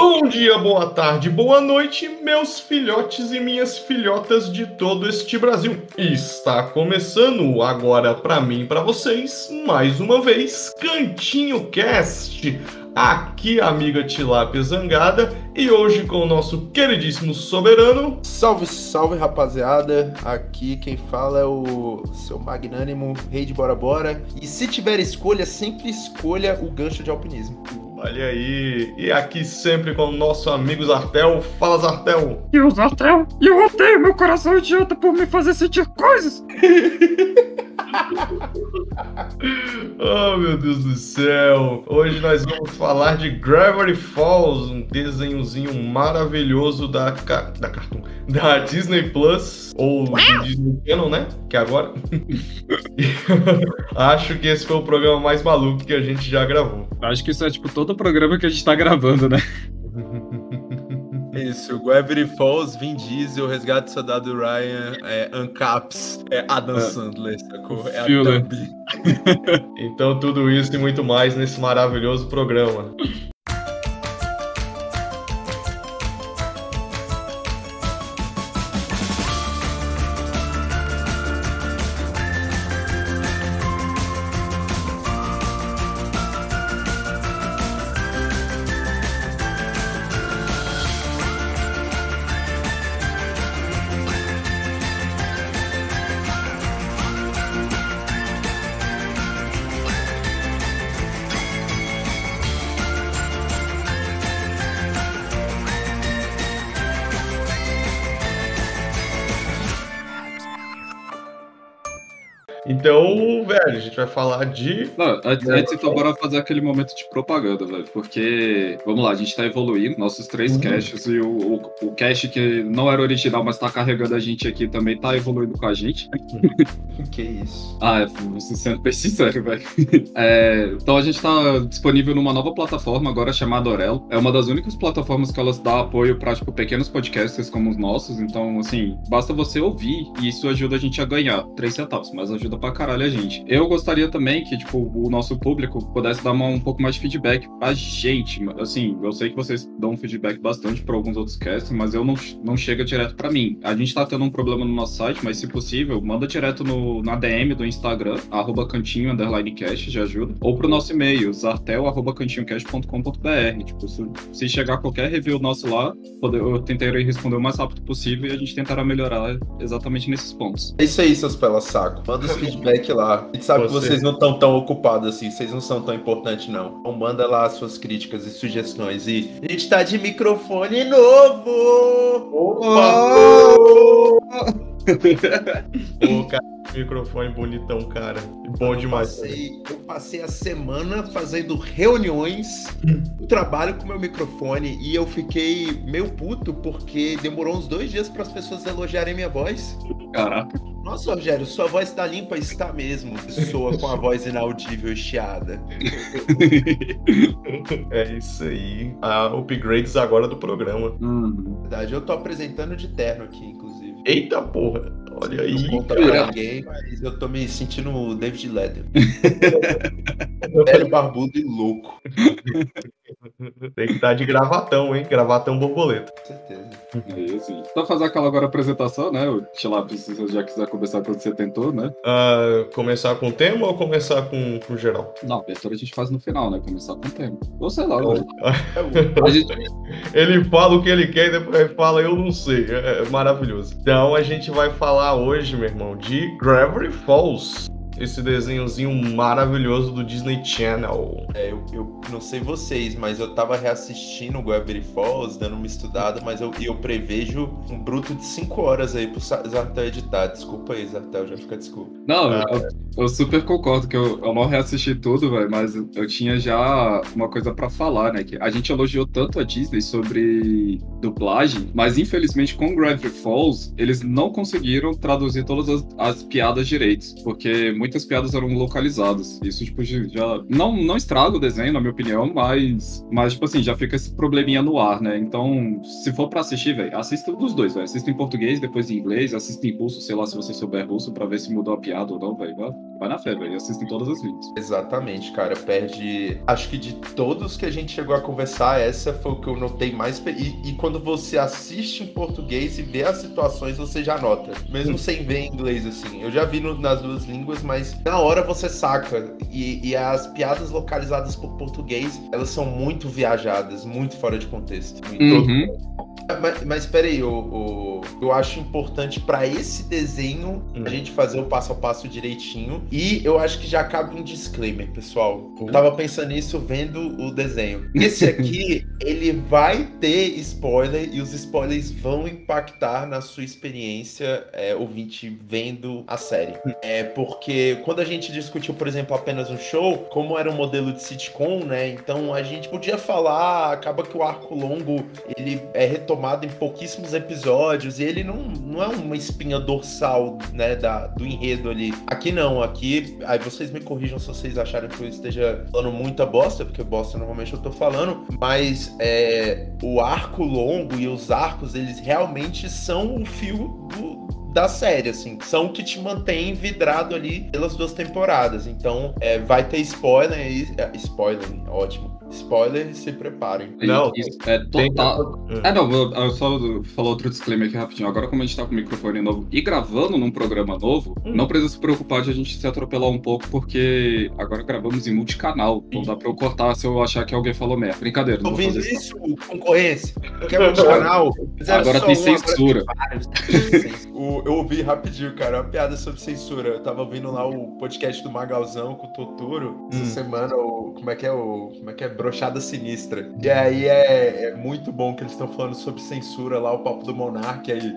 Bom dia, boa tarde, boa noite, meus filhotes e minhas filhotas de todo este Brasil. Está começando agora para mim e para vocês, mais uma vez, Cantinho Cast. Aqui a amiga Tilápia Zangada e hoje com o nosso queridíssimo soberano. Salve, salve, rapaziada. Aqui quem fala é o seu magnânimo rei de Bora Bora. E se tiver escolha, sempre escolha o gancho de alpinismo. Olha aí, e aqui sempre com o nosso amigo Zartel. Fala, Zartel. E o Zartel, eu odeio meu coração idiota por me fazer sentir coisas. Oh, meu Deus do céu. Hoje nós vamos falar de Gravity Falls, um desenhozinho maravilhoso da Cartoon, da Disney Plus, ou do Disney Channel, né? Que é agora. Acho que esse foi o programa mais maluco que a gente já gravou. Acho que isso é tipo todo o programa que a gente tá gravando, né? Isso, Gravity Falls, Vin Diesel, Resgate do Soldado Ryan, Uncaps, Adam Sandler, sacou? É a Thumb. Então tudo isso e muito mais nesse maravilhoso programa. Então, velho, a gente vai falar de... Não, antes então bora fazer aquele momento de propaganda, velho, porque, vamos lá, a gente tá evoluindo, nossos 3 caches e o cache que não era original, mas tá carregando a gente aqui também tá evoluindo com a gente. Que isso? Você sendo bem sincero, velho. Então a gente tá disponível numa nova plataforma agora chamada Orelo. É uma das únicas plataformas que elas dão apoio pra, tipo, pequenos podcasters como os nossos, então, assim, basta você ouvir e isso ajuda a gente a ganhar 3 centavos, mas ajuda pra caralho a gente. Eu gostaria também que, tipo, o nosso público pudesse dar um pouco mais de feedback pra gente. Assim, eu sei que vocês dão feedback bastante pra alguns outros casts, mas eu não chega direto pra mim. A gente tá tendo um problema no nosso site, mas se possível, manda direto na DM do Instagram, @cantinho_cast, já ajuda. Ou pro nosso e-mail, zartel@cantinhocast.com.br. Tipo, se chegar qualquer review nosso lá, eu tentarei responder o mais rápido possível e a gente tentará melhorar exatamente nesses pontos. É isso aí, seus pela-saco. Manda os feedback lá. A gente sabe que vocês não estão tão ocupados assim, vocês não são tão importantes, não. Então manda lá as suas críticas e sugestões. E a gente tá de microfone novo! Opa! Ô, cara, microfone bonitão, cara. Bom demais. Eu passei a semana fazendo reuniões no trabalho com meu microfone e eu fiquei meio puto porque demorou uns 2 dias para as pessoas elogiarem minha voz. Caraca. Nossa, Rogério, sua voz tá limpa, está mesmo. Soa com a voz inaudível e chiada. É isso aí. Upgrades agora do programa. Na verdade, eu tô apresentando de terno aqui, inclusive. Eita porra, olha aí. Não conta pra ninguém, mas eu tô me sentindo o David Letterman. Velho, barbudo e louco. Tem que estar de gravatão, hein? Gravatão borboleta. Com certeza. Isso. Então fazer aquela agora apresentação, né? O Tilápia, se você já quiser começar quando você tentou, né? Começar com o tema ou começar com geral? Não, a abertura a gente faz no final, né? Começar com o tema. Ou sei lá, Ele fala o que ele quer e depois ele fala eu não sei. É maravilhoso. Então a gente vai falar hoje, meu irmão, de Gravity Falls. Esse desenhozinho maravilhoso do Disney Channel. Eu não sei vocês, mas eu tava reassistindo o Gravity Falls, dando uma estudada, mas eu prevejo um bruto de 5 horas aí pro Zartel editar. Desculpa aí, Zartel, já fica desculpa. Não, eu super concordo que eu não reassisti tudo, velho, mas eu tinha já uma coisa pra falar, né? Que a gente elogiou tanto a Disney sobre dublagem, mas infelizmente com Gravity Falls, eles não conseguiram traduzir todas as piadas direitos, porque muitas piadas eram localizadas. Isso, tipo, já não estraga o desenho, na minha opinião, mas tipo assim, já fica esse probleminha no ar, né? Então, se for pra assistir, velho, assista dos dois, velho. Assista em português, depois em inglês, assista em russo, sei lá, se você souber russo, pra ver se mudou a piada ou não, velho. Vai na fé, velho. Assista em todas as línguas. Exatamente, cara. Perde. Acho que de todos que a gente chegou a conversar, essa foi o que eu notei mais. E quando você assiste em português e vê as situações, você já nota. Mesmo sem ver em inglês, assim. Eu já vi nas duas línguas, mas na hora você saca. E as piadas localizadas por português, elas são muito viajadas, muito fora de contexto. Mas peraí, eu acho importante pra esse desenho a gente fazer o passo a passo direitinho. E eu acho que já cabe um disclaimer, pessoal. Eu tava pensando nisso vendo o desenho. Esse aqui, ele vai ter spoiler e os spoilers vão impactar na sua experiência, ouvinte, vendo a série. Porque quando a gente discutiu, por exemplo, apenas um show, como era um modelo de sitcom, né? Então a gente podia falar, acaba que o arco longo, ele é retomado em pouquíssimos episódios e ele não é uma espinha dorsal, né, do enredo ali. Aqui não, aqui, aí vocês me corrijam se vocês acharem que eu esteja falando muita bosta, porque bosta normalmente eu tô falando, mas o arco longo e os arcos, eles realmente são o fio da série, assim, são que te mantém vidrado ali pelas 2 temporadas. Então, vai ter spoiler aí. Spoiler, ótimo. Spoiler, se preparem. Não, isso é total. Não, eu só falar outro disclaimer aqui rapidinho. Agora, como a gente tá com o microfone novo e gravando num programa novo, não precisa se preocupar de a gente se atropelar um pouco, porque agora gravamos em multicanal. Não dá pra eu cortar se eu achar que alguém falou merda. Brincadeira. Tô vendo isso, concorrência. Porque é multicanal. Agora tem censura. Eu ouvi rapidinho, cara, uma piada sobre censura. Eu tava ouvindo lá o podcast do Magalzão com o Totoro essa semana, como é que é? Brochada Sinistra. E aí é muito bom que eles estão falando sobre censura lá, o papo do Monark aí.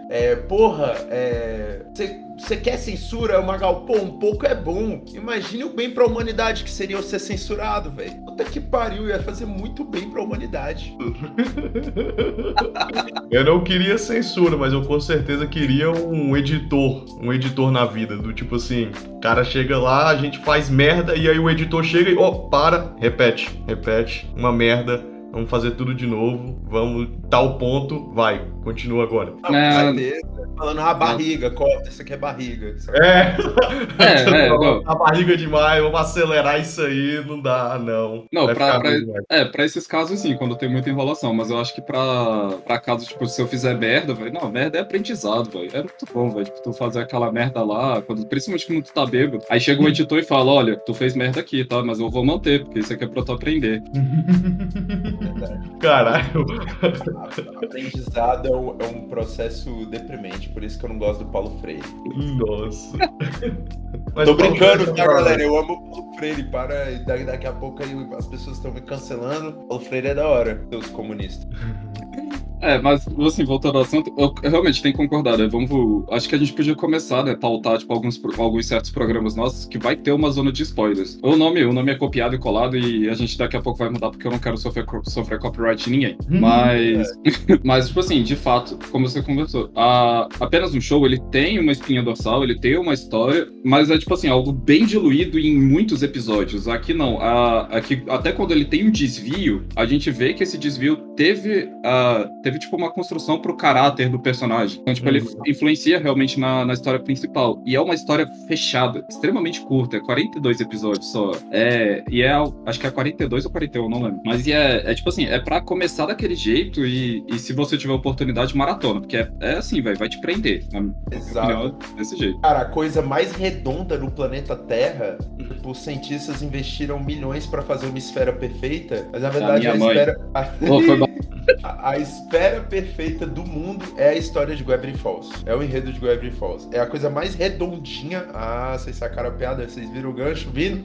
Você quer censura, Magal? Pô, um pouco é bom. Imagine o bem pra humanidade que seria eu ser censurado, velho. Puta que pariu, ia fazer muito bem pra humanidade. Eu não queria censura, mas eu com certeza queria um editor na vida, do tipo assim, o cara chega lá, a gente faz merda, e aí o editor chega e, repete, uma merda, vamos fazer tudo de novo, vamos, tal ponto, vai, continua agora. Vai ter, falando, barriga, corta, isso aqui é barriga. A barriga demais, vamos acelerar isso aí, não dá, não. Não, pra esses casos sim, quando tem muita enrolação, mas eu acho que pra casos, tipo, se eu fizer merda, velho, não, merda é aprendizado, velho, é muito bom, velho, tipo, tu fazer aquela merda lá, principalmente quando tu tá bêbado, aí chega o editor e fala, olha, tu fez merda aqui, tá, mas eu vou manter, porque isso aqui é pra tu aprender. Caralho. Aprendizado é um processo deprimente, por isso que eu não gosto do Paulo Freire. Nossa. Mas tô brincando, tá, galera? Eu amo o Paulo Freire. Para, daqui a pouco aí as pessoas estão me cancelando. Paulo Freire é da hora, seus comunistas. Mas, assim, voltando ao assunto, eu realmente tenho que concordar, né? Acho que a gente podia começar, né? Pautar, tipo, alguns certos programas nossos que vai ter uma zona de spoilers. O nome é copiado e colado e a gente daqui a pouco vai mudar porque eu não quero sofrer copyright de ninguém. Mas, tipo assim, de fato, como você conversou, apenas um show, ele tem uma espinha dorsal, ele tem uma história, mas é, tipo assim, algo bem diluído em muitos episódios. Aqui não. Aqui, até quando ele tem um desvio, a gente vê que esse desvio teve tipo uma construção pro caráter do personagem. Então, tipo, ele influencia realmente na história principal. E é uma história fechada, extremamente curta, 42 episódios só. Acho que é 42 ou 41, não lembro. Mas tipo assim, é pra começar daquele jeito e se você tiver oportunidade, maratona. Porque é assim, velho, vai te prender. Exato. Opinião, desse jeito. Cara, a coisa mais redonda no planeta Terra, os cientistas investiram milhões pra fazer uma esfera perfeita, mas na verdade a esfera perfeita do mundo é a história de Gravity Falls. É o enredo de Gravity Falls. É a coisa mais redondinha. Vocês sacaram a piada? Vocês viram o gancho vindo?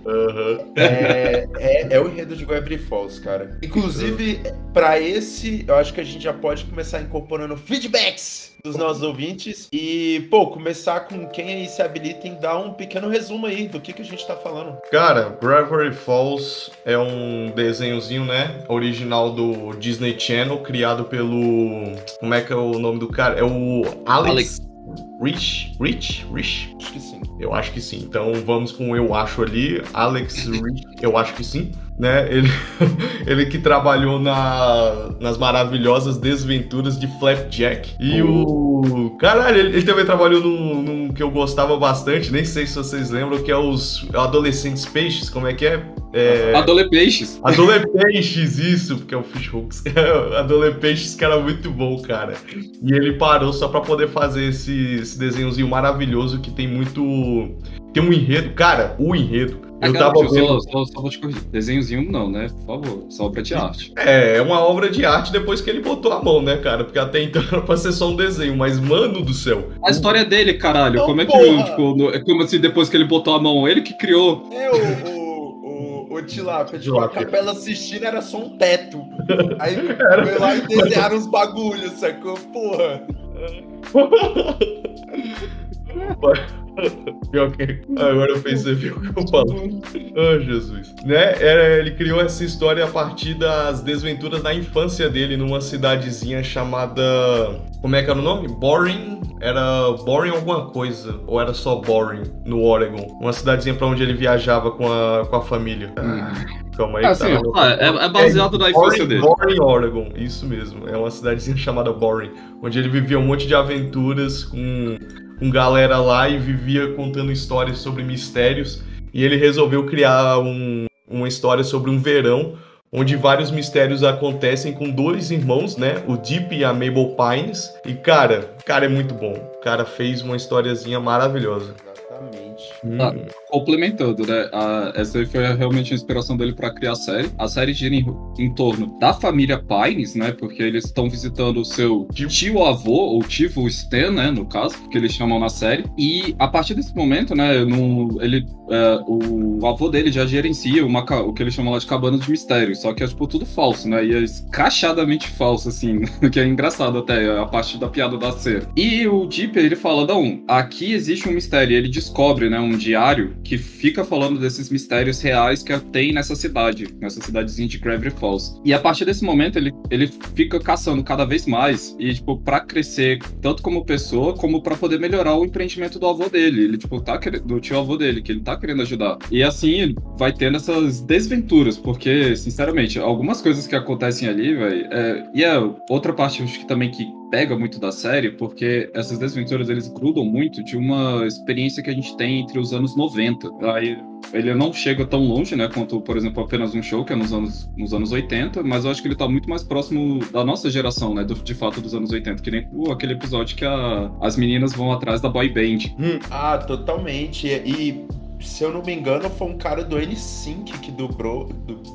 É o enredo de Gravity Falls, cara. Inclusive, pra esse, eu acho que a gente já pode começar incorporando feedbacks dos nossos ouvintes e, começar com quem aí se habilita em dar um pequeno resumo aí do que a gente tá falando. Cara, Gravity Falls é um desenhozinho, né, original do Disney Channel, criado pelo... Como é que é o nome do cara? É o Alex Rich? Acho que sim. Eu acho que sim. Então vamos com eu acho ali. Alex Rich, eu acho que sim. Né? Ele que trabalhou nas maravilhosas desventuras de Flapjack. E o... Caralho, ele também trabalhou num que eu gostava bastante, nem sei se vocês lembram, que é os Adolescentes Peixes, como é que é? Adolepeixes. Adolepeixes, isso, porque é o Fishhooks. Adolepeixes, que era muito bom, cara. E ele parou só pra poder fazer esse desenhozinho maravilhoso que tem muito... Tem um enredo. Cara, o enredo... Eu tava vendo... Só vou te corrigir. Desenhozinho não, né? Por favor. Só obra de arte. É uma obra de arte depois que ele botou a mão, né, cara? Porque até então era pra ser só um desenho, mas mano do céu. A história dele, caralho. Não, como é que, porra. tipo, é como se depois que ele botou a mão, ele que criou. O Tilápia, tipo, a Tilápia. Capela Sistina era só um teto. Aí foi lá e desenharam uns bagulhos, sacou? Porra. Pior que agora eu percebi o que eu falo. Oh, Jesus. Né? Ele criou essa história a partir das desventuras da infância dele numa cidadezinha chamada... Como é que era o nome? Boring? Era Boring alguma coisa. Ou era só Boring, no Oregon. Uma cidadezinha pra onde ele viajava com a família. Calma aí. Assim, é baseado na infância dele. Boring, Oregon. Isso mesmo. É uma cidadezinha chamada Boring. Onde ele vivia um monte de aventuras com galera lá e vivia contando histórias sobre mistérios. E ele resolveu criar uma história sobre um verão onde vários mistérios acontecem com dois irmãos, né? O Deep e a Mabel Pines. E, cara, é muito bom. O cara fez uma historiazinha maravilhosa. Exatamente. Complementando, né? Essa aí foi realmente a inspiração dele pra criar a série. A série gira em torno da família Pines, né? Porque eles estão visitando o seu tio-avô, ou tio Stan, né? No caso, que eles chamam na série. E a partir desse momento, né? O avô dele já gerencia o que eles chamam lá de cabana de mistérios. Só que é, tipo, tudo falso, né? E é escrachadamente falso, assim. Que é engraçado até, a parte da piada da série. E o Deep, ele fala, não, aqui existe um mistério. E ele descobre, né? Um diário que fica falando desses mistérios reais que tem nessa cidadezinha de Gravity Falls. E a partir desse momento, ele fica caçando cada vez mais, e, tipo, pra crescer, tanto como pessoa, como pra poder melhorar o empreendimento do avô dele. Ele, tipo, do tio-avô dele, que ele tá querendo ajudar. E assim, vai tendo essas desventuras, porque, sinceramente, algumas coisas que acontecem ali, velho, e outra parte, acho que também que pega muito da série, porque essas desventuras, eles grudam muito de uma experiência que a gente tem entre os anos 90. Aí ele não chega tão longe, né, quanto, por exemplo, apenas um show, que é nos anos 80, mas eu acho que ele tá muito mais próximo da nossa geração, né, de fato, dos anos 80, que nem aquele episódio que as meninas vão atrás da boy band. Totalmente. E se eu não me engano, foi um cara do N-Sync que dublou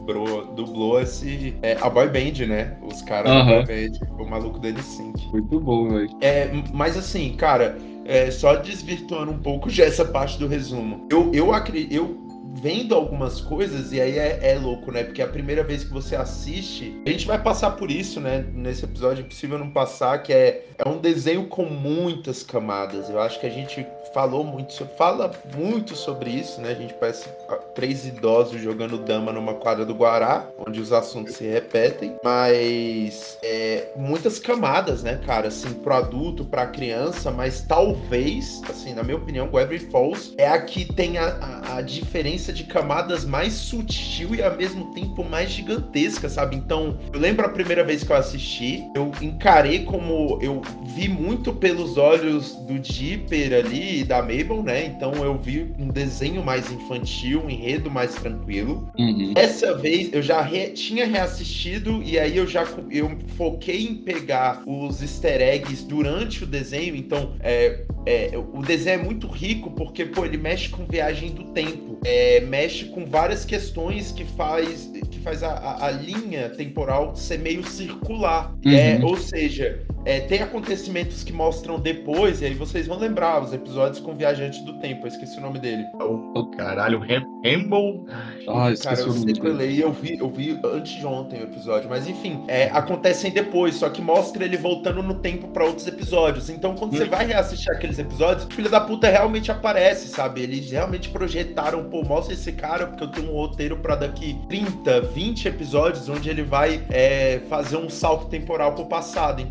a boy band, né? Os caras da boy band, o maluco do N-Sync. Muito bom, velho. Mas assim, cara, só desvirtuando um pouco já essa parte do resumo. Eu vendo algumas coisas, e aí é louco, né? Porque a primeira vez que você assiste, a gente vai passar por isso, né? Nesse episódio, é impossível não passar, que é um desenho com muitas camadas. Eu acho que a gente fala muito sobre isso, né? A gente parece 3 idosos jogando dama numa quadra do Guará, onde os assuntos se repetem, mas muitas camadas, né, cara? Assim, pro adulto, pra criança, mas talvez, assim, na minha opinião, Gravity Falls é a que tem a diferença de camadas mais sutil e ao mesmo tempo mais gigantesca, sabe? Então, eu lembro a primeira vez que eu assisti, eu encarei como... Eu vi muito pelos olhos do Dipper ali e da Mabel, né? Então eu vi um desenho mais infantil, um enredo mais tranquilo. Dessa vez eu já tinha reassistido e aí eu foquei em pegar os easter eggs durante o desenho. Então o desenho é muito rico porque, pô, ele mexe com viagem do tempo. Mexe com várias questões que faz a linha temporal ser meio circular. Ou seja, tem acontecimentos que mostram depois, e aí vocês vão lembrar os episódios com o Viajante do Tempo. Eu esqueci o nome dele. Caralho, Rambo. Esqueci o nome dele. Eu vi antes de ontem o episódio, mas enfim, acontecem depois, só que mostra ele voltando no tempo pra outros episódios. Então, quando você vai reassistir aqueles episódios, o filho da puta realmente aparece, sabe? Eles realmente projetaram, pô, mostra esse cara, porque eu tenho um roteiro pra daqui 30, 20 episódios, onde ele vai fazer um salto temporal pro passado. Então acaba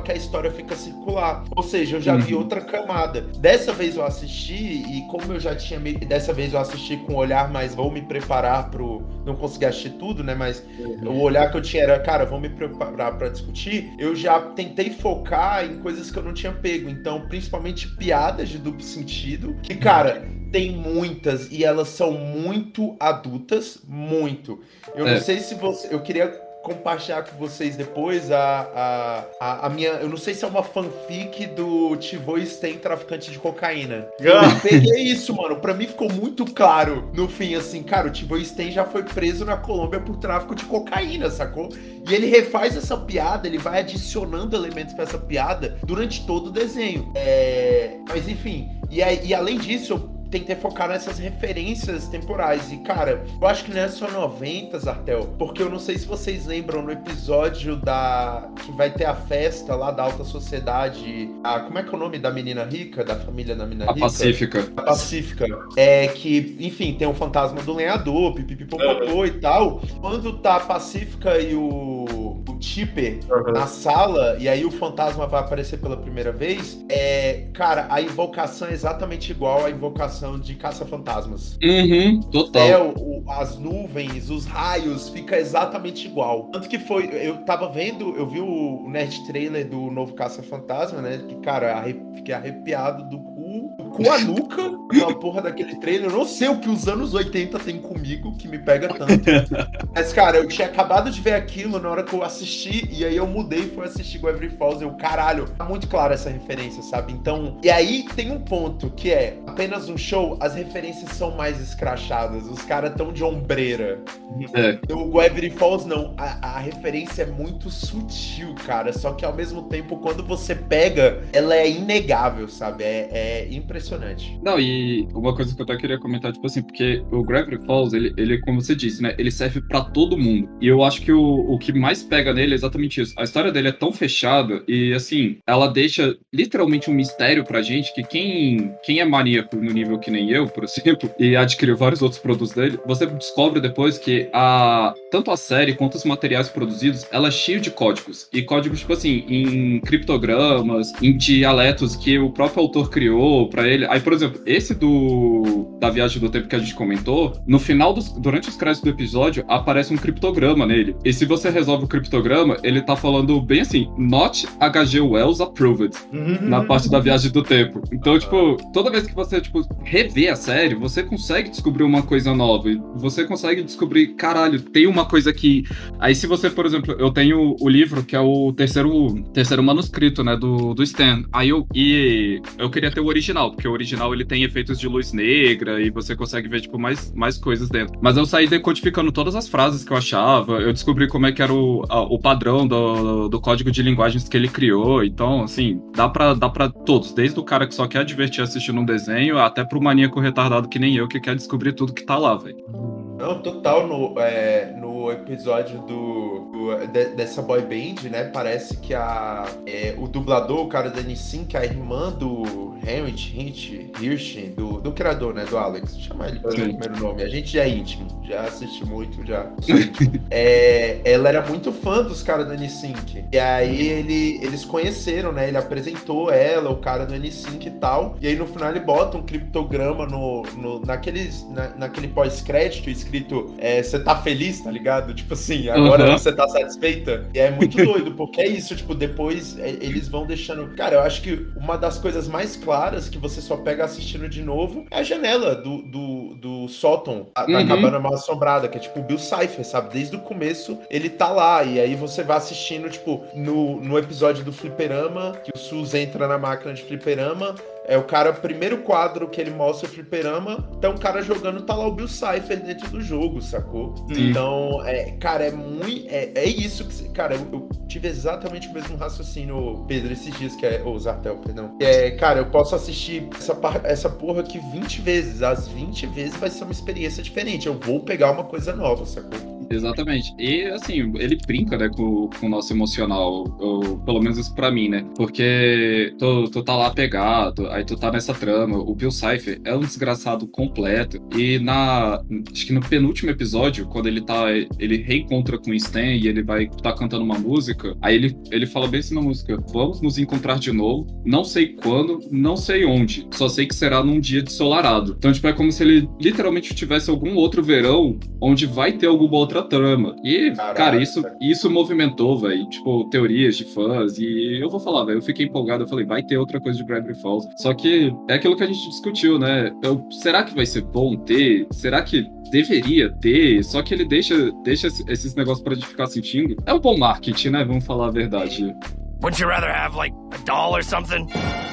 que a história fica circular. Ou seja, eu já vi outra camada. Dessa vez eu assisti, e como eu já tinha... Dessa vez eu assisti com um olhar mais, vou me preparar pro... Não consegui assistir tudo, né? Mas o olhar que eu tinha era, cara, vou me preparar pra discutir. Eu já tentei focar em coisas que eu não tinha pego. Então, principalmente piadas de duplo sentido. Que, cara... Tem muitas, e elas são muito adultas, muito. Eu não sei se você... Eu queria compartilhar com vocês depois a minha... Eu não sei se é uma fanfic do Tivô Sten, traficante de cocaína. Eu peguei isso, mano. Pra mim ficou muito claro no fim, assim, cara, o Tivô Sten já foi preso na Colômbia por tráfico de cocaína, sacou? E ele refaz essa piada, ele vai adicionando elementos pra essa piada durante todo o desenho. Mas enfim, e além disso, eu tentei focar nessas referências temporais. E, cara, eu acho que não é só 90, Artel, porque eu não sei se vocês lembram no episódio que vai ter a festa lá da alta sociedade. Como é que é o nome da menina rica? Da família da menina rica? A Pacífica. Que, enfim, tem o fantasma do lenhador, pipipipopopô e tal. Quando tá a Pacífica e o Tipper na sala, e aí o fantasma vai aparecer pela primeira vez, cara, a invocação é exatamente igual à invocação de Caça-Fantasmas. Total. As nuvens, os raios, fica exatamente igual. Tanto que eu vi o Nerd Trailer do novo Caça-Fantasma, né? Que, cara, fiquei arrepiado do cu a nuca na porra daquele trailer. Eu não sei o que os anos 80 tem comigo, que me pega tanto. Mas, cara, eu tinha acabado de ver aquilo na hora que eu assisti, e aí eu mudei e fui assistir Gravity Falls. Caralho, tá muito clara essa referência, sabe? Então, e aí tem um ponto que é apenas um show, as referências são mais escrachadas, os caras tão de ombreira. O Gravity Falls não, a referência é muito sutil, cara, só que ao mesmo tempo, quando você pega, ela é inegável, sabe? É impressionante. Não, e uma coisa que eu até queria comentar, tipo assim, porque o Gravity Falls, ele como você disse, né, ele serve pra todo mundo. E eu acho que o que mais pega nele é exatamente isso. A história dele é tão fechada e, assim, ela deixa literalmente um mistério pra gente que quem é maníaco no nível que nem eu, por exemplo, e adquiriu vários outros produtos dele, você descobre depois que tanto a série quanto os materiais produzidos, ela é cheia de códigos. E códigos, tipo assim, em criptogramas, em dialetos que o próprio autor criou pra ele. Aí, por exemplo, esse da Viagem do Tempo que a gente comentou, no final, durante os créditos do episódio, aparece um criptograma nele. E se você resolve o criptograma, ele tá falando bem assim, Not H.G. Wells Approved, na parte da Viagem do Tempo. Então, tipo, toda vez que você, tipo, revê a série, você consegue descobrir uma coisa nova. E você consegue descobrir, caralho, tem uma coisa aqui. Aí, se você, por exemplo, eu tenho o livro, que é o terceiro manuscrito, né, do Stan. Aí eu queria ter o original, porque o original ele tem efeitos de luz negra e você consegue ver, tipo, mais coisas dentro. Mas eu saí decodificando todas as frases que eu achava, eu descobri como é que era o padrão do código de linguagens que ele criou. Então, assim, dá pra todos, desde o cara que só quer divertir assistindo um desenho, até pro maníaco retardado que nem eu, que quer descobrir tudo que tá lá, velho. Não, total, no episódio dessa boy band, né, parece que o dublador, o cara da Nissin, que é a irmã do Hirsch, do criador, né, do Alex, chama ele pelo primeiro nome, a gente já é íntimo, já assiste muito, já sou íntimo. Ela era muito fã dos caras do N-Sync, e aí eles conheceram, né, ele apresentou ela, o cara do N-Sync e tal, e aí no final ele bota um criptograma naquele pós-crédito escrito, você tá feliz, tá ligado? Tipo assim, agora você tá satisfeita? E é muito doido, porque é isso, tipo, depois eles vão deixando... Cara, eu acho que uma das coisas mais claras que você só pega assistindo de novo é a janela do sótão, da cabana mal assombrada, que é tipo o Bill Cipher, sabe? Desde o começo ele tá lá, e aí você vai assistindo, tipo, no episódio do fliperama, que o Sus entra na máquina de fliperama, o primeiro quadro que ele mostra o fliperama, então o cara jogando, tá lá o Bill Cipher dentro do jogo, sacou? Sim. Então, cara, é isso que... Cara, eu tive exatamente o mesmo raciocínio, Pedro, esses dias, Zartel, perdão. Cara, eu posso assistir essa porra aqui 20 vezes, as 20 vezes vai ser uma experiência diferente, eu vou pegar uma coisa nova, sacou? Exatamente. E, assim, ele brinca, né, com o nosso emocional, ou pelo menos isso pra mim, né? Porque tu tá lá pegado, aí tu tá nessa trama. O Bill Cipher é um desgraçado completo. E acho que no penúltimo episódio, quando ele reencontra com o Stan e ele vai tá cantando uma música, aí ele fala bem assim na música: vamos nos encontrar de novo, não sei quando, não sei onde, só sei que será num dia ensolarado. Então, tipo, é como se ele literalmente tivesse algum outro verão onde vai ter alguma outra trama. E, Caraca. cara, isso movimentou, velho, tipo, teorias de fãs. E eu vou falar, velho, eu fiquei empolgado, eu falei, vai ter outra coisa de Gravity Falls. Só que é aquilo que a gente discutiu, né? Será que vai ser bom ter? Será que deveria ter? Só que ele deixa esses negócios pra gente ficar sentindo. É um bom marketing, né? Vamos falar a verdade. Wouldn't you rather have, like, a doll or something?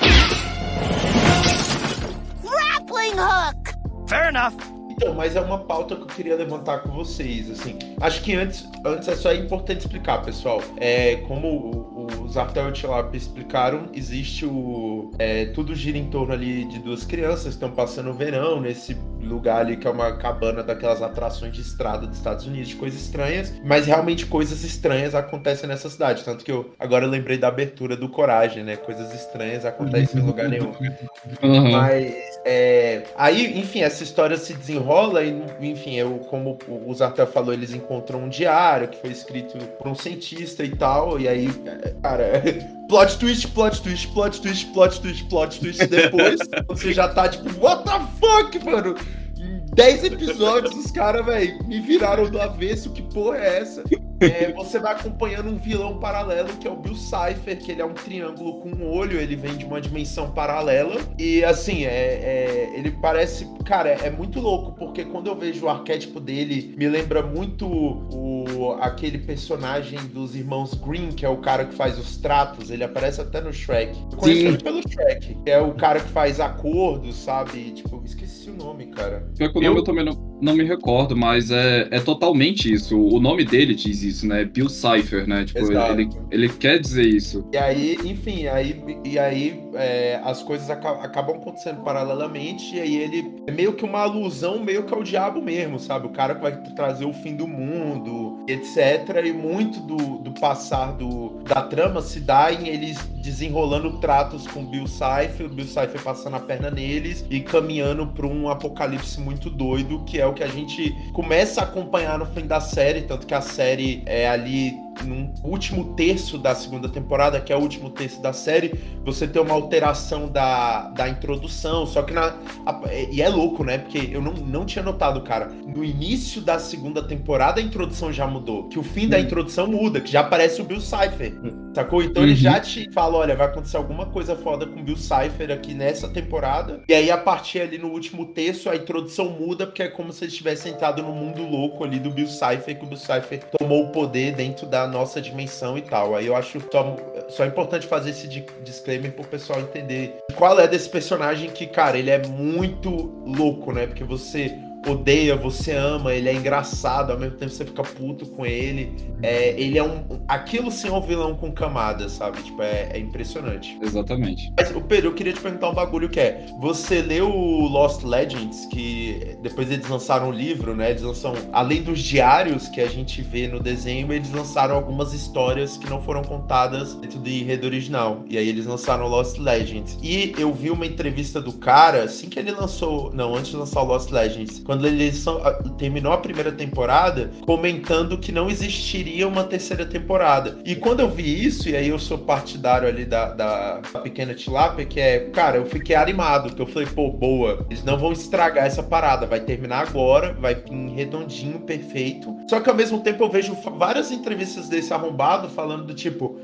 Grappling hook! Fair enough. Então, mas é uma pauta que eu queria levantar com vocês, assim. Acho que antes é só importante explicar, pessoal. Como os Arthur e o Tilap explicaram, existe tudo gira em torno ali de duas crianças que estão passando o verão nesse lugar ali que é uma cabana daquelas atrações de estrada dos Estados Unidos, de coisas estranhas, mas realmente coisas estranhas acontecem nessa cidade, tanto que eu agora lembrei da abertura do Coragem, né? Coisas estranhas acontecem em lugar nenhum. Uhum. Mas aí, enfim, essa história se desenrola e, enfim, como o Zartel falou, eles encontram um diário que foi escrito por um cientista e tal, e aí, cara, plot twist, depois você já tá tipo, what the fuck, mano? Em 10 episódios os caras, velho, me viraram do avesso, que porra é essa? Você vai acompanhando um vilão paralelo que é o Bill Cipher, que ele é um triângulo com um olho, ele vem de uma dimensão paralela e assim, ele parece, cara, é muito louco, porque quando eu vejo o arquétipo dele, me lembra muito aquele personagem dos irmãos Green, que é o cara que faz os tratos, ele aparece até no Shrek. Eu conheço ele pelo Shrek, que é o cara que faz acordos, sabe? Tipo, esqueci o nome, cara. O nome eu também não me recordo, mas é totalmente isso. O nome dele diz isso, né? Bill Cipher, né? Tipo, ele quer dizer isso. E aí, enfim, as coisas acabam acontecendo paralelamente, e aí ele é meio que uma alusão, meio que ao diabo mesmo, sabe? O cara que vai trazer o fim do mundo, etc. E muito do passar da trama se dá em eles desenrolando tratos com o Bill Cipher passando a perna neles e caminhando para um apocalipse muito doido, que é o que a gente começa a acompanhar no fim da série, tanto que a série é ali no último terço da segunda temporada, que é o último terço da série, você tem uma alteração da introdução, só que e é louco, né? Porque eu não tinha notado, cara. No início da segunda temporada, a introdução já mudou. Que o fim da introdução muda, que já aparece o Bill Cipher, sacou? Então ele já te fala, olha, vai acontecer alguma coisa foda com o Bill Cipher aqui nessa temporada, e aí a partir ali no último terço, a introdução muda, porque é como se eles tivessem entrado no mundo louco ali do Bill Cipher, que o Bill Cipher tomou o poder dentro da nossa dimensão e tal. Aí eu acho só importante fazer esse disclaimer pro pessoal entender qual é desse personagem que, cara, ele é muito louco, né? Porque você odeia, você ama, ele é engraçado, ao mesmo tempo você fica puto com ele. Ele é aquilo sim é um vilão com camadas, sabe? Tipo, é impressionante. Exatamente. Mas, Pedro, eu queria te perguntar um bagulho que você leu Lost Legends, que depois eles lançaram um livro, né? Eles lançam, além dos diários que a gente vê no desenho, eles lançaram algumas histórias que não foram contadas dentro do enredo original. E aí eles lançaram Lost Legends. E eu vi uma entrevista do cara, assim que ele lançou... Não, antes de lançar o Lost Legends, quando ele terminou a primeira temporada, comentando que não existiria uma terceira temporada. E quando eu vi isso, e aí eu sou partidário ali da Pequena Tilápia, que cara, eu fiquei animado, que eu falei, pô, boa, eles não vão estragar essa parada, vai terminar agora, vai vir redondinho, perfeito. Só que ao mesmo tempo eu vejo várias entrevistas desse arrombado falando do tipo,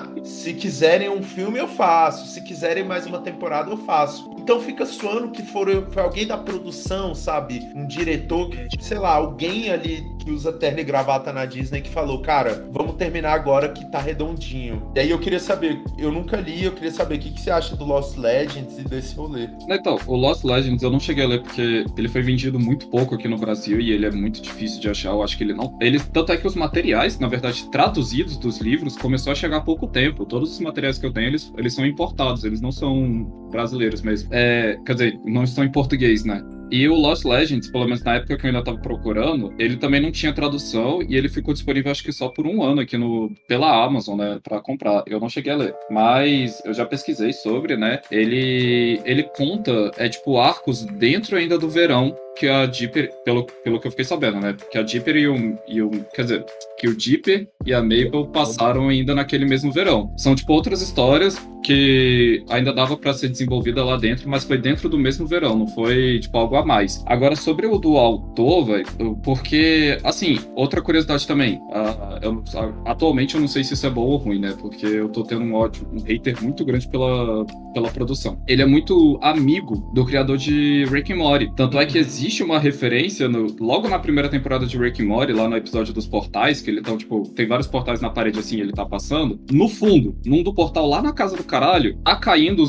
se quiserem um filme eu faço, se quiserem mais uma temporada eu faço. Então fica soando que foi alguém da produção, sabe? Um diretor, sei lá, alguém ali que usa terno e gravata na Disney que falou, cara, vamos terminar agora que tá redondinho. E aí eu queria saber, eu nunca li, eu queria saber o que você acha do Lost Legends e desse rolê. Então, o Lost Legends eu não cheguei a ler porque ele foi vendido muito pouco aqui no Brasil e ele é muito difícil de achar, eu acho que ele não... Tanto é que os materiais, na verdade, traduzidos dos livros, começou a chegar há pouco tempo. Todos os materiais que eu tenho, eles são importados, eles não são brasileiros mesmo. Quer dizer, não estão em português, né? E o Lost Legends, pelo menos na época que eu ainda tava procurando, ele também não tinha tradução e ele ficou disponível acho que só por um ano aqui pela Amazon, né, pra comprar. Eu não cheguei a ler, mas eu já pesquisei sobre, né? Ele conta, tipo, arcos dentro ainda do verão que a Dipper, pelo que eu fiquei sabendo, né? Que a Dipper quer dizer, que o Dipper e a Mabel passaram ainda naquele mesmo verão. São, tipo, outras histórias que ainda dava pra ser desenvolvida lá dentro, mas foi dentro do mesmo verão, não foi, tipo, algo a mais. Agora, sobre o do autor, velho, porque, assim, outra curiosidade também, atualmente eu não sei se isso é bom ou ruim, né? Porque eu tô tendo um hater muito grande pela produção. Ele é muito amigo do criador de Rick and Morty, tanto é que existe uma referência logo na primeira temporada de Rick and Morty, lá no episódio dos portais, que ele tá, tipo, tem vários portais na parede assim, ele tá passando. No fundo, num do portal lá na casa do caralho, tá caindo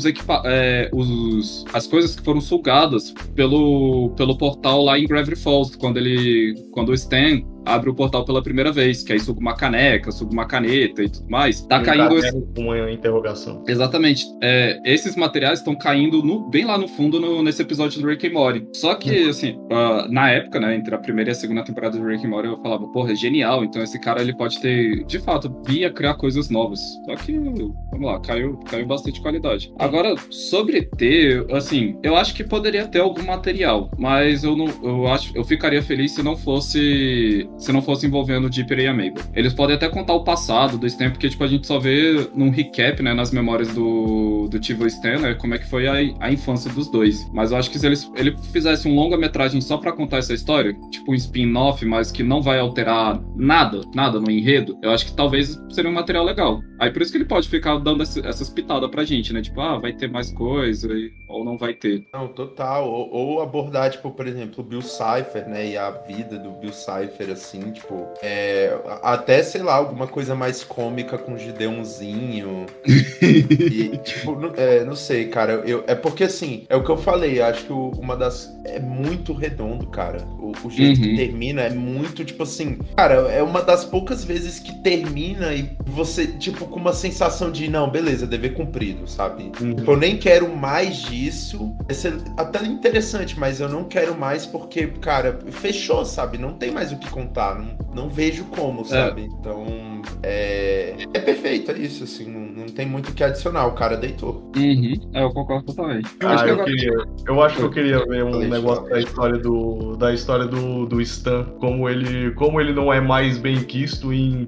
as coisas que foram sugadas pelo portal lá em Gravity Falls, quando o Stan abre o portal pela primeira vez, que aí suga uma caneca, suga uma caneta e tudo mais. Tá caindo... uma interrogação. Exatamente. Esses materiais estão caindo bem lá no fundo nesse episódio do Rick and Morty. Só que, assim, na época, né, entre a primeira e a segunda temporada do Rick and Morty, eu falava, porra, é genial, então esse cara, ele pode ter, de fato, vir a criar coisas novas. Só que, vamos lá, caiu bastante qualidade. Agora, sobre ter, assim, eu acho que poderia ter algum material, mas eu ficaria feliz se não fosse envolvendo o Dipper e a Mabel. Eles podem até contar o passado do Stan, porque, tipo, a gente só vê num recap, né, nas memórias do Tivo Stan, né, como é que foi a infância dos dois. Mas eu acho que se ele fizesse um longa-metragem só pra contar essa história, tipo um spin-off, mas que não vai alterar nada no enredo, eu acho que talvez seria um material legal. Aí por isso que ele pode ficar dando essas pitadas pra gente, né, tipo, vai ter mais coisa, ou não vai ter. Não, total. Ou abordar, tipo, por exemplo, o Bill Cipher, né, e a vida do Bill Cipher, assim, tipo, até, sei lá, alguma coisa mais cômica com o Gideonzinho. E, tipo, não sei, cara. É porque, assim, é o que eu falei, acho que é muito redondo, cara. O jeito que termina é muito, tipo assim, cara, é uma das poucas vezes que termina e você, tipo, com uma sensação de, não, beleza, dever cumprido, sabe? Tipo, eu nem quero mais disso. Esse é até interessante, mas eu não quero mais porque, cara, fechou, sabe? Não tem mais o que contar. Não vejo como, sabe? Então, é perfeito, é isso, assim, não tem muito o que adicionar, o cara deitou. Eu concordo totalmente. Eu acho que eu queria ver um negócio da história do Stan, como ele não é mais bem quisto em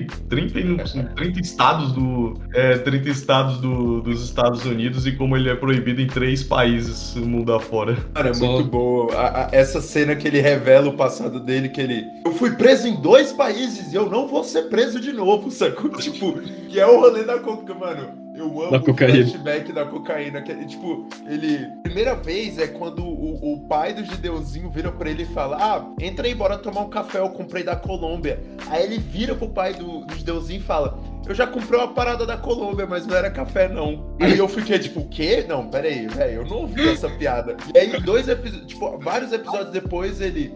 30 estados dos Estados Unidos e como ele é proibido em 3 países no mundo afora. Cara, é muito boa. Essa cena que ele revela o passado dele, eu fui preso em 2 países e eu não vou ser preso de novo, sacou? Tipo, que é o rolê da coca, mano. Eu amo o flashback da cocaína. Que, tipo, primeira vez é quando o pai do Gideonzinho vira pra ele e fala: entra aí, bora tomar um café, eu comprei da Colômbia. Aí ele vira pro pai do Gideonzinho e fala: eu já comprei uma parada da Colômbia, mas não era café, não. Aí eu fiquei tipo, o quê? Não, peraí, velho, eu não ouvi essa piada. E aí, vários episódios depois, ele,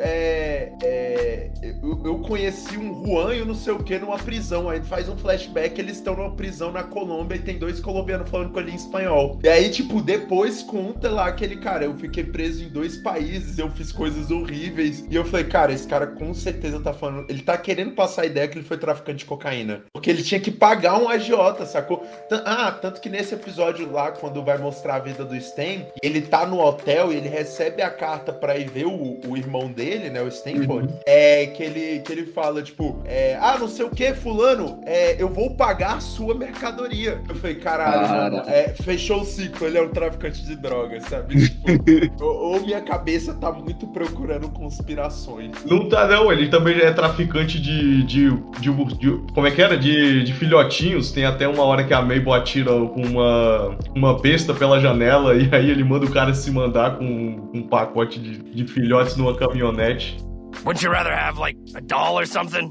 eu conheci um Juan e eu não sei o que numa prisão. Aí faz um flashback, eles estão numa prisão na Colômbia e tem 2 colombianos falando com ele em espanhol. E aí, tipo, depois conta lá aquele cara, eu fiquei preso em 2 países, eu fiz coisas horríveis. E eu falei, cara, esse cara com certeza tá falando, ele tá querendo passar a ideia que ele foi traficante de cocaína. Porque ele tinha que pagar um agiota, sacou? Tanto que nesse episódio lá, quando vai mostrar a vida do Stan, ele tá no hotel e ele recebe a carta pra ir ver o irmão dele, né, o Stanford, que ele fala, tipo, não sei o que, fulano, eu vou pagar a sua mercadoria. Eu falei, caralho, mano, fechou o ciclo, ele é um traficante de drogas, sabe? Tipo, ou minha cabeça tá muito procurando conspirações. Não tá, não, ele também é traficante de como é que era? De filhotinhos. Tem até uma hora que a Mabel atira com uma besta pela janela e aí ele manda o cara se mandar com um pacote de filhotes numa caminhonete. Wouldn't you rather have, like, a doll or something?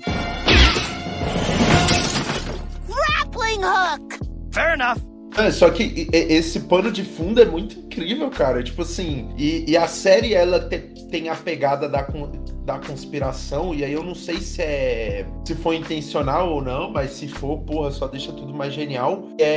Grappling hook! Fair enough. Só que esse pano de fundo é muito incrível, cara. Tipo assim, e a série, ela tem a pegada da conspiração, e aí eu não sei se foi intencional ou não, mas se for, porra, só deixa tudo mais genial.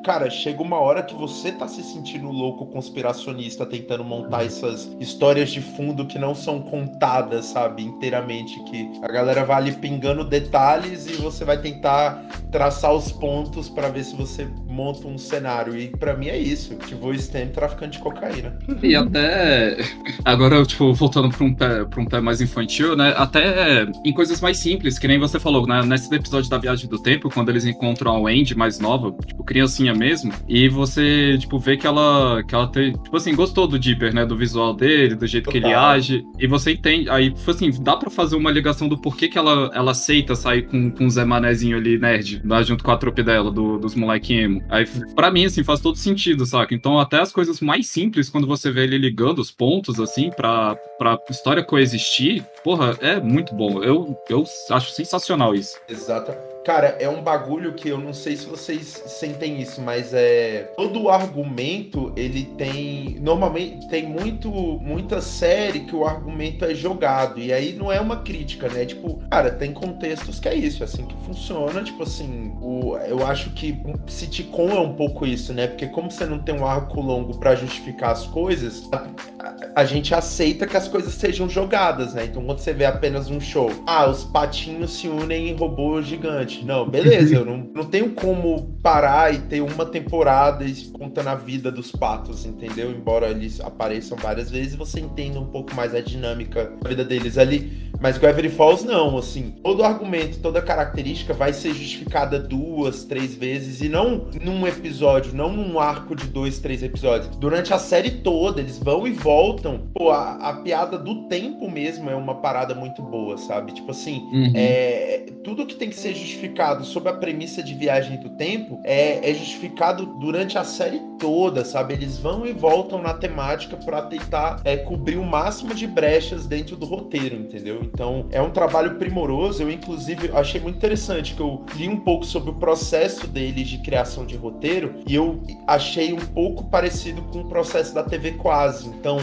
cara, chega uma hora que você tá se sentindo louco conspiracionista tentando montar essas histórias de fundo que não são contadas, sabe, inteiramente, que a galera vai ali pingando detalhes e você vai tentar traçar os pontos pra ver se você monta um cenário. E pra mim é isso, tipo, Stan traficante de cocaína. E até agora, tipo, voltando pra um pé mais infantil, né? Até em coisas mais simples, que nem você falou, né? Nesse episódio da Viagem do Tempo, quando eles encontram a Wendy mais nova, tipo, criancinha mesmo, e você, tipo, vê que ela tem, tipo assim, gostou do Dipper, né? Do visual dele, do jeito que ele age, e você entende, aí, tipo assim, dá pra fazer uma ligação do porquê que ela aceita sair com o Zé Manezinho ali, nerd, lá junto com a trupe dela, dos moleque emo. Aí, pra mim, assim, faz todo sentido, saca? Então, até as coisas mais simples, quando você vê ele ligando os pontos, assim, pra história coexistir, porra, é muito bom. Eu acho sensacional isso. Exato. Cara, é um bagulho que eu não sei se vocês sentem isso, mas todo o argumento, ele tem... Normalmente tem muita série que o argumento é jogado, e aí não é uma crítica, né? Tipo, cara, tem contextos que é isso, é assim que funciona, tipo assim, eu acho que sitcom é um pouco isso, né? Porque como você não tem um arco longo pra justificar as coisas, a gente aceita que as coisas sejam jogadas, né? Então quando você vê apenas um show, os patinhos se unem em robô gigante. Não, beleza, eu não tenho como parar e ter uma temporada contando a vida dos patos, entendeu? Embora eles apareçam várias vezes, você entenda um pouco mais a dinâmica da vida deles ali. Mas Gravity Falls não, assim, todo argumento, toda característica vai ser justificada 2, 3 vezes, e não num episódio, não num arco de 2, 3 episódios. Durante a série toda, eles vão e voltam. Pô, a piada do tempo mesmo é uma parada muito boa, sabe? Tipo assim, tudo que tem que ser justificado sob a premissa de viagem do tempo é justificado durante a série toda, sabe? Eles vão e voltam na temática pra tentar cobrir o máximo de brechas dentro do roteiro, entendeu? Então, é um trabalho primoroso. Eu, inclusive, achei muito interessante que eu li um pouco sobre o processo deles de criação de roteiro e eu achei um pouco parecido com o processo da TV Quase. Então,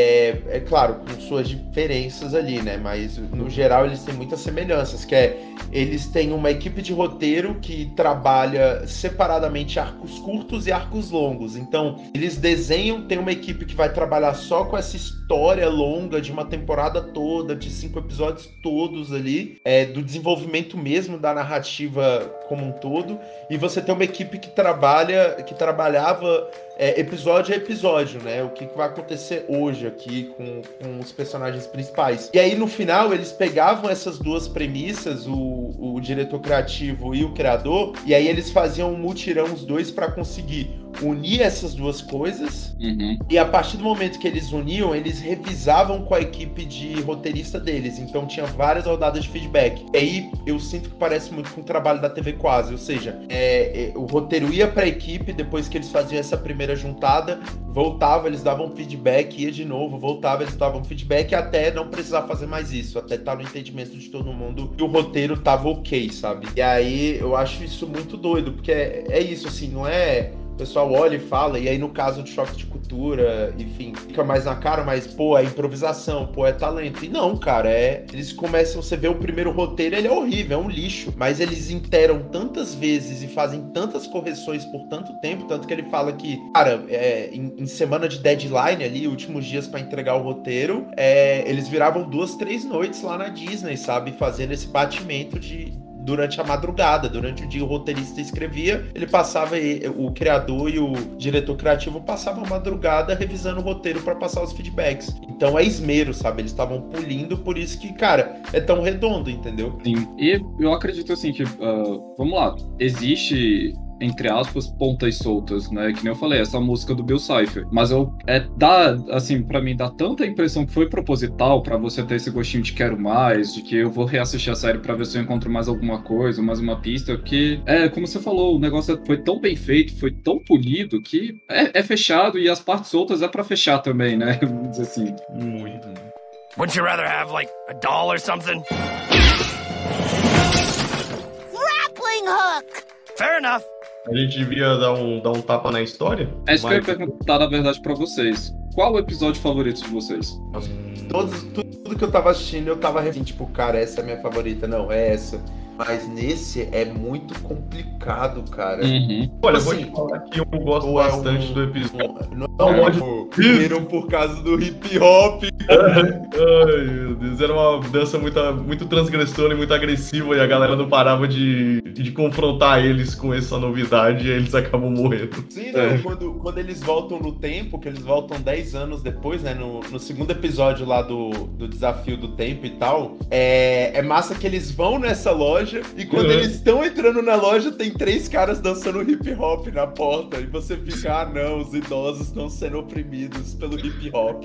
é claro, com suas diferenças ali, né? Mas, no geral, eles têm muitas semelhanças, que eles têm uma equipe de roteiro que trabalha separadamente arcos curtos e arcos longos. Então, eles desenham, tem uma equipe que vai trabalhar só com essa história longa de uma temporada toda, de 5 episódios todos ali, do desenvolvimento mesmo da narrativa como um todo, e você tem uma equipe que trabalhava episódio a episódio, né? O que vai acontecer hoje aqui com os personagens principais. E aí, no final, eles pegavam essas duas premissas, o diretor criativo e o criador, e aí eles faziam um mutirão os dois para conseguir unir essas duas coisas. E a partir do momento que eles uniam, eles revisavam com a equipe de roteirista deles. Então tinha várias rodadas de feedback. E aí eu sinto que parece muito com o trabalho da TV Quase, ou seja, o roteiro ia pra equipe, depois que eles faziam essa primeira juntada, voltava, eles davam feedback, ia de novo, voltava, eles davam feedback, até não precisar fazer mais isso, até estar no entendimento de todo mundo que o roteiro tava ok, sabe? E aí eu acho isso muito doido, porque é isso, assim, não é... O pessoal olha e fala, e aí no caso de Choque de Cultura, enfim, fica mais na cara, mas, pô, é improvisação, pô, é talento. E não, cara, eles começam, você vê o primeiro roteiro, ele é horrível, é um lixo, mas eles interam tantas vezes e fazem tantas correções por tanto tempo, tanto que ele fala que, cara, em semana de deadline ali, últimos dias pra entregar o roteiro, eles viravam 2, 3 noites lá na Disney, sabe, fazendo esse batimento durante a madrugada, durante o dia o roteirista escrevia, ele passava, o criador e o diretor criativo passavam a madrugada revisando o roteiro para passar os feedbacks. Então é esmero, sabe? Eles estavam pulindo, por isso que, cara, é tão redondo, entendeu? Sim. E eu acredito assim que, vamos lá, existe, entre aspas, pontas soltas, né? Que nem eu falei, essa música do Bill Cipher. Mas assim, pra mim, dá tanta impressão que foi proposital pra você ter esse gostinho de quero mais, de que eu vou reassistir a série pra ver se eu encontro mais alguma coisa, mais uma pista, que como você falou, o negócio foi tão bem feito, foi tão polido, que é fechado, e as partes soltas é pra fechar também, né? Vamos dizer assim. Muito. Wouldn't you rather have, like, a doll or something? Grappling hook! Fair enough. A gente devia dar um tapa na história? É isso que eu ia perguntar, na verdade, pra vocês. Qual o episódio favorito de vocês? Tudo que eu tava assistindo, eu tava assim, tipo, cara, essa é a minha favorita. Não, é essa. Mas nesse é muito complicado, cara. Olha, Assim, vou te falar que eu gosto bastante do episódio. Não, viram por causa do hip hop. Ai, meu Deus, era uma dança muito transgressora e muito agressiva, e a galera não parava de confrontar eles com essa novidade, e eles acabam morrendo. Sim, não, quando eles voltam no tempo, que eles voltam 10 anos depois, né, no segundo episódio lá do Desafio do Tempo e tal, é massa que eles vão nessa loja, e quando eles estão entrando na loja, tem 3 caras dançando hip hop na porta, e você fica, não, os idosos estão sendo oprimidos pelo hip hop.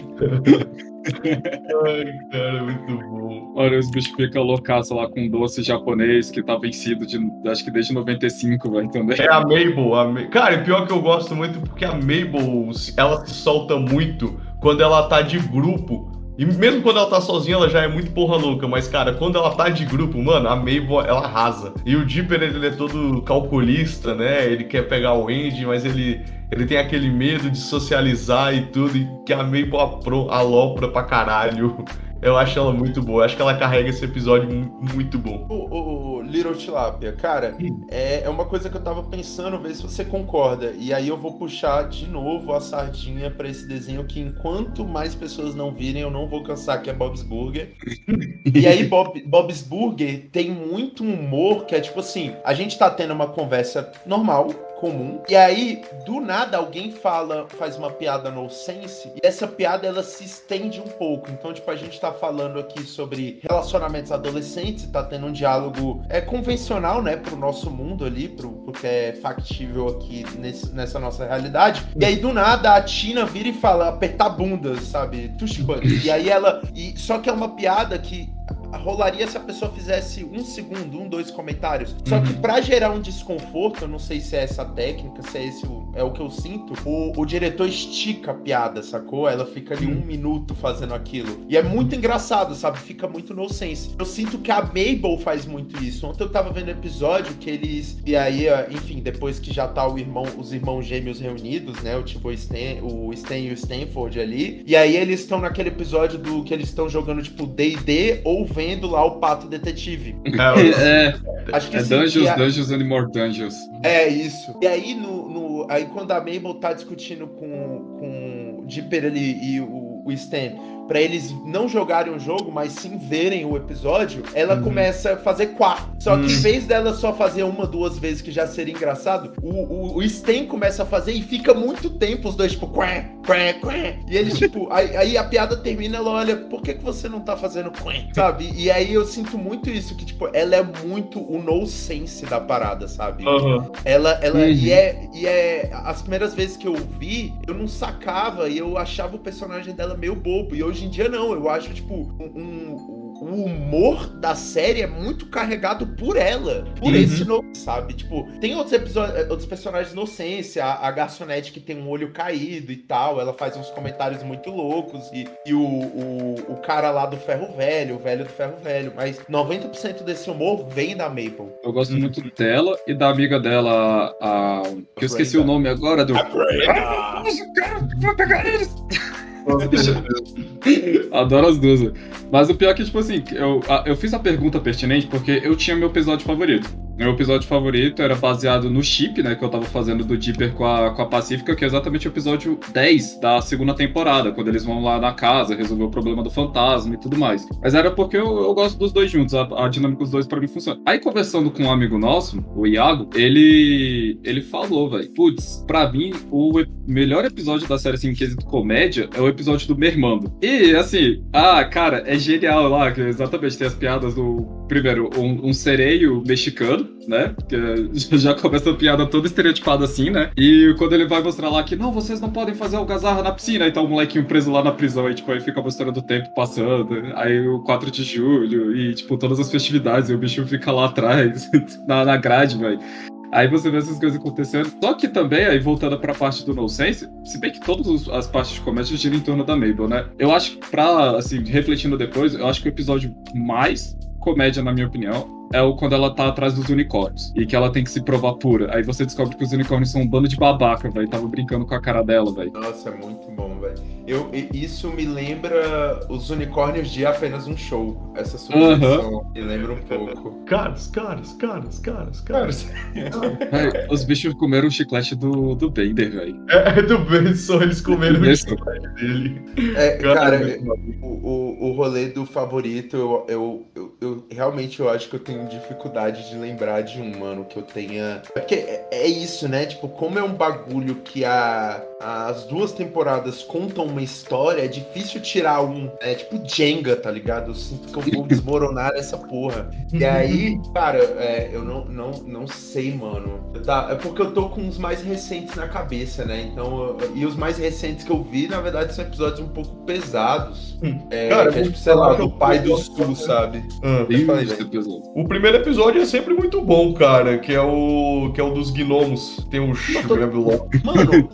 Ai, cara, muito bom. Olha, os bichos ficam loucaços lá com doce japonês que tá vencido acho que desde 95, vai, também. É a Mabel. Cara, e pior que eu gosto muito porque a Mabel, ela se solta muito quando ela tá de grupo. E mesmo quando ela tá sozinha, ela já é muito porra louca. Mas, cara, quando ela tá de grupo, mano, a Mabel, ela arrasa. E o Dipper, ele é todo calculista, né? Ele quer pegar o Andy, mas ele tem aquele medo de socializar e tudo. E que a Mabel alopra pra caralho. Eu acho ela muito boa. Eu acho que ela carrega esse episódio muito bom. O Little Tilapia, cara, é uma coisa que eu tava pensando, ver se você concorda. E aí eu vou puxar de novo a sardinha pra esse desenho que enquanto mais pessoas não virem, eu não vou cansar, que é Bob's Burger. E aí Bob's Burger tem muito humor que é tipo assim, a gente tá tendo uma conversa normal, comum, e aí do nada alguém faz uma piada nonsense, e essa piada ela se estende um pouco. Então, tipo, a gente tá falando aqui sobre relacionamentos adolescentes, tá tendo um diálogo convencional, né, pro nosso mundo ali, porque é factível aqui nessa nossa realidade. E aí do nada a Tina vira e fala apertar bundas, sabe? Tush bunny. E aí só que é uma piada que rolaria se a pessoa fizesse 1 segundo, 2 comentários. Só que pra gerar um desconforto, eu não sei se é essa técnica, se é esse o que eu sinto, o diretor estica a piada, sacou? Ela fica ali 1 minuto fazendo aquilo. E é muito engraçado, sabe? Fica muito nonsense. Eu sinto que a Mabel faz muito isso. Ontem eu tava vendo episódio que eles... E aí, enfim, depois que já tá os irmãos gêmeos reunidos, né? O Stan e o Stanford ali. E aí eles estão naquele episódio que eles estão jogando, tipo, D&D ou vendo lá o Pato Detetive. Acho que Dungeons and More Dungeons. É isso. E aí, aí quando a Mabel tá discutindo com o Dipper ali e o Stan, pra eles não jogarem o jogo, mas sim verem o episódio, ela começa a fazer 4. Só que em vez dela só fazer 1, 2 vezes, que já seria engraçado, o Stan começa a fazer e fica muito tempo os dois, tipo, quá. E eles, tipo, aí a piada termina, ela olha, por que você não tá fazendo quá? Sabe? E aí eu sinto muito isso, que, tipo, ela é muito o nonsense da parada, sabe? Ela as primeiras vezes que eu vi, eu não sacava e eu achava o personagem dela meio bobo. E hoje em dia não, eu acho, tipo, o humor da série é muito carregado por ela, por esse nome, sabe? Tipo, tem outros personagens inocência, a garçonete que tem um olho caído e tal, ela faz uns comentários muito loucos, e o cara lá do Ferro Velho, o velho do Ferro Velho, mas 90% desse humor vem da Mabel. Eu gosto muito dela e da amiga dela, que eu esqueci o nome agora, do... Vou pegar eles! Adoro as duas. Mas o pior é que, tipo assim, eu fiz a pergunta pertinente porque eu tinha meu episódio favorito. Meu episódio favorito era baseado no chip, né, que eu tava fazendo do Dipper com a Pacífica, que é exatamente o episódio 10 da segunda temporada, quando eles vão lá na casa resolver o problema do fantasma e tudo mais. Mas era porque eu gosto dos dois juntos, a dinâmica dos dois pra mim funciona. Aí, conversando com um amigo nosso, o Iago, ele falou, velho, putz, pra mim, o melhor episódio da série, assim, em quesito comédia, é o episódio do Mermando. E, assim, cara, é genial lá, que exatamente tem as piadas do, primeiro, um sereio mexicano, né? Que já começa a piada toda estereotipada assim, né? E quando ele vai mostrar lá que, não, vocês não podem fazer algazarra na piscina, e tá o molequinho preso lá na prisão, e tipo, aí fica mostrando o tempo passando, aí o 4 de julho, e tipo, todas as festividades, e o bicho fica lá atrás, na grade, velho. Aí você vê essas coisas acontecendo. Só que também, aí voltando pra parte do nonsense, se bem que todas as partes de comédia giram em torno da Mabel, né? Eu acho que assim, refletindo depois, eu acho que o episódio mais comédia, na minha opinião, é o quando ela tá atrás dos unicórnios. E que ela tem que se provar pura. Aí você descobre que os unicórnios são um bando de babaca, velho. Tava brincando com a cara dela, velho. Nossa, é muito bom, velho. Isso me lembra os unicórnios de Apenas um Show. Essa substituição me lembra um pouco. Caras. Véi, os bichos comeram o chiclete do Bender, velho. É do Benson, eles comeram o chiclete dele. Cara, o rolê do favorito, eu realmente eu acho que eu tenho dificuldade de lembrar de um, mano, que eu tenha... Porque é isso, né? Tipo, como é um bagulho que as 2 temporadas contam uma história, é difícil tirar um. É tipo Jenga, tá ligado? Eu sinto que eu vou desmoronar essa porra. E aí, cara, eu não sei, mano. É porque eu tô com os mais recentes na cabeça, né? Então, e os mais recentes que eu vi, na verdade, são episódios um pouco pesados. Cara, que é tipo, sei lá, do Pai do Sul, sabe? O primeiro episódio é sempre muito bom, cara, que é o dos gnomos. Tem o Shreblon. Mano,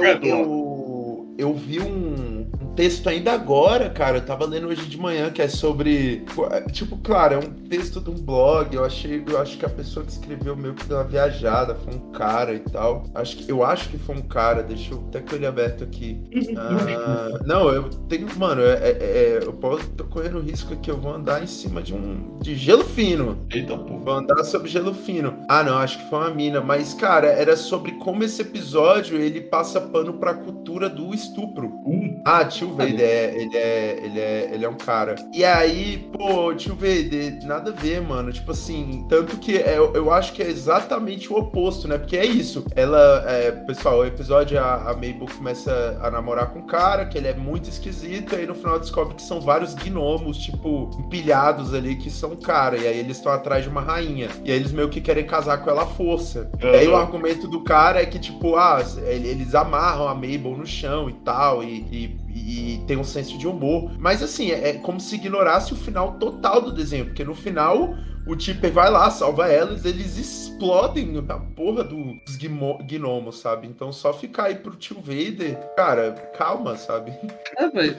eu vi um texto ainda agora, cara, eu tava lendo hoje de manhã, que é sobre, tipo, claro, é um texto de um blog, eu acho que a pessoa que escreveu meio que deu uma viajada, foi um cara e tal, eu acho que foi um cara, deixa eu até com ele aberto aqui. Não, eu tenho, mano, eu tô correndo risco aqui, eu vou andar em cima de gelo fino. Eita, pô. Vou andar sobre gelo fino. Não, acho que foi uma mina, mas, cara, era sobre como esse episódio, ele passa pano pra cultura do estupro. Tio Vader, ele é um cara. E aí, pô, tio Vader, nada a ver, mano. Tipo assim, tanto que eu acho que é exatamente o oposto, né? Porque é isso. Pessoal, o episódio, a Mabel começa a namorar com um cara, que ele é muito esquisito, e aí no final descobre que são vários gnomos, tipo, empilhados ali, que são cara. E aí eles estão atrás de uma rainha. E aí eles meio que querem casar com ela à força. E aí o argumento do cara é que, tipo, eles amarram a Mabel no chão e tal, e tem um senso de humor. Mas assim, é como se ignorasse o final total do desenho, porque no final o Tipper vai lá, salva eles explodem a porra dos gnomos, sabe? Então só ficar aí pro tio Vader, cara, calma, sabe? Velho,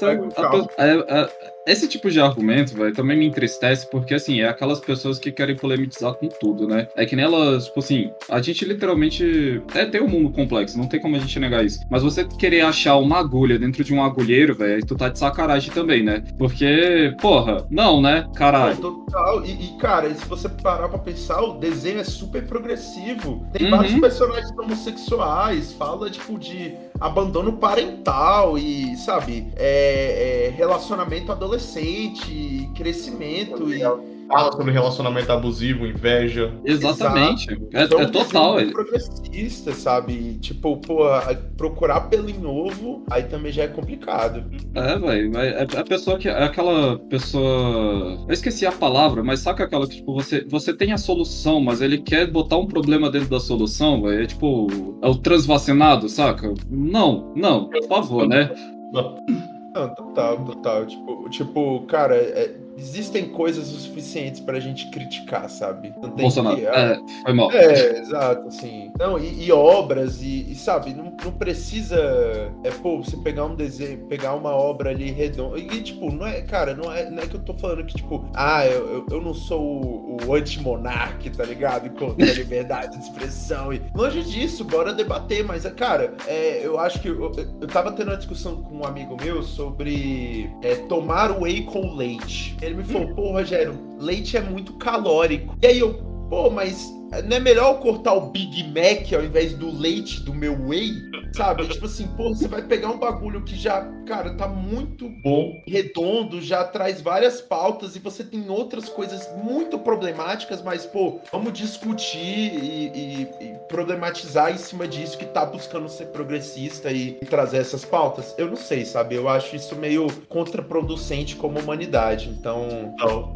esse tipo de argumento, velho, também me entristece, porque, assim, é aquelas pessoas que querem polemizar com tudo, né? É que nem elas, tipo assim, a gente literalmente tem um mundo complexo, não tem como a gente negar isso. Mas você querer achar uma agulha dentro de um agulheiro, velho, tu tá de sacanagem também, né? Porque, porra, não, né? Caralho. Total. Cara, se você parar pra pensar, o desenho é super progressivo. Tem vários personagens homossexuais, fala, tipo, de abandono parental e, sabe, relacionamento adolescente, crescimento Fala sobre relacionamento abusivo, inveja. Exatamente. É total. É progressista, sabe? Tipo, pô, procurar pelo novo, aí também já é complicado. Velho. A pessoa que... É aquela pessoa... Eu esqueci a palavra, mas saca aquela que, tipo, você tem a solução, mas ele quer botar um problema dentro da solução, velho. É tipo... É o transvacinado, saca? Não, por favor, né? Não, total. Tipo, cara, existem coisas o suficientes pra gente criticar, sabe? Não tem Bolsonaro, foi mal. Exato, assim. Não, e obras, e sabe, não precisa, você pegar um desenho, pegar uma obra ali redonda, e tipo, não é que eu tô falando que, tipo, eu não sou o anti-monarca, tá ligado? Contra a liberdade de expressão, e longe disso, bora debater, mas, cara, eu acho que eu tava tendo uma discussão com um amigo meu sobre tomar whey com leite. Ele me falou, pô, Rogério, leite é muito calórico. E aí mas não é melhor eu cortar o Big Mac ao invés do leite do meu whey? Sabe? Tipo assim, pô, você vai pegar um bagulho que já, cara, tá muito bom, redondo, já traz várias pautas e você tem outras coisas muito problemáticas, mas, pô, vamos discutir e problematizar em cima disso que tá buscando ser progressista e trazer essas pautas. Eu não sei, sabe? Eu acho isso meio contraproducente como humanidade. Então,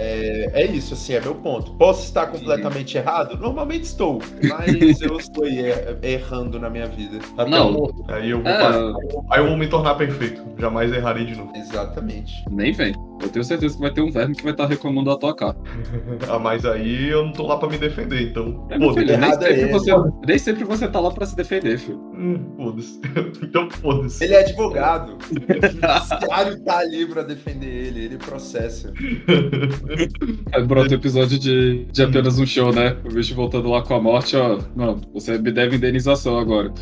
é isso, assim, é meu ponto. Posso estar completamente errado? Normalmente estou, mas eu estou errando na minha vida. Não, Aí eu vou me tornar perfeito. Jamais errarei de novo. Exatamente. Nem vem. Eu tenho certeza que vai ter um verme que vai estar reclamando da tua cara. Mas aí eu não tô lá pra me defender, então. Meu filho, errado é ele. nem sempre você tá lá pra se defender, filho. Foda-se. Então foda-se. Ele é advogado. O judiciário tá ali pra defender ele processa. Aí brota o episódio de apenas um show, né? O bicho voltando lá com a morte, ó. Não, você me deve indenização agora.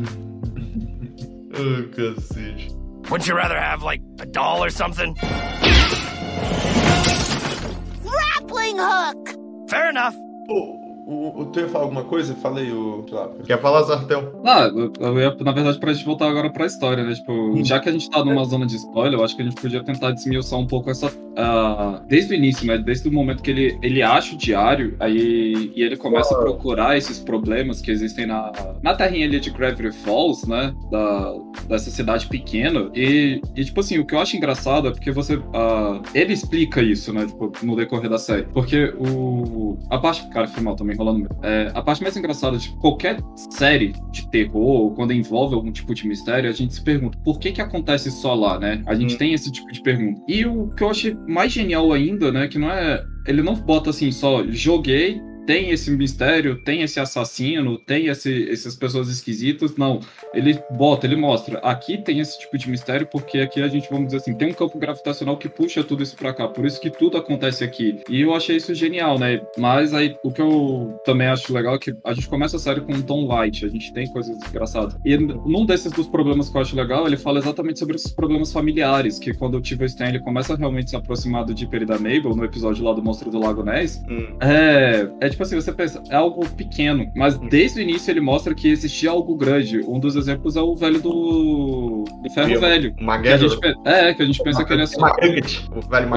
Cacete. Wouldn't you rather have, like, a doll or something? Grappling hook! Fair enough. Tu ia falar alguma coisa? Fala aí, Quer falar, Zartel? Eu ia, na verdade, pra gente voltar agora pra história, né? Tipo, já que a gente tá numa zona de spoiler, eu acho que a gente podia tentar desmiuçar um pouco essa. Desde o início, né? Desde o momento que ele acha o diário, e ele começa a procurar esses problemas que existem na terrinha ali de Gravity Falls, né? Dessa cidade pequena. E, tipo assim, o que eu acho engraçado é porque ele explica isso, né? Tipo, no decorrer da série. Porque a parte. Cara, foi mal também. Rolando muito. A parte mais engraçada de qualquer série de terror, quando envolve algum tipo de mistério, a gente se pergunta por que acontece só lá, né? A gente tem esse tipo de pergunta. E o que eu achei mais genial ainda, né, que não é... Ele não bota assim só, joguei, tem esse mistério, tem esse assassino, tem essas pessoas esquisitas. Não, ele mostra, aqui tem esse tipo de mistério porque aqui a gente, vamos dizer assim, tem um campo gravitacional que puxa tudo isso pra cá, por isso que tudo acontece aqui. E eu achei isso genial, né? Mas aí, o que eu também acho legal é que a gente começa a série com um tom light, a gente tem coisas engraçadas. E num desses dos problemas que eu acho legal, ele fala exatamente sobre esses problemas familiares, que quando o Tio Stan, ele começa a realmente se aproximar do Dipper e da Mabel, no episódio lá do Monstro do Lago Ness, tipo assim, você pensa, é algo pequeno, mas desde o início ele mostra que existia algo grande. Um dos exemplos é o velho do Ferro Velho. Que a gente pensa que ele é só... O velho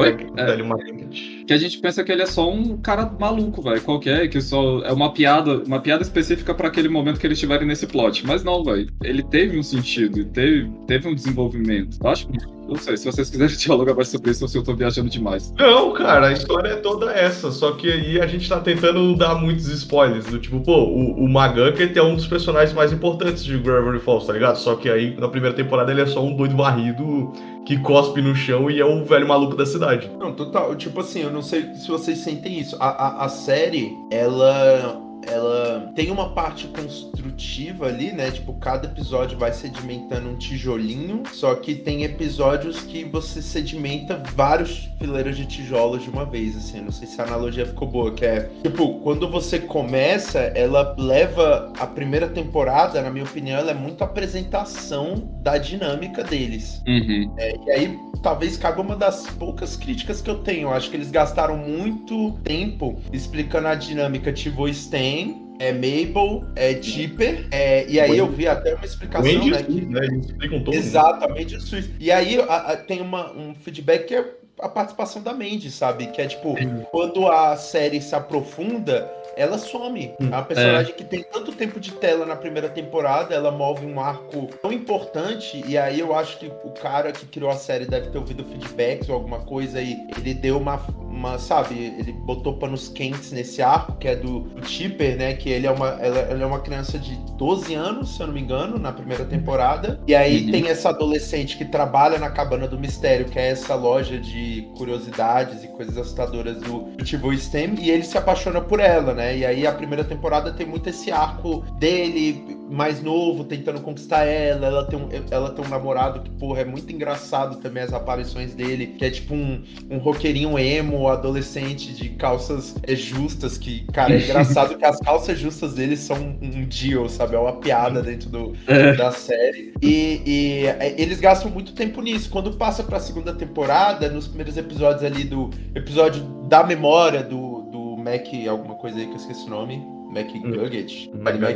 Magnet. Que a gente pensa que ele é só um cara maluco, velho, qualquer, que só é uma piada específica pra aquele momento que eles estiverem nesse plot. Mas não, velho, ele teve um sentido, teve um desenvolvimento. Eu acho que... Não sei, se vocês quiserem dialogar mais sobre isso ou se eu tô viajando demais. Não, cara, a história é toda essa, só que aí a gente tá tentando dar muitos spoilers, do tipo, pô, o Magucket é um dos personagens mais importantes de Gravity Falls, tá ligado? Só que aí, na primeira temporada, ele é só um doido varrido que cospe no chão e é o velho maluco da cidade. Não, total, tipo assim, eu não sei se vocês sentem isso. A série, ela tem uma parte construtiva ali, né? Tipo, cada episódio vai sedimentando um tijolinho, só que tem episódios que você sedimenta vários fileiras de tijolos de uma vez, assim. Não sei se a analogia ficou boa, que é... Tipo, quando você começa, ela leva... A primeira temporada, na minha opinião, ela é muito apresentação da dinâmica deles. Uhum. E aí, talvez cabe uma das poucas críticas que eu tenho. Eu acho que eles gastaram muito tempo explicando a dinâmica Tivo Stan, Mabel, Dipper, e aí eu vi até uma explicação, Wendy, né? Eles explicam todo. Exatamente isso. E aí tem um feedback que é a participação da Mandy, sabe? Que é tipo, quando a série se aprofunda, ela some. É uma personagem que tem tanto tempo de tela na primeira temporada, ela move um arco tão importante, e aí eu acho que o cara que criou a série deve ter ouvido feedbacks ou alguma coisa, e ele deu uma sabe, ele botou panos quentes nesse arco, que é do Tipper, né, que ele é uma criança de 12 anos, se eu não me engano, na primeira temporada, e aí tem essa adolescente que trabalha na Cabana do Mistério, que é essa loja de curiosidades e coisas assustadoras do Tivo Stan, e ele se apaixona por ela, né, e aí a primeira temporada tem muito esse arco dele mais novo, tentando conquistar ela, ela tem um namorado que, porra, é muito engraçado também as aparições dele, que é tipo um roqueirinho emo, adolescente de calças justas, que, cara, é engraçado que as calças justas dele são um deal, sabe, é uma piada dentro da série, e eles gastam muito tempo nisso. Quando passa pra segunda temporada, nos primeiros episódios ali do episódio da memória do Mac, alguma coisa aí que eu esqueci o nome, McGuggett,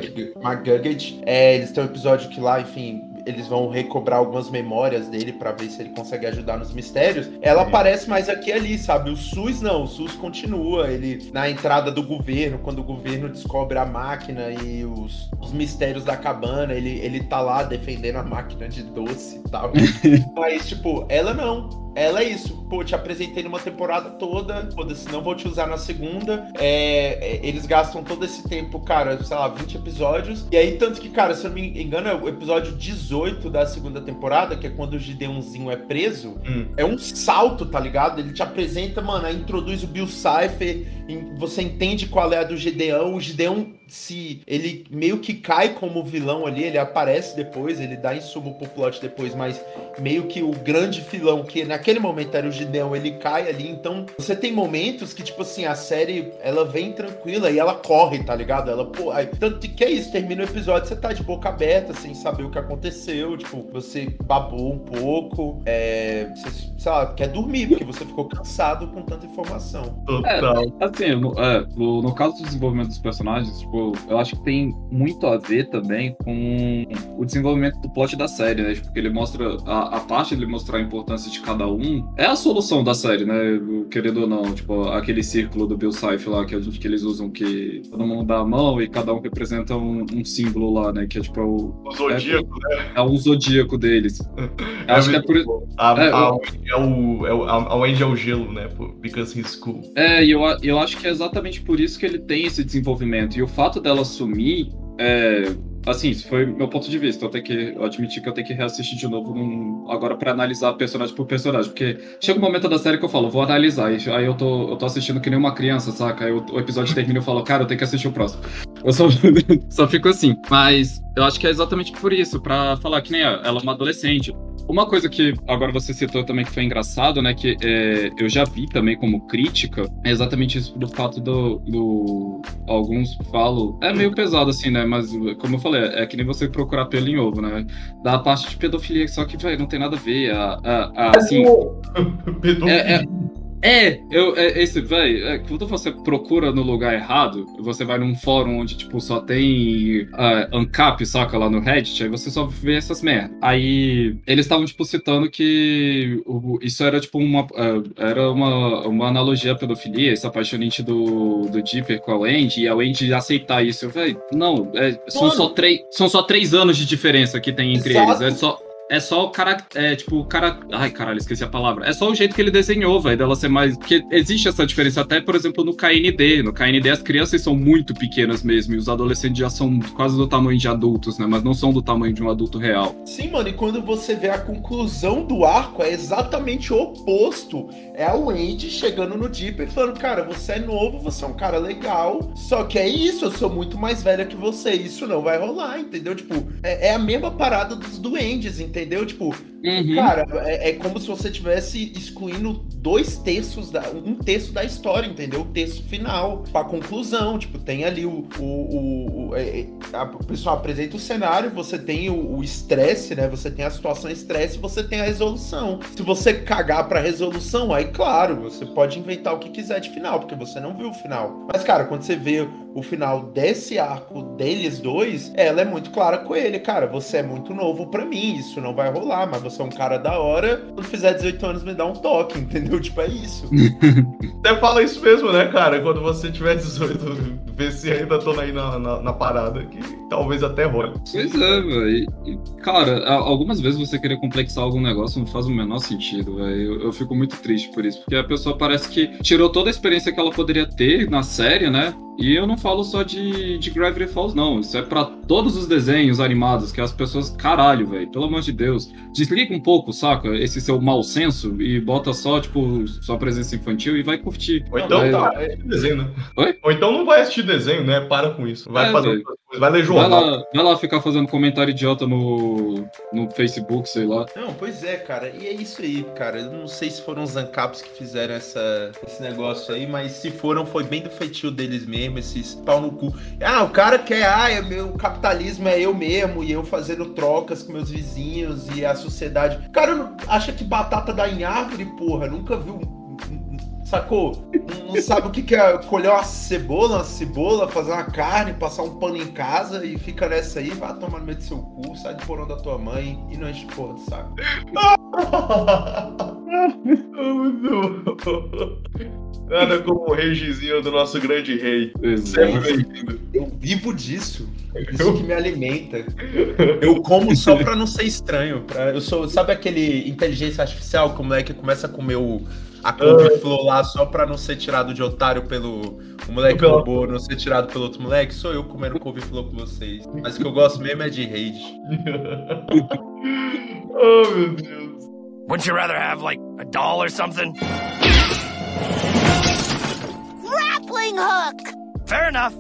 eles têm um episódio que lá, enfim, eles vão recobrar algumas memórias dele pra ver se ele consegue ajudar nos mistérios. Ela aparece mais aqui e ali, sabe? O SUS não, o SUS continua, ele na entrada do governo, quando o governo descobre a máquina e os mistérios da cabana, ele tá lá defendendo a máquina de doce e tal. Mas, tipo, ela não. ela é isso. Pô, te apresentei numa temporada toda, foda-se, não vou te usar na segunda. Eles gastam todo esse tempo, cara, sei lá, 20 episódios. E aí, tanto que, cara, se eu não me engano, é o episódio 18 da segunda temporada, que é quando o Gideonzinho é preso. É um salto, tá ligado? Ele te apresenta, mano, aí introduz o Bill Cipher, você entende qual é a do Gideon. O Gideon, ele meio que cai como vilão ali, ele aparece depois, ele dá insumo pro plot depois, mas meio que o grande vilão, que naquele momento era o Gideon, ele cai ali. Então, você tem momentos que, tipo assim, a série, ela vem tranquila e ela corre, tá ligado? Ela, pô, aí, tanto que é isso, termina o episódio, você tá de boca aberta, sem saber o que aconteceu, tipo, você babou um pouco, você, sei lá, quer dormir, porque você ficou cansado com tanta informação. Total. Assim, no caso do desenvolvimento dos personagens, tipo, eu acho que tem muito a ver também com o desenvolvimento do plot da série, né? Porque ele mostra, a parte dele mostrar a importância de cada um, é a solução da série, né? Querendo ou não, tipo, aquele círculo do Bill Cipher lá, que eles usam, que todo mundo dá a mão e cada um representa um símbolo lá, né? Que é tipo o zodíaco, né? É um zodíaco deles. Acho que é por isso. A Wendy é o gelo, né? Because he's cool. E eu acho que é exatamente por isso que ele tem esse desenvolvimento. E o fato dela sumir, assim, isso foi meu ponto de vista. Eu admiti que eu tenho que reassistir de novo agora pra analisar personagem por personagem. Porque chega um momento da série que eu falo, vou analisar. E aí eu tô assistindo que nem uma criança, saca? Aí o episódio termina e eu falo, cara, eu tenho que assistir o próximo. Eu só fico assim. Mas eu acho que é exatamente por isso, pra falar que nem ela é uma adolescente. Uma coisa que agora você citou também que foi engraçado, né, que eu já vi também como crítica, é exatamente isso do fato do alguns falam, é meio pesado assim, né, mas como eu falei, é que nem você procurar pelo em ovo, né, da parte de pedofilia, só que, velho, não tem nada a ver, assim... Pedofilia. Esse, velho, quando você procura no lugar errado, você vai num fórum onde, tipo, só tem ANCAP, saca, lá no Reddit, aí você só vê essas merdas. Aí, eles estavam, tipo, citando que isso era, tipo, uma analogia à pedofilia, essa apaixonante do Dipper com a Wendy, e a Wendy aceitar isso. Velho, não, são só 3 anos de diferença que tem entre eles, é só o cara, ai, caralho, esqueci a palavra. É só o jeito que ele desenhou, velho, dela ser mais... Porque existe essa diferença até, por exemplo, no KND. No KND as crianças são muito pequenas mesmo, e os adolescentes já são quase do tamanho de adultos, né? Mas não são do tamanho de um adulto real. Sim, mano, e quando você vê a conclusão do arco, é exatamente o oposto. É a Wendy chegando no Dipper e falando, cara, você é novo, você é um cara legal, só que é isso, eu sou muito mais velha que você, isso não vai rolar, entendeu? Tipo, é a mesma parada dos duendes, entendeu? Tipo, cara, é como se você tivesse excluindo um terço da história, entendeu? O terço final, pra conclusão. Tipo, tem ali o pessoal apresenta o cenário, você tem o estresse, né? Você tem a situação estresse, você tem a resolução. Se você cagar pra resolução, aí, claro, você pode inventar o que quiser de final, porque você não viu o final. Mas, cara, quando você vê o final desse arco deles dois, ela é muito clara com ele, cara, você é muito novo pra mim, isso não vai rolar, mas você é um cara da hora, quando fizer 18 anos me dá um toque, entendeu? Tipo, é isso. Até fala isso mesmo, né, cara? Quando você tiver 18, vê se ainda tô aí na parada, que talvez até role. Pois é, velho. Cara, algumas vezes você querer complexar algum negócio não faz o menor sentido, velho. Eu fico muito triste por isso, porque a pessoa parece que tirou toda a experiência que ela poderia ter na série, né? E eu não falo só de Gravity Falls, não. Isso é pra todos os desenhos animados, que as pessoas... Caralho, velho, pelo amor de Deus. Desliga um pouco, saca? Esse seu mau senso e bota só, tipo, sua presença infantil e vai curtir. Ou então desenho, né? Oi? Ou então não vai assistir desenho, né? Para com isso. Vai fazer outras coisas. Vai ler jornal. Vai lá ficar fazendo comentário idiota no Facebook, sei lá. Não, pois é, cara. E é isso aí, cara. Eu não sei se foram os ANCAPs que fizeram esse negócio aí, mas se foram, foi bem do feitio deles mesmo. Esses pau no cu. O cara quer, o capitalismo é eu mesmo, e eu fazendo trocas com meus vizinhos e a sociedade. Cara, acha que batata dá em árvore, porra? Nunca viu, sacou? Não sabe o que é colher uma cebola, fazer uma carne, passar um pano em casa e fica nessa aí, vai tomar no meio do seu cu, sai do porão da tua mãe e não enche porra de saco. Nada como o reizinho do nosso grande rei. Exato. Eu vivo disso. Isso que me alimenta. Eu como só pra não ser estranho. Eu sou, sabe aquele inteligência artificial que o moleque começa a comer a couve-flor lá só pra não ser tirado de otário pelo... O moleque robô não ser tirado pelo outro moleque? Sou eu comendo couve-flor com vocês. Mas o que eu gosto mesmo é de rage. Oh, meu Deus. Wouldn't you rather have, like, a doll or something? Grappling hook! Fair enough.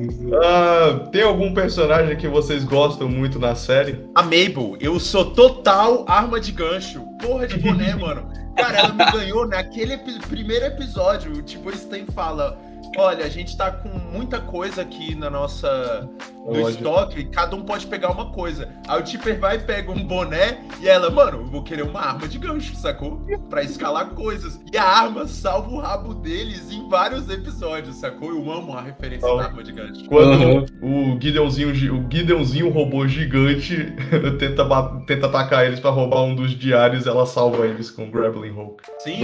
Tem algum personagem que vocês gostam muito na série? A Mabel, eu sou total arma de gancho. Porra de boné, mano. Cara, ela me ganhou naquele primeiro episódio. Tipo, o Stan fala... Olha, a gente tá com muita coisa aqui na nossa... No estoque, e cada um pode pegar uma coisa. Aí o Tipper vai e pega um boné e ela, mano, eu vou querer uma arma de gancho, sacou? Pra escalar coisas. E a arma salva o rabo deles em vários episódios, sacou? Eu amo a referência da arma de gancho. Quando o Gideonzinho robô gigante tenta atacar eles pra roubar um dos diários, ela salva eles com o Grappling Hook. Sim,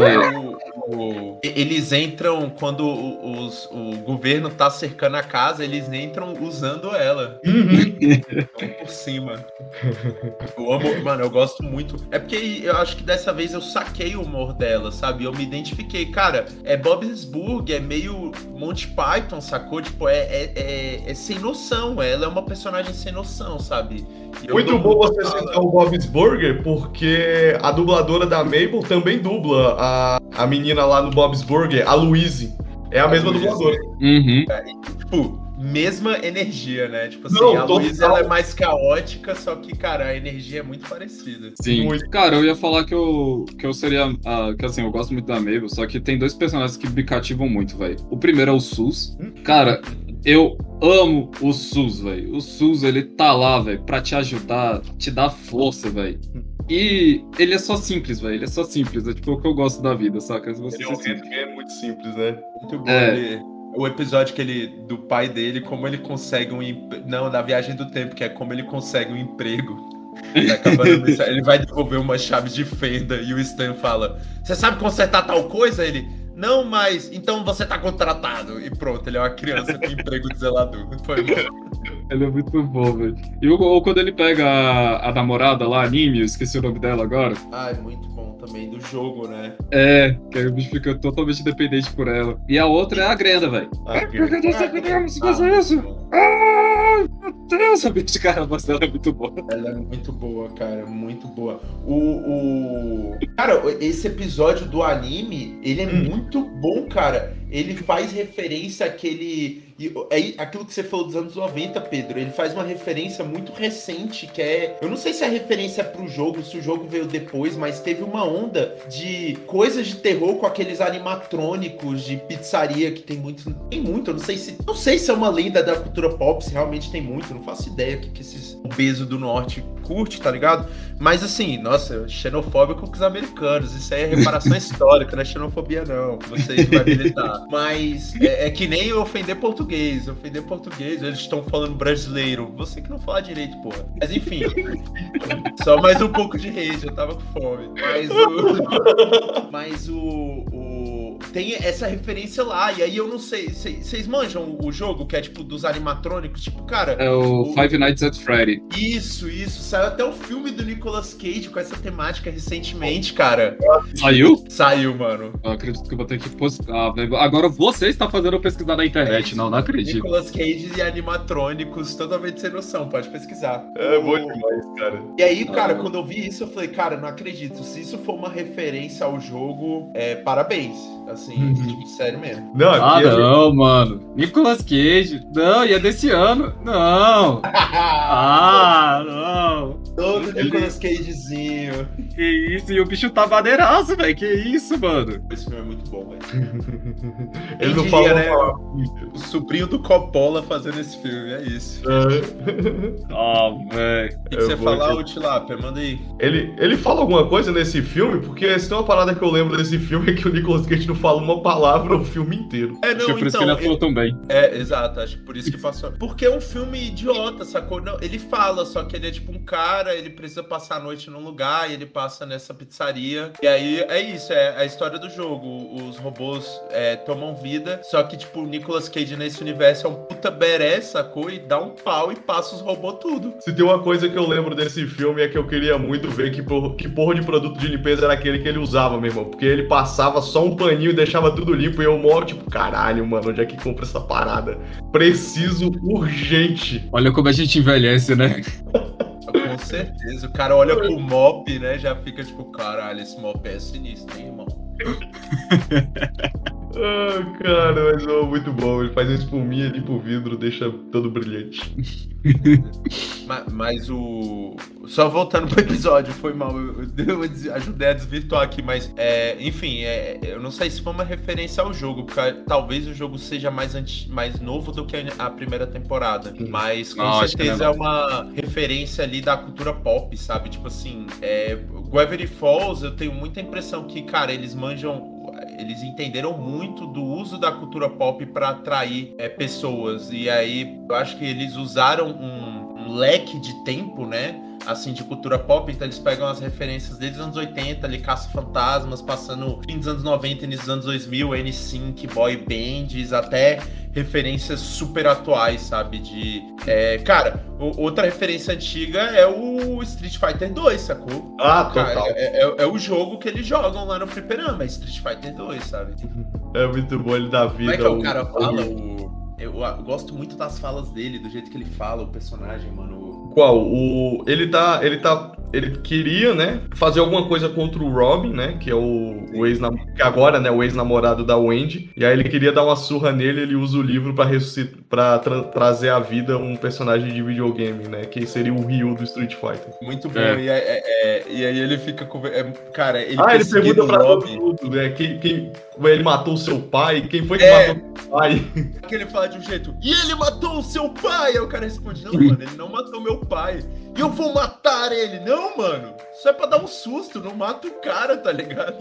eles entram quando o governo tá cercando a casa, eles entram usando ela. Por cima. Eu amo, mano, eu gosto muito. É porque eu acho que dessa vez eu saquei o humor dela, sabe? Eu me identifiquei. Cara, é Bob's Burger, é meio Monty Python, sacou? Tipo, é sem noção. Ela é uma personagem sem noção, sabe? Muito bom você citar o Bob's Burger, porque a dubladora da Mabel também dubla a menina lá no Bob's Burger, a Louise. É a mesma dubladora. Tipo, mesma energia, né? Tipo assim, Não, a Louise ela é mais caótica, só que, cara, a energia é muito parecida. Sim. Muito. Cara, eu ia falar que eu seria... que assim, eu gosto muito da Mabel, só que tem dois personagens que me cativam muito, velho. O primeiro é o Sus. Cara, eu amo o Sus, velho. O Sus, ele tá lá, velho, pra te ajudar, te dar força, velho. E ele é só simples, velho. Ele é só simples. É tipo o que eu gosto da vida, saca? Ele é muito simples, né? Muito bom. O episódio do pai dele, como ele consegue da viagem do tempo, que é como ele consegue um emprego. Ele vai devolver uma chave de fenda e o Stan fala: você sabe consertar tal coisa? Ele: não, mas então você tá contratado. E pronto, ele é uma criança com emprego de zelador. Foi bom. Ele é muito bom, velho. E ou quando ele pega a namorada lá, a Nimi, eu esqueci o nome dela agora. Ah, é muito bom também do jogo, né? Que aí o bicho fica totalmente dependente por ela. E a outra é a Grenda, velho. A Por que nós dependemos fazer isso? Meu Deus, a bicha, cara, a voz dela é muito boa. Ela é muito boa, cara, muito boa. Cara, esse episódio do anime, ele é muito bom, cara. Ele faz referência àquele... aquilo que você falou dos anos 90, Pedro. Ele faz uma referência muito recente, que é... Eu não sei se é referência pro jogo, se o jogo veio depois, mas teve uma onda de coisas de terror com aqueles animatrônicos de pizzaria que tem muito... Tem muito, eu não sei se é uma lenda da cultura pop, se realmente tem muito. Eu não faço ideia que esses obesos do norte curte, tá ligado? Mas assim, nossa, xenofóbico com os americanos. Isso aí é reparação histórica, não é xenofobia não. Vocês vão militar. Mas é que nem ofender português. Ofender português, eles estão falando brasileiro. Você que não fala direito, porra. Mas enfim, só mais um pouco de rage, eu tava com fome. Mas tem essa referência lá, e aí eu não sei, vocês manjam o jogo, que é tipo dos animatrônicos, tipo, cara... É o Five Nights at Freddy. Isso, saiu até o filme do Nicolas Cage com essa temática recentemente, cara. Saiu? Saiu, mano. Eu acredito que eu vou ter que postar. Agora você está fazendo eu pesquisar na internet, não acredito. Nicolas Cage e animatrônicos, totalmente sem noção, pode pesquisar. É bom demais, cara. E aí, cara, quando eu vi isso, eu falei, cara, não acredito, se isso for uma referência ao jogo, parabéns. Assim, tipo, sério mesmo. Não, mano. Nicolas Cage. Não, e é desse ano. Não. Não. Todo Nicolas Cagezinho. Que isso, e o bicho tá maneiraço, velho. Que isso, mano. Esse filme é muito bom, velho. Ele não falou, né? O sobrinho do Coppola fazendo esse filme, é isso. Velho. O que você falar, ô Tilápia? Manda aí. Ele fala alguma coisa nesse filme? Porque se tem uma parada que eu lembro desse filme é que o Nicolas Cage não fala uma palavra o filme inteiro. Acho que por isso que ele atuou tão bem. Exato, acho que por isso que passou. Porque é um filme idiota, sacou? Não, ele fala, só que ele é tipo um cara, ele precisa passar a noite num lugar e ele passa nessa pizzaria. E aí é isso, é a história do jogo. Os robôs tomam vida, só que, tipo, o Nicolas Cage nesse universo é um puta beré, sacou? E dá um pau e passa os robôs tudo. Se tem uma coisa que eu lembro desse filme é que eu queria muito ver que porra de produto de limpeza era aquele que ele usava, meu irmão. Porque ele passava só um paninho e deixava tudo limpo e eu moro, tipo, caralho, mano, onde é que compra essa parada? Preciso urgente. Olha como a gente envelhece, né? Com certeza. O cara olha pro mop, né? Já fica tipo, caralho, esse mop é sinistro, hein, irmão? Ah, cara, mas muito bom. Ele faz uma espuminha ali pro vidro, deixa todo brilhante. Mas o... Só voltando pro episódio, foi mal. Eu ajudei a desvirtuar aqui, mas... enfim, eu não sei se foi uma referência ao jogo, porque talvez o jogo seja mais novo do que a primeira temporada. Mas com certeza é uma referência ali da cultura pop, sabe? Tipo assim, Gravity Falls, eu tenho muita impressão que, cara, eles entenderam muito do uso da cultura pop para atrair pessoas. E aí, eu acho que eles usaram um leque de tempo, né? Assim, de cultura pop. Então, eles pegam as referências desde os anos 80, ali, Caça-Fantasmas, passando fim dos anos 90, início dos anos 2000, N-Sync, boy bands, até referências super atuais, sabe? Cara, outra referência antiga é o Street Fighter 2, sacou? Ah, total. É o jogo que eles jogam lá no Fliperama, Street Fighter 2, sabe? É muito bom, ele dá vida. Como é que o cara fala? Eu gosto muito das falas dele, do jeito que ele fala, o personagem, mano. Qual? Ele queria, né, fazer alguma coisa contra o Robin, né, que é o ex-namorado, que agora, né, o ex-namorado da Wendy. E aí ele queria dar uma surra nele, ele usa o livro pra trazer à vida um personagem de videogame, né, que seria o Ryu do Street Fighter. Muito bom. E aí ele fica com... cara, ele pergunta pra Robin. todo mundo, né, ele matou o seu pai? Quem foi que matou o seu pai? Que ele fala de um jeito, e ele matou o seu pai? Aí o cara responde, não, mano, ele não matou meu pai. E eu vou matar ele. Não, mano. Isso é pra dar um susto. Não mata o cara, tá ligado?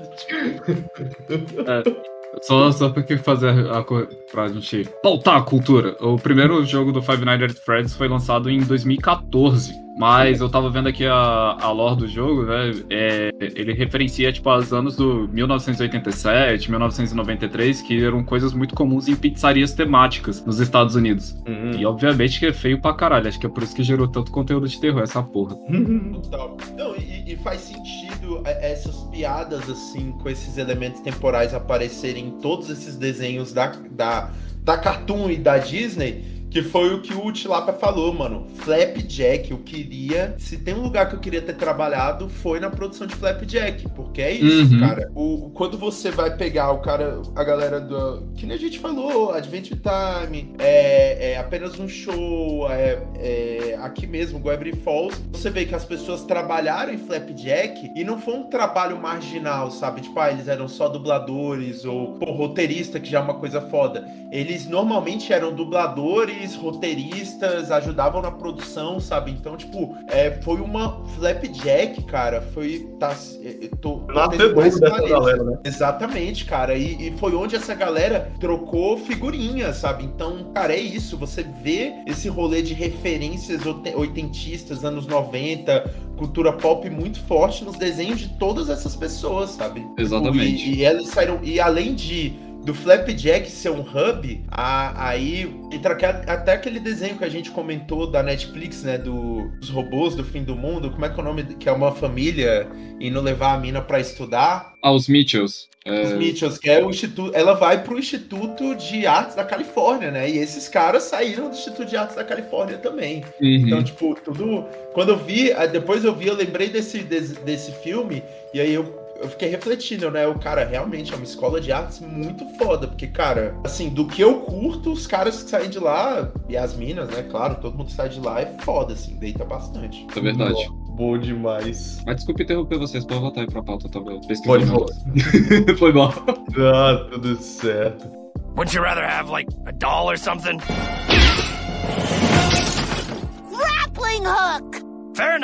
Só porque fazer pra gente pautar a cultura. O primeiro jogo do Five Nights at Freddy's foi lançado em 2014. Mas eu tava vendo aqui a lore do jogo, né? Ele referencia, tipo, os anos do 1987, 1993, que eram coisas muito comuns em pizzarias temáticas nos Estados Unidos. E, obviamente, que é feio pra caralho. Acho que é por isso que gerou tanto conteúdo de terror, essa porra. Total. Não, e faz sentido essas piadas, assim, com esses elementos temporais aparecerem em todos esses desenhos da Cartoon e da Disney. Que foi o que o Tilapa falou, mano. Flapjack, eu queria... Se tem um lugar que eu queria ter trabalhado, foi na produção de Flapjack. Porque é isso, cara. Quando você vai pegar a galera do... Que nem a gente falou, Adventure Time, é apenas um show, aqui mesmo, Gravity Falls. Você vê que as pessoas trabalharam em Flapjack e não foi um trabalho marginal, sabe? Tipo, eles eram só dubladores ou roteirista, que já é uma coisa foda. Eles normalmente eram dubladores, roteiristas, ajudavam na produção, sabe? Então, tipo, foi uma Flapjack, cara. Dessa galera, né? Exatamente, cara. E foi onde essa galera trocou figurinhas, sabe? Então, cara, é isso. Você vê esse rolê de referências oitentistas, anos 90, cultura pop muito forte nos desenhos de todas essas pessoas, sabe? Exatamente. E elas saíram... E além do Flapjack ser um hub, aí entra até aquele desenho que a gente comentou da Netflix, né, dos robôs do fim do mundo, como é que é o nome? Que é uma família indo levar a mina pra estudar. Os Mitchells. Os Mitchells, que é o instituto, ela vai pro Instituto de Artes da Califórnia, né, e esses caras saíram do Instituto de Artes da Califórnia também. Então, tipo, tudo... Quando eu vi, depois eu lembrei desse filme, e aí eu fiquei refletindo, né? O cara realmente é uma escola de artes muito foda, porque, cara, assim, do que eu curto, os caras que saem de lá, e as minas, né? Claro, todo mundo que sai de lá é foda, assim, deita bastante. É verdade. Bom demais. Mas desculpa interromper vocês, pode voltar aí pra pauta, tá bom? Pode voltar. Foi bom. Ah, tudo certo. Wouldn't you rather have, like, a doll or something? Grappling hook! Fair enough.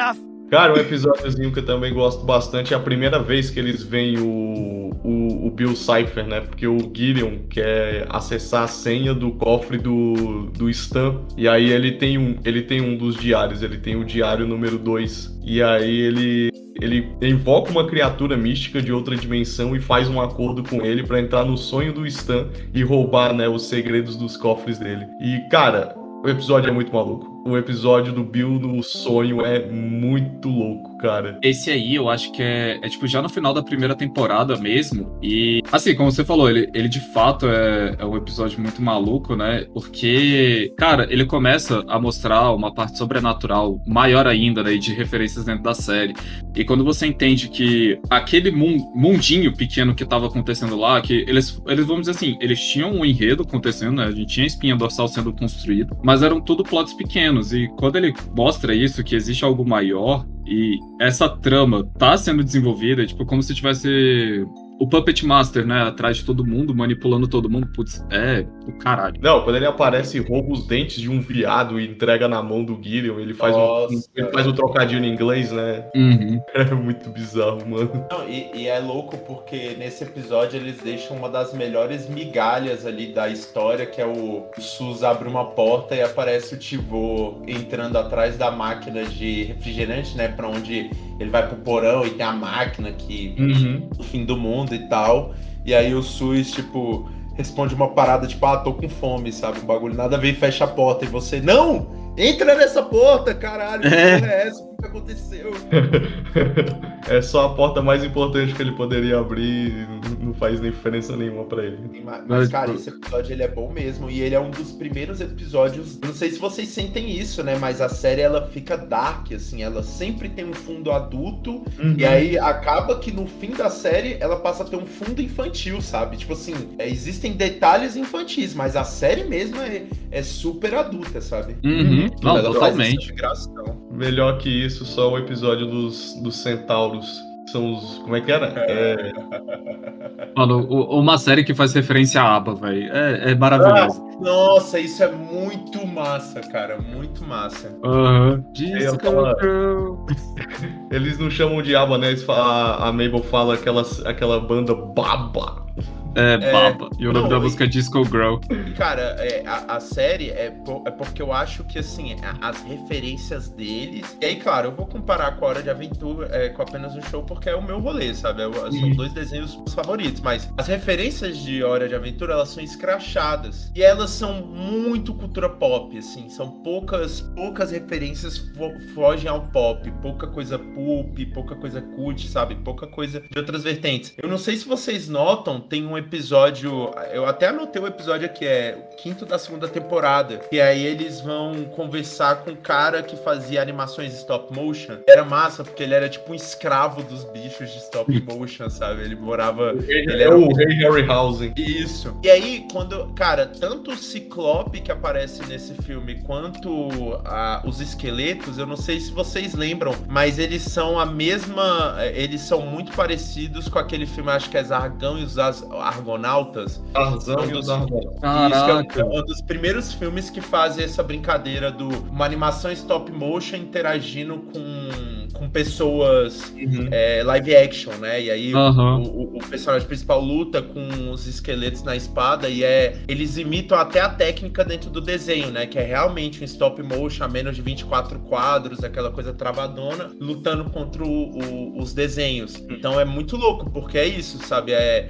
Cara, um episódiozinho que eu também gosto bastante é a primeira vez que eles veem o Bill Cipher, né? Porque o Gideon quer acessar a senha do cofre do Stan. E aí ele tem um dos diários, ele tem o diário número 2. E aí ele invoca uma criatura mística de outra dimensão e faz um acordo com ele pra entrar no sonho do Stan e roubar, né, os segredos dos cofres dele. E, cara, o episódio é muito maluco. O episódio do Bill no sonho é muito louco, cara. Esse aí eu acho que é tipo já no final da primeira temporada mesmo. E assim, como você falou, ele de fato é um episódio muito maluco, né? Porque, cara, ele começa a mostrar uma parte sobrenatural maior ainda, né? De referências dentro da série. E quando você entende que aquele mundinho pequeno que tava acontecendo lá, que eles vamos dizer assim, eles tinham um enredo acontecendo, né? A gente tinha a espinha dorsal sendo construída, mas eram tudo plots pequenos. E quando ele mostra isso, que existe algo maior, e essa trama tá sendo desenvolvida, tipo, como se tivesse o Puppet Master, né, atrás de todo mundo, manipulando todo mundo, putz, é o caralho. Não, quando ele aparece e rouba os dentes de um viado e entrega na mão do Gideon, ele faz um trocadilho em inglês, né? Uhum. É muito bizarro, mano. Não, e é louco porque nesse episódio eles deixam uma das melhores migalhas ali da história, que é o Sus abre uma porta e aparece o Tivô entrando atrás da máquina de refrigerante, né, pra onde ele vai pro porão e tem a máquina que o fim do mundo e tal, e aí o Sus, tipo, responde uma parada, tipo, tô com fome, sabe, um bagulho nada a ver e fecha a porta, e você, não! Entra nessa porta, caralho, que porra é essa? O que aconteceu? É só a porta mais importante que ele poderia abrir e não faz nem diferença nenhuma pra ele. Mas, cara, esse episódio ele é bom mesmo, e ele é um dos primeiros episódios, não sei se vocês sentem isso, né, mas a série ela fica dark, assim, ela sempre tem um fundo adulto, e aí acaba que no fim da série ela passa a ter um fundo infantil, sabe? Tipo assim, existem detalhes infantis, mas a série mesmo é super adulta, sabe? Não, totalmente. Melhor que isso, só o episódio dos centauros. São os... Como é que era? Mano, uma série que faz referência à ABBA, velho. É maravilhoso. Nossa, isso é muito massa, cara. Muito massa. Eles não chamam de ABBA, né? A Mabel fala aquela banda Baba. Baba. E o nome da música é Disco Girl. Cara, a série é porque eu acho que, assim, as referências deles... E aí, claro, eu vou comparar com a Hora de Aventura com apenas um show, porque é o meu rolê, sabe? São dois desenhos favoritos, mas as referências de Hora de Aventura, elas são escrachadas. E elas são muito cultura pop, assim. São poucas referências fogem ao pop. Pouca coisa pulp, pouca coisa cult, sabe? Pouca coisa de outras vertentes. Eu não sei se vocês notam, tem um episódio, eu até anotei o episódio aqui, é o 5º da 2ª temporada, e aí eles vão conversar com um cara que fazia animações stop motion. Era massa, porque ele era tipo um escravo dos bichos de stop motion, sabe? Ele morava... Ele era o Rei Harryhausen. Isso. E aí, quando... Cara, tanto o Ciclope que aparece nesse filme, quanto os esqueletos, eu não sei se vocês lembram, mas eles são a mesma... Eles são muito parecidos com aquele filme, acho que é Zargão e os Argonautas. Tarzan e os Argonautas. Caraca. É um dos primeiros filmes que fazem essa brincadeira uma animação stop motion interagindo com pessoas live action, né? E aí o personagem principal luta com os esqueletos na espada e eles imitam até a técnica dentro do desenho, né? Que é realmente um stop motion a menos de 24 quadros, aquela coisa travadona, lutando contra os desenhos. Então é muito louco, porque é isso, sabe?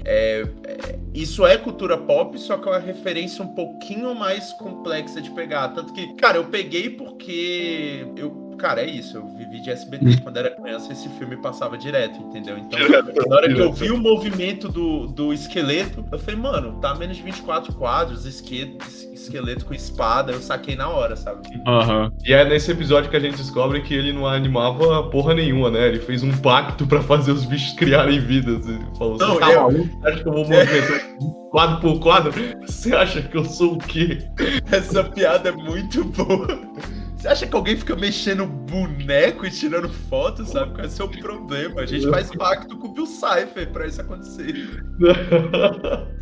Isso é cultura pop, só que é uma referência um pouquinho mais complexa de pegar. Tanto que, cara, eu peguei porque cara, é isso, eu vivi de SBT quando era criança, esse filme passava direto, entendeu? Então, na hora que eu vi o movimento do esqueleto, eu falei, mano, tá a menos de 24 quadros, esqueleto com espada, eu saquei na hora, sabe? E é nesse episódio que a gente descobre que ele não animava porra nenhuma, né? Ele fez um pacto pra fazer os bichos criarem vidas. Ele falou, você tá maluco? Acha que eu vou movimentar quadro por quadro? Você acha que eu sou o quê? Essa piada é muito boa. Você acha que alguém fica mexendo boneco e tirando foto, sabe? Qual é o seu problema? A gente faz pacto com o Bill Cipher pra isso acontecer.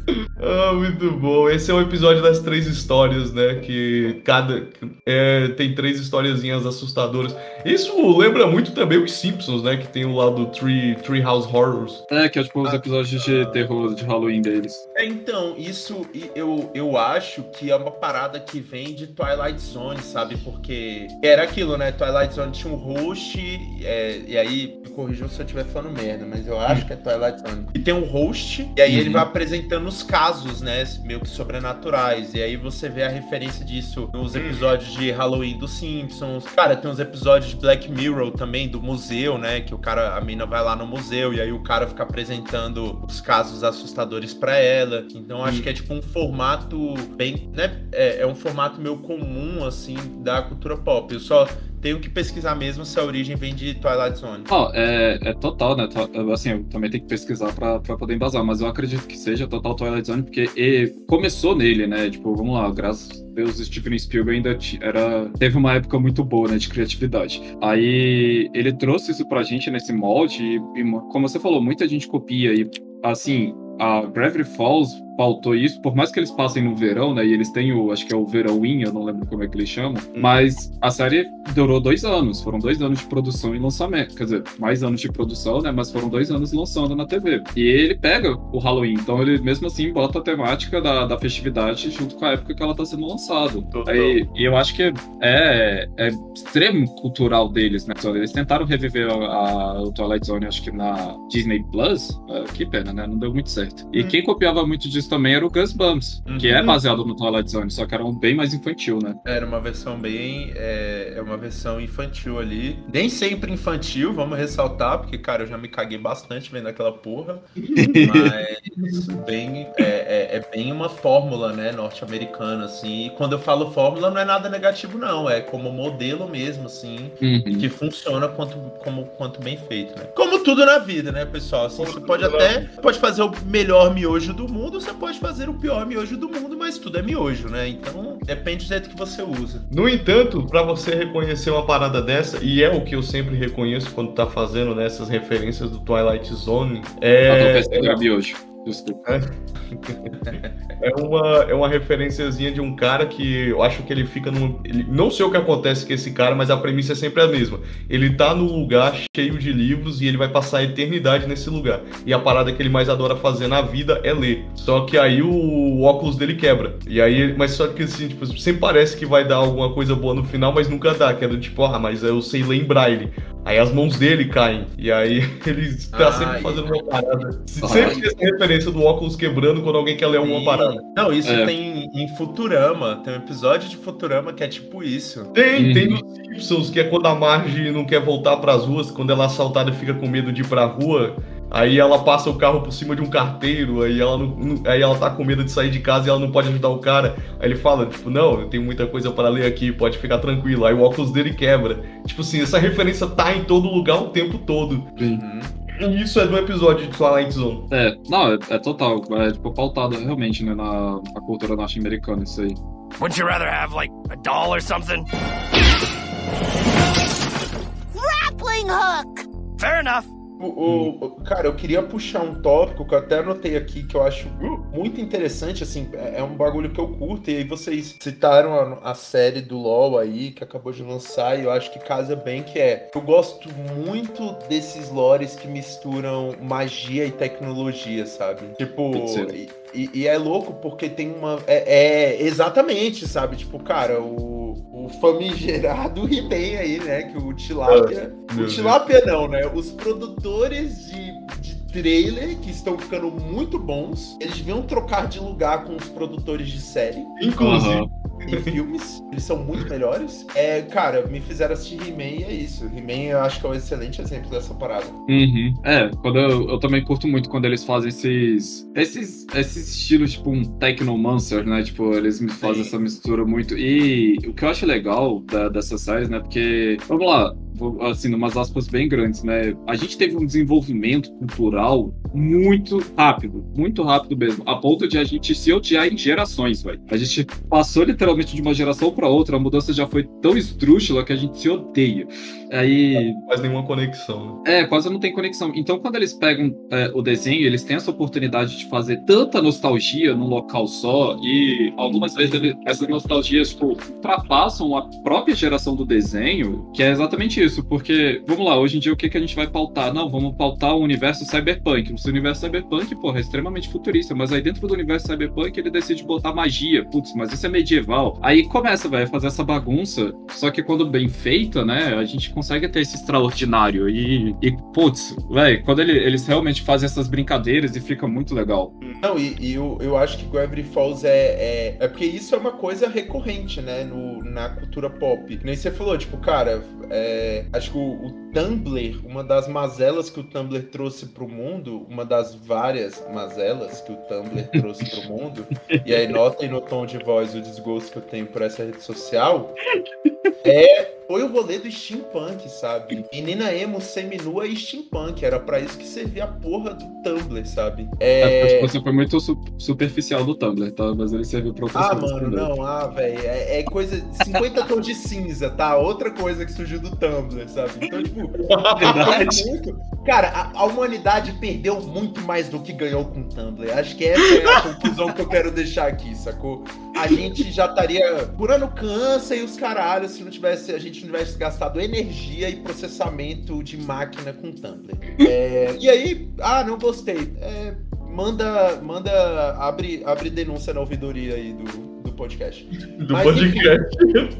Ah, muito bom. Esse é o episódio das 3 histórias, né? Que cada tem 3 historiazinhas assustadoras. Isso lembra muito também os Simpsons, né? Que tem o lado Tree House Horrors. Que é tipo os episódios de terror de Halloween deles. Então, isso eu acho que é uma parada que vem de Twilight Zone, sabe? Porque era aquilo, né? Twilight Zone tinha um host, e aí, me corrijam se eu estiver falando merda, mas eu acho que é Twilight Zone. E tem um host, e aí ele vai apresentando os casos, né? Meio que sobrenaturais. E aí você vê a referência disso nos episódios de Halloween dos Simpsons. Cara, tem uns episódios de Black Mirror também, do museu, né? Que a mina vai lá no museu, e aí o cara fica apresentando os casos assustadores pra ela. Então acho que é tipo um formato bem, né? É um formato meio comum, assim, da cultura pop. Eu só tenho que pesquisar mesmo se a origem vem de Twilight Zone. É total, né? Assim, eu também tenho que pesquisar pra poder embasar, mas eu acredito que seja total Twilight Zone, porque começou nele, né? Tipo, vamos lá, graças a Deus, Steven Spielberg ainda teve uma época muito boa, né, de criatividade. Aí ele trouxe isso pra gente nesse molde, e como você falou, muita gente copia, e assim, a Gravity Falls pautou isso, por mais que eles passem no verão, né, e eles têm acho que é o Verão-in, eu não lembro como é que eles chamam, mas a série durou 2 anos, foram 2 anos de produção e lançamento, quer dizer, mais anos de produção, né, mas foram 2 anos lançando na TV. E ele pega o Halloween, então ele mesmo assim bota a temática da festividade junto com a época que ela tá sendo lançada. E eu acho que é extremo cultural deles, né, eles tentaram reviver o Twilight Zone, acho que na Disney Plus, que pena, né, não deu muito certo. E quem copiava muito disso também era o Gus Bums, que é baseado no Twilight Zone, só que era bem mais infantil, né? Era uma versão bem... É uma versão infantil ali. Nem sempre infantil, vamos ressaltar, porque, cara, eu já me caguei bastante vendo aquela porra. Mas é bem uma fórmula, né, norte-americana, assim. E quando eu falo fórmula, não é nada negativo, não. É como modelo mesmo, assim, que funciona quanto bem feito, né? Como tudo na vida, né, pessoal? Assim, você pode fazer o melhor miojo do mundo, você pode fazer o pior miojo do mundo, mas tudo é miojo, né? Então, depende do jeito que você usa. No entanto, pra você reconhecer uma parada dessa, e é o que eu sempre reconheço quando tá fazendo, né, essas referências do Twilight Zone, miojo. Desculpa. É uma referenciazinha de um cara que eu acho que ele fica não sei o que acontece com esse cara, mas a premissa é sempre a mesma. Ele tá num lugar cheio de livros e ele vai passar a eternidade nesse lugar. E a parada que ele mais adora fazer na vida é ler. Só que aí o óculos dele quebra. E aí, mas só que assim, tipo, sempre parece que vai dar alguma coisa boa no final, mas nunca dá. Que é do tipo, mas eu sei ler em braille. Aí as mãos dele caem. E aí ele tá sempre fazendo uma parada. Sempre tem essa referência do óculos quebrando quando alguém quer ler uma parada. Não, isso tem em Futurama. Tem um episódio de Futurama que é tipo isso. Tem nos Simpsons, que é quando a Marge não quer voltar pras ruas, quando ela é assaltada e fica com medo de ir pra rua. Aí ela passa o carro por cima de um carteiro, aí ela tá com medo de sair de casa e ela não pode ajudar o cara. Aí ele fala, tipo, não, eu tenho muita coisa para ler aqui, pode ficar tranquilo. Aí o óculos dele quebra. Tipo assim, essa referência tá em todo lugar o tempo todo. E isso é do episódio de Twilight Zone. É total, é tipo pautado realmente, né, na cultura norte-americana, isso aí. Wouldn't you rather have, like, a doll or something? Grappling hook! Fair enough. Cara, eu queria puxar um tópico que eu até anotei aqui, que eu acho muito interessante, assim, é um bagulho que eu curto, e aí vocês citaram a série do LoL aí, que acabou de lançar, e eu acho que casa bem, eu gosto muito desses lores que misturam magia e tecnologia, sabe? Tipo... E é louco porque tem uma... exatamente, sabe? Tipo, cara, o famigerado He-Man aí, né? Que o Tilápia... O Tilápia não, né? Os produtores de trailer, que estão ficando muito bons, eles deviam trocar de lugar com os produtores de série. Inclusive. Em filmes, eles são muito melhores. Cara, me fizeram assistir He-Man e é isso. He-Man eu acho que é um excelente exemplo dessa parada. Quando eu também curto muito quando eles fazem esses estilos, tipo um Technomancer, né? Tipo, eles me fazem essa mistura muito. E o que eu acho legal dessas séries, né? Porque, vamos lá, assim, umas aspas bem grandes, né? A gente teve um desenvolvimento cultural muito rápido mesmo, a ponto de a gente se odiar em gerações, velho. A gente passou literalmente de uma geração pra outra, a mudança já foi tão esdrúxula que a gente se odeia. Aí... Não faz nenhuma conexão, né? quase não tem conexão. Então, quando eles pegam o desenho, eles têm essa oportunidade de fazer tanta nostalgia num local só, e algumas vezes essas nostalgias, tipo, ultrapassam a própria geração do desenho, que é exatamente isso, porque, vamos lá, hoje em dia o que a gente vai pautar? Não, vamos pautar o universo cyberpunk. O universo cyberpunk, porra, é extremamente futurista, mas aí dentro do universo cyberpunk ele decide botar magia. Putz, mas isso é medieval. Aí começa, velho, a fazer essa bagunça, só que quando bem feita, né, a gente consegue ter esse extraordinário. E putz, velho, quando eles realmente fazem essas brincadeiras e fica muito legal. Não, eu acho que Gravity Falls é porque isso é uma coisa recorrente, né, na cultura pop. Que nem você falou, tipo, cara, acho que o Tumblr, uma das mazelas que o Tumblr trouxe pro mundo, uma das várias mazelas que o Tumblr trouxe pro mundo, e aí notem no tom de voz o desgosto que eu tenho por essa rede social, foi o rolê do steampunk, sabe? Menina emo seminua e steampunk, era pra isso que servia a porra do Tumblr, sabe? Acho que você foi muito superficial do Tumblr, tá? Mas ele serviu pra outras coisas mano, também. não, velho, é coisa 50 tons de cinza, tá? Outra coisa que surgiu do Tumblr, sabe? Então, tipo, Verdade. cara, a humanidade perdeu muito mais do que ganhou com o Tumblr. Acho que essa é a conclusão que eu quero deixar aqui, sacou? A gente já estaria curando câncer e os caralhos se a gente não tivesse gastado energia e processamento de máquina com o Tumblr. E aí, não gostei. Abre denúncia na ouvidoria aí do podcast. Podcast.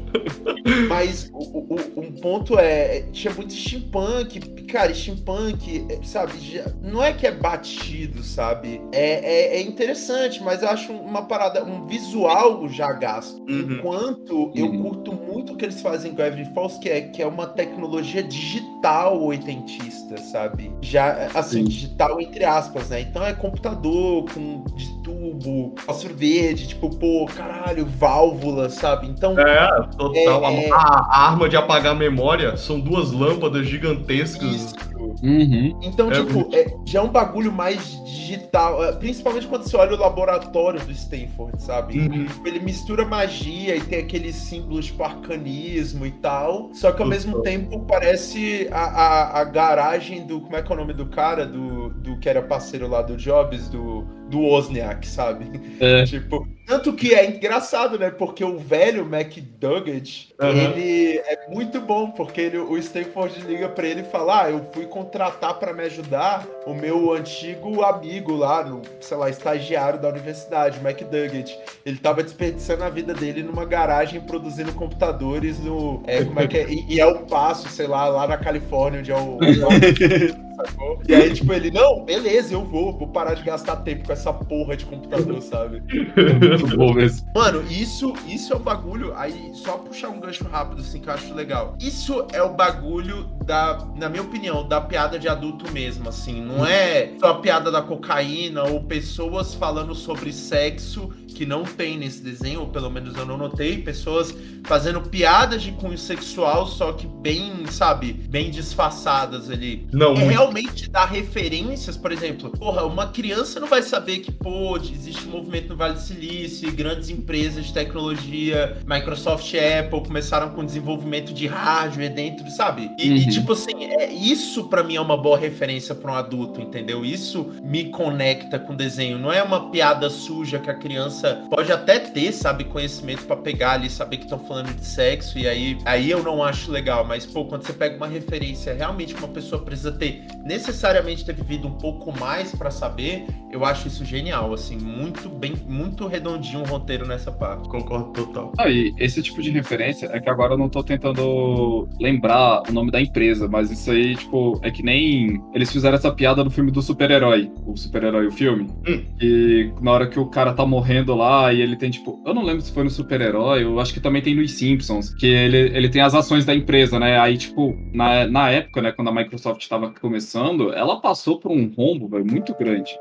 Mas um ponto tinha muito steampunk, cara, steampunk, sabe, não é que é batido, sabe, é interessante, mas eu acho uma parada, um visual já gasto, enquanto eu curto muito o que eles fazem em Gravity Falls, que é uma tecnologia digital oitentista, sabe, já, assim, digital entre aspas, né, então é computador de tubo, fósforo verde, tipo, pô, caralho, válvula, sabe? Então. Total. A arma de apagar a memória são duas lâmpadas gigantescas. Isso. Então, tipo, já é um bagulho mais digital, principalmente quando você olha o laboratório do Stanford, sabe? Ele mistura magia e tem aqueles símbolos tipo arcanismo e tal, só que ao mesmo tempo parece a garagem do, como é que é o nome do cara, do que era parceiro lá do Jobs, do Wozniak, sabe? Tipo, tanto que é engraçado, né? Porque o velho McDougall, ele é muito bom, porque o Stanford liga pra ele e fala, eu fui contratar pra me ajudar o meu antigo amigo lá, sei lá, estagiário da universidade, o McDougall. Ele tava desperdiçando a vida dele numa garagem produzindo computadores no... como é que é? E é o Paso, sei lá na Califórnia, onde é o sacou? E aí, tipo, ele, não, beleza, eu vou parar de gastar tempo com essa porra de computador, sabe? Muito bom mesmo. Mano, isso é o bagulho, aí só puxar um gancho rápido, assim, que eu acho legal. Isso é o bagulho na minha opinião, da piada de adulto mesmo, assim, não é só a piada da cocaína ou pessoas falando sobre sexo que não tem nesse desenho, ou pelo menos eu não notei, pessoas fazendo piadas de cunho sexual, só que bem, sabe, bem disfarçadas ali. Não, realmente dar referências, por exemplo, porra, uma criança não vai saber que, pô, existe um movimento no Vale do Silício, grandes empresas de tecnologia, Microsoft e Apple começaram com desenvolvimento de hardware dentro, sabe? E tipo assim, isso pra mim é uma boa referência pra um adulto, entendeu? Isso me conecta com o desenho, não é uma piada suja que a criança pode até ter, sabe, conhecimento pra pegar ali, saber que estão falando de sexo, e aí eu não acho legal, mas, pô, quando você pega uma referência, realmente uma pessoa precisa necessariamente ter vivido um pouco mais pra saber, eu acho isso genial, assim, muito redondinho o roteiro nessa parte. Concordo total. E esse tipo de referência é que agora eu não tô tentando lembrar o nome da empresa, mas isso aí, tipo, é que nem eles fizeram essa piada no filme do super-herói, o filme, e na hora que o cara tá morrendo lá e ele tem, tipo, eu não lembro se foi no super-herói, eu acho que também tem nos Simpsons, que ele tem as ações da empresa, né, aí, tipo, na época, né, quando a Microsoft tava começando, ela passou por um rombo, velho, muito grande, assim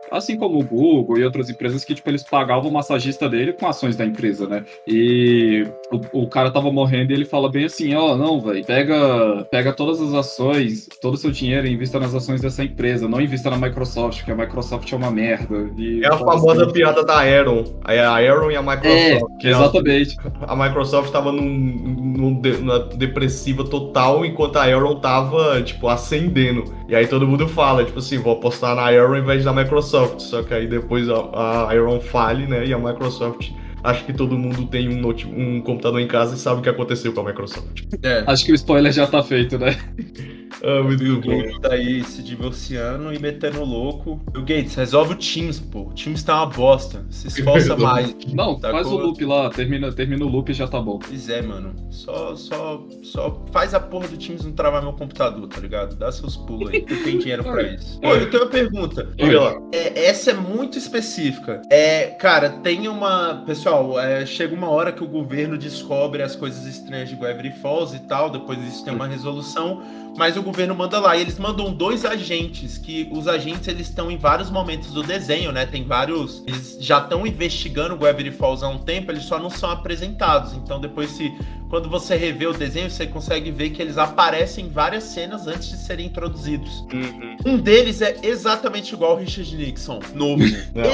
como o Google e outras empresas que, tipo, eles pagavam o massagista dele com ações da empresa, né? E o cara tava morrendo e ele fala bem assim, não, velho, pega todas as ações, todo o seu dinheiro e invista nas ações dessa empresa, não invista na Microsoft, porque a Microsoft é uma merda. E é a famosa piada da Aeron. A Aeron e a Microsoft. Exatamente. A Microsoft tava numa depressiva total, enquanto a Aeron tava, tipo, ascendendo. E aí todo mundo fala, tipo assim, vou apostar na Aeron em vez da Microsoft. Só que aí depois a Aeron fale, né? E a Microsoft... Acho que todo mundo tem um computador em casa e sabe o que aconteceu com a Microsoft. Acho que o spoiler já tá feito, né? Meu Deus. O Gates tá aí se divorciando e metendo louco. O Gates, resolve o Teams, pô. O Teams tá uma bosta. Se esforça mais. Não, faz o loop lá. Termina o loop e já tá bom. Pois é, mano. Só faz a porra do Teams não travar meu computador, tá ligado? Dá seus pulos aí. Tu tem dinheiro pra isso. Pô, eu tenho uma pergunta. Diga lá. Essa é muito específica. Cara, tem uma... Pessoal, chega uma hora que o governo descobre as coisas estranhas de Gravity Falls e tal. Depois isso tem uma resolução. Mas o governo manda lá, e eles mandam 2 agentes, que os agentes eles estão em vários momentos do desenho, né? Tem vários, eles já estão investigando o Gravity Falls há um tempo, eles só não são apresentados. Então depois quando você revê o desenho, você consegue ver que eles aparecem em várias cenas antes de serem introduzidos. Um deles é exatamente igual ao Richard Nixon, novo.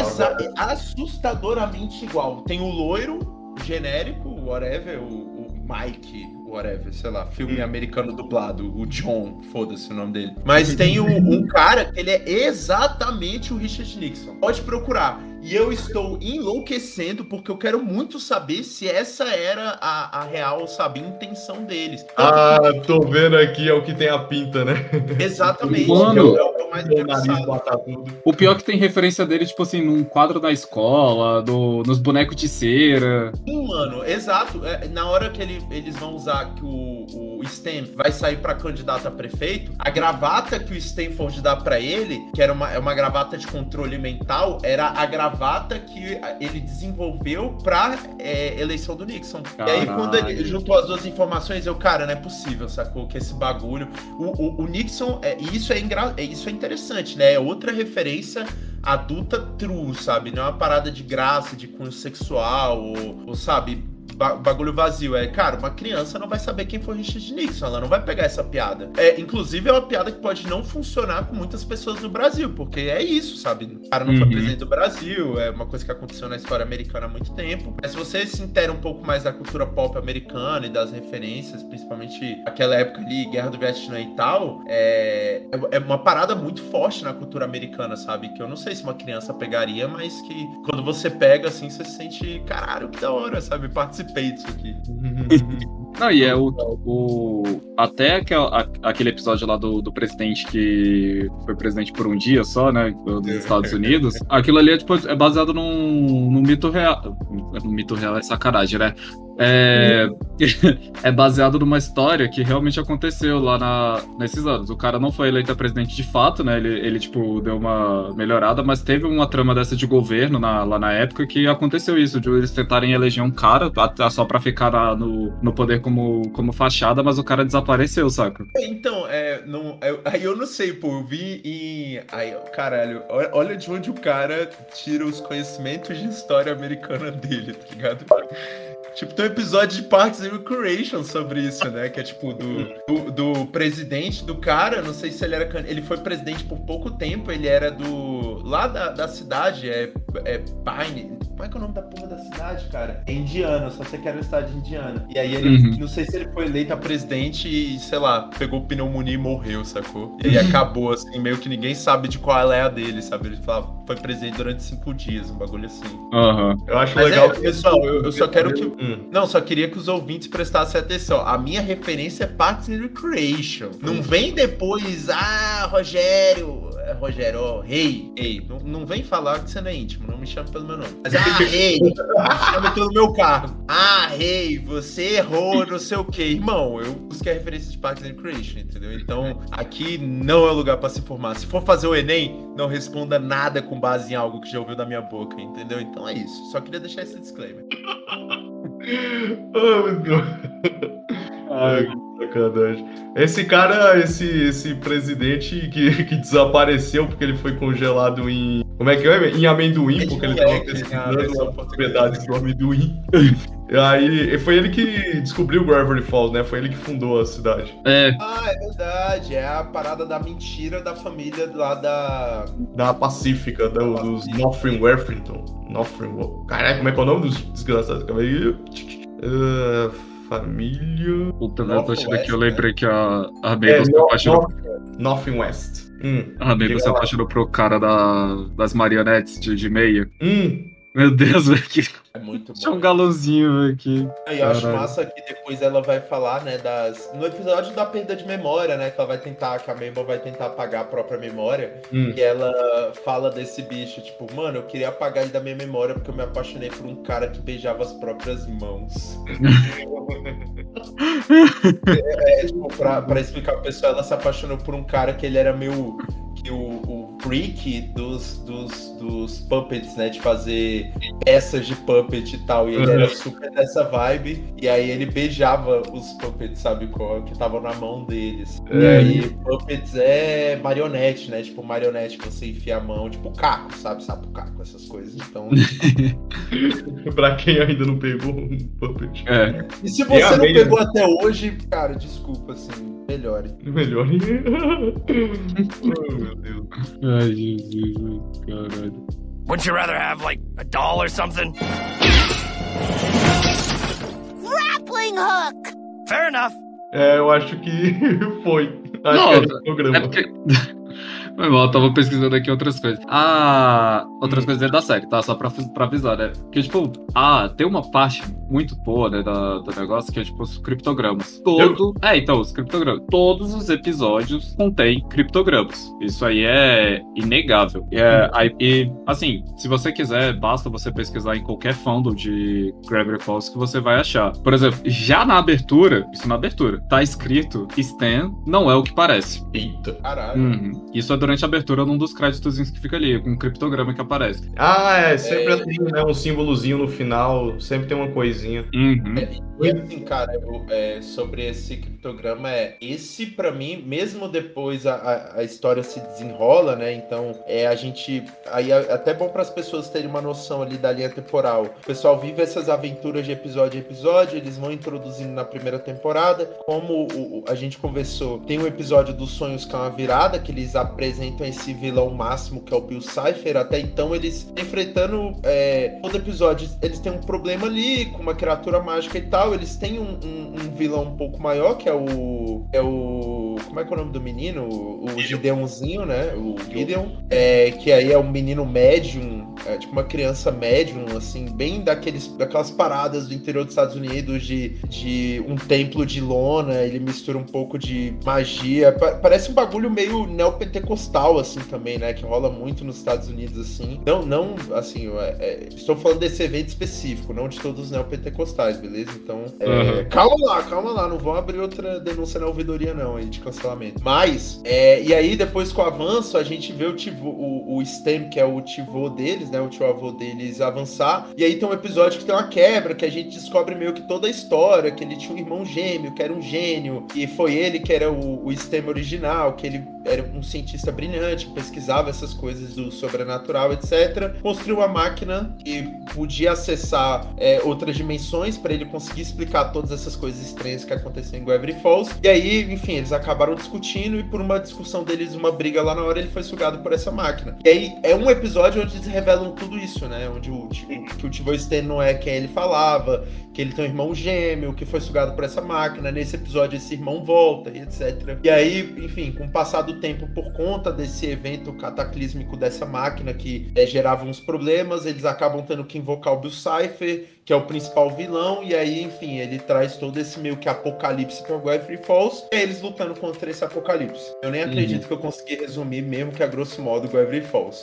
Assustadoramente igual. Tem o loiro, genérico, whatever, o Mike, whatever, sei lá, filme americano dublado, o John, foda-se o nome dele. Mas tem um cara que ele é exatamente o Richard Nixon. Pode procurar. E eu estou enlouquecendo porque eu quero muito saber se essa era a real, sabe, intenção deles. Tô vendo aqui, é o que tem a pinta, né? Exatamente. Mano, é o mais engraçado. O pior que tem referência dele, tipo assim, num quadro da escola, nos bonecos de cera. Sim, mano, exato. Na hora que eles vão usar que o Stan vai sair pra candidato a prefeito, a gravata que o Stanford dá pra ele, que era uma gravata de controle mental, era a gravata que ele desenvolveu pra eleição do Nixon. Caralho. E aí, quando ele juntou as duas informações, cara, não é possível, sacou? Que esse bagulho... O Nixon, isso é interessante, né? É outra referência adulta true, sabe? Não é uma parada de graça, de cunho sexual, ou sabe... bagulho vazio. Cara, uma criança não vai saber quem foi Richard Nixon, ela não vai pegar essa piada. Inclusive, é uma piada que pode não funcionar com muitas pessoas no Brasil, porque é isso, sabe? O cara não foi presidente do Brasil, é uma coisa que aconteceu na história americana há muito tempo. Mas se você se intera um pouco mais da cultura pop americana e das referências, principalmente aquela época ali, Guerra do Vietnã e tal, é uma parada muito forte na cultura americana, sabe? Que eu não sei se uma criança pegaria, mas que quando você pega, assim, você se sente, caralho, que da hora, sabe? Participei disso aqui. Não, e até aquele episódio lá do presidente que foi presidente por um dia só, né, dos Estados Unidos, aquilo ali é baseado num mito real. No mito real é sacanagem, né? É baseado numa história que realmente aconteceu lá nesses anos. O cara não foi eleito a presidente de fato, né? Ele tipo, deu uma melhorada, mas teve uma trama dessa de governo lá na época que aconteceu isso, de eles tentarem eleger um cara só pra ficar no poder como fachada, mas o cara desapareceu, saca? Então, aí eu não sei, pô, eu vi em... Aí, caralho, olha de onde o cara tira os conhecimentos de história americana dele, tá ligado? Tipo, tem um episódio de Parks and Recreation sobre isso, né? Que é tipo do presidente do cara, não sei se ele era... Ele foi presidente por pouco tempo, ele era lá da cidade, Pine... Como é que é o nome da porra da cidade, cara? É Indiana, só sei que era uma cidade indiana. E aí ele, não sei se ele foi eleito a presidente e, sei lá, pegou pneumonia e morreu, sacou? E aí acabou, assim, meio que ninguém sabe de qual é a dele, sabe? Ele falava, foi presidente durante 5 dias, um bagulho assim. Eu acho legal. Pessoal, eu só quero que... Não, só queria que os ouvintes prestassem atenção. A minha referência é Parks and Recreation. Não vem depois, Rogério, rei. Não vem falar que você não é íntimo, não me chame pelo meu nome. Mas, rei, me chame pelo meu cargo. Rei, você errou, não sei o que. Irmão, eu busquei a referência de Parks and Recreation, entendeu? Então, aqui não é o lugar pra se informar. Se for fazer o Enem, não responda nada com base em algo que já ouviu da minha boca, entendeu? Então é isso. Só queria deixar esse disclaimer. Oh, meu Deus. Ai, que sacanagem. Esse cara, esse presidente que desapareceu porque ele foi congelado em... Como é que é? Em amendoim, porque ele tava pesquisando propriedades do amendoim. E aí, foi ele que descobriu Gravity Falls, né? Foi ele que fundou a cidade. Ah, é verdade. É a parada da mentira da família lá Da Pacífica, dos Northern Werfington. Caralho, como é que é o nome dos desgraçados? Calma aí. Família... Puta, né? A partir daqui eu lembrei que a Mabel se apaixonou... North West. A Mabel se apaixonou pro cara das marionetes de meia. Meu Deus, velho. É muito bom. Tinha um galãozinho, velho, aqui. Eu acho massa que depois ela vai falar, né, no episódio da perda de memória, né, que ela vai tentar, que a Mabel vai tentar apagar a própria memória, e ela fala desse bicho, tipo, mano, eu queria apagar ele da minha memória porque eu me apaixonei por um cara que beijava as próprias mãos. Tipo, pra explicar pro pessoal, ela se apaixonou por um cara que ele era meio... que o freak dos puppets, né, de fazer peças de puppet e tal, e ele era super dessa vibe, e aí ele beijava os puppets, sabe, que estavam na mão deles. E aí puppets é marionete, né, tipo marionete que você enfia a mão, tipo caco, sabe o caco, essas coisas, então... Pra quem ainda não pegou um puppet. E se você não pegou até hoje, cara, desculpa, assim, melhore. Oh, meu Deus. Ai, Jesus, caralho. Wouldn't you rather have, like, a doll or something? Grappling hook! Fair enough. Eu acho que foi. Não, que era o programa. é porque... Foi mal, eu tava pesquisando aqui outras coisas. Outras coisas dentro da série, tá? Só pra avisar, né? Porque, tipo, tem uma parte muito boa, né, do negócio, que é, tipo, os criptogramas. Os criptogramas. Todos os episódios contêm criptogramas. Isso aí é inegável. E, assim, se você quiser, basta você pesquisar em qualquer fandom de Gravity Falls que você vai achar. Por exemplo, já na abertura, tá escrito Stan não é o que parece. Eita. Caralho. Isso é durante a abertura num dos créditos que fica ali, com um criptograma que aparece. Sempre assim, né? Um símbolozinho no final, sempre tem uma coisinha. E assim, cara, sobre esse criptograma, esse pra mim, mesmo depois a história se desenrola, né? Então, a gente... Aí é até bom para as pessoas terem uma noção ali da linha temporal. O pessoal vive essas aventuras de episódio a episódio, eles vão introduzindo na primeira temporada. Como a gente conversou, tem um episódio dos sonhos que é uma virada, que eles apresentam esse vilão máximo, que é o Bill Cipher. Até então, eles enfrentando todo episódio, eles têm um problema ali, com uma criatura mágica e tal. Eles têm um vilão um pouco maior, que é o... Como é que é o nome do menino? O Gideonzinho, né? O Gideon. Que aí é um menino médium, tipo uma criança médium, assim, bem daquelas paradas do interior dos Estados Unidos, de um templo de lona. Ele mistura um pouco de magia. Parece um bagulho meio neopentecostal, assim, também, né? Que rola muito nos Estados Unidos, assim. Não assim, estou falando desse evento específico, não de todos os neopentecostais, beleza? Então, calma lá, não vão abrir outra denúncia na ouvidoria, não, aí, de cancelamento. Mas, e aí, depois com o avanço, a gente vê o Stem, que é o tio-avô deles, né? O tio-avô deles avançar. E aí tem um episódio que tem uma quebra, que a gente descobre meio que toda a história, que ele tinha um irmão gêmeo, que era um gênio, e foi ele que era o Stem original, que ele era um cientista brilhante, pesquisava essas coisas do sobrenatural, etc. Construiu uma máquina que podia acessar outras dimensões para ele conseguir explicar todas essas coisas estranhas que aconteciam em Gravity Falls. E aí, enfim, eles acabaram discutindo e por uma discussão deles, uma briga lá na hora, ele foi sugado por essa máquina. E aí, é um episódio onde eles revelam tudo isso, né? Onde o Tivo Stan não é quem ele falava, que ele tem um irmão gêmeo, que foi sugado por essa máquina. Nesse episódio, esse irmão volta e etc. E aí, enfim, com o passar do tempo, por conta desse evento cataclísmico dessa máquina que gerava uns problemas, eles acabam tendo que invocar o Bill Cipher, que é o principal vilão, e aí, enfim, ele traz todo esse meio que apocalipse para Gravity Falls, e eles lutando contra esse apocalipse. Eu nem acredito que eu consegui resumir, mesmo que a grosso modo, Gravity Falls.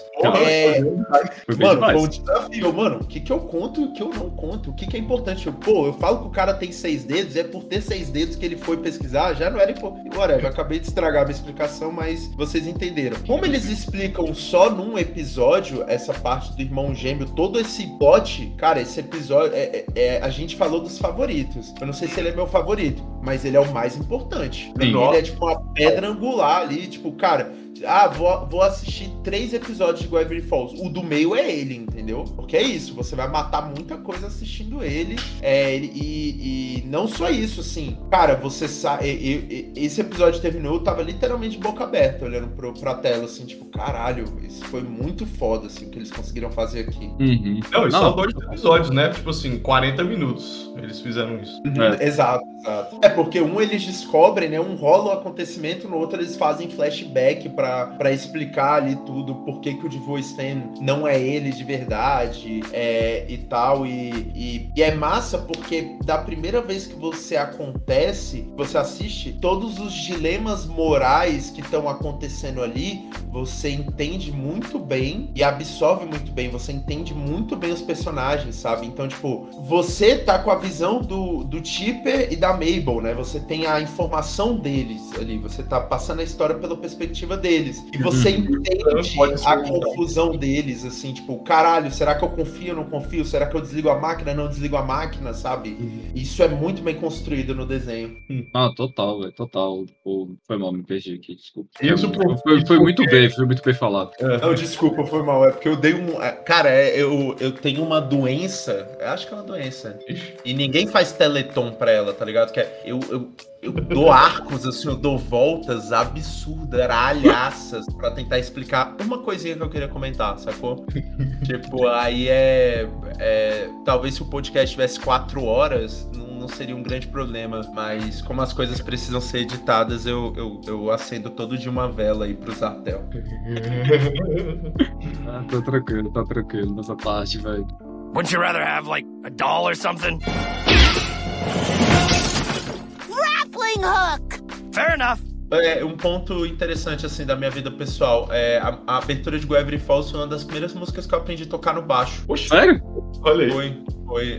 Mano, foi um desafio, mano. O que eu conto e o que eu não conto? O que é importante? Eu falo que o cara tem 6 dedos, é por ter 6 dedos que ele foi pesquisar, já não era importante. Whatever, acabei de estragar a minha explicação, mas vocês entenderam. Como eles explicam só num episódio, essa parte do irmão gêmeo, todo esse plot, cara, esse episódio, a gente falou dos favoritos. Eu não sei se ele é meu favorito, mas ele é o mais importante. Sim. Ele é tipo uma pedra angular ali, tipo, cara, vou assistir 3 episódios de Gravity Falls. O do meio é ele, entendeu? Porque é isso, você vai matar muita coisa assistindo ele. E não só isso, assim. Cara, você sabe. Esse episódio terminou, eu tava literalmente de boca aberta, olhando pra tela, assim, tipo, caralho, isso foi muito foda, assim, o que eles conseguiram fazer aqui. Uhum. Não, e são 2 episódios, né? Tipo assim, 40 minutos eles fizeram isso. Exato. É porque um eles descobrem, né? Um rola o acontecimento, no outro eles fazem flashback pra explicar ali tudo, por que o Devo Stan não é ele de verdade, e tal. E é massa porque da primeira vez que você assiste, todos os dilemas morais que estão acontecendo ali, você entende muito bem e absorve muito bem, você entende muito bem os personagens, sabe? Então, tipo, você tá com a visão do Chipper e da Mabel, né? Você tem a informação deles ali, você tá passando a história pela perspectiva deles. E você entende a confusão deles, assim, tipo, caralho, será que eu confio ou não confio? Será que eu desligo a máquina? Não desligo a máquina, sabe? Isso é muito bem construído no desenho. Total, velho, total. Foi mal, me perdi aqui, desculpa. Isso foi muito bem falado. Não, desculpa, foi mal. É porque eu dei um... Cara, eu tenho uma doença, eu acho que é uma doença, e ninguém faz teleton pra ela, tá ligado? Que é, eu dou arcos, assim, eu dou voltas absurdas, alhaças, pra tentar explicar uma coisinha que eu queria comentar, sacou? Tipo, aí talvez se o podcast tivesse 4 horas, não seria um grande problema, mas como as coisas precisam ser editadas, eu acendo todo dia uma vela aí pro Zartel. Tá tranquilo nessa parte, velho. Wouldn't you rather have, like, a doll or something? Grappling hook! Fair enough. Um ponto interessante, assim, da minha vida pessoal, a abertura de Gravity Falls foi uma das primeiras músicas que eu aprendi a tocar no baixo. Poxa, Sério? olha aí. Foi.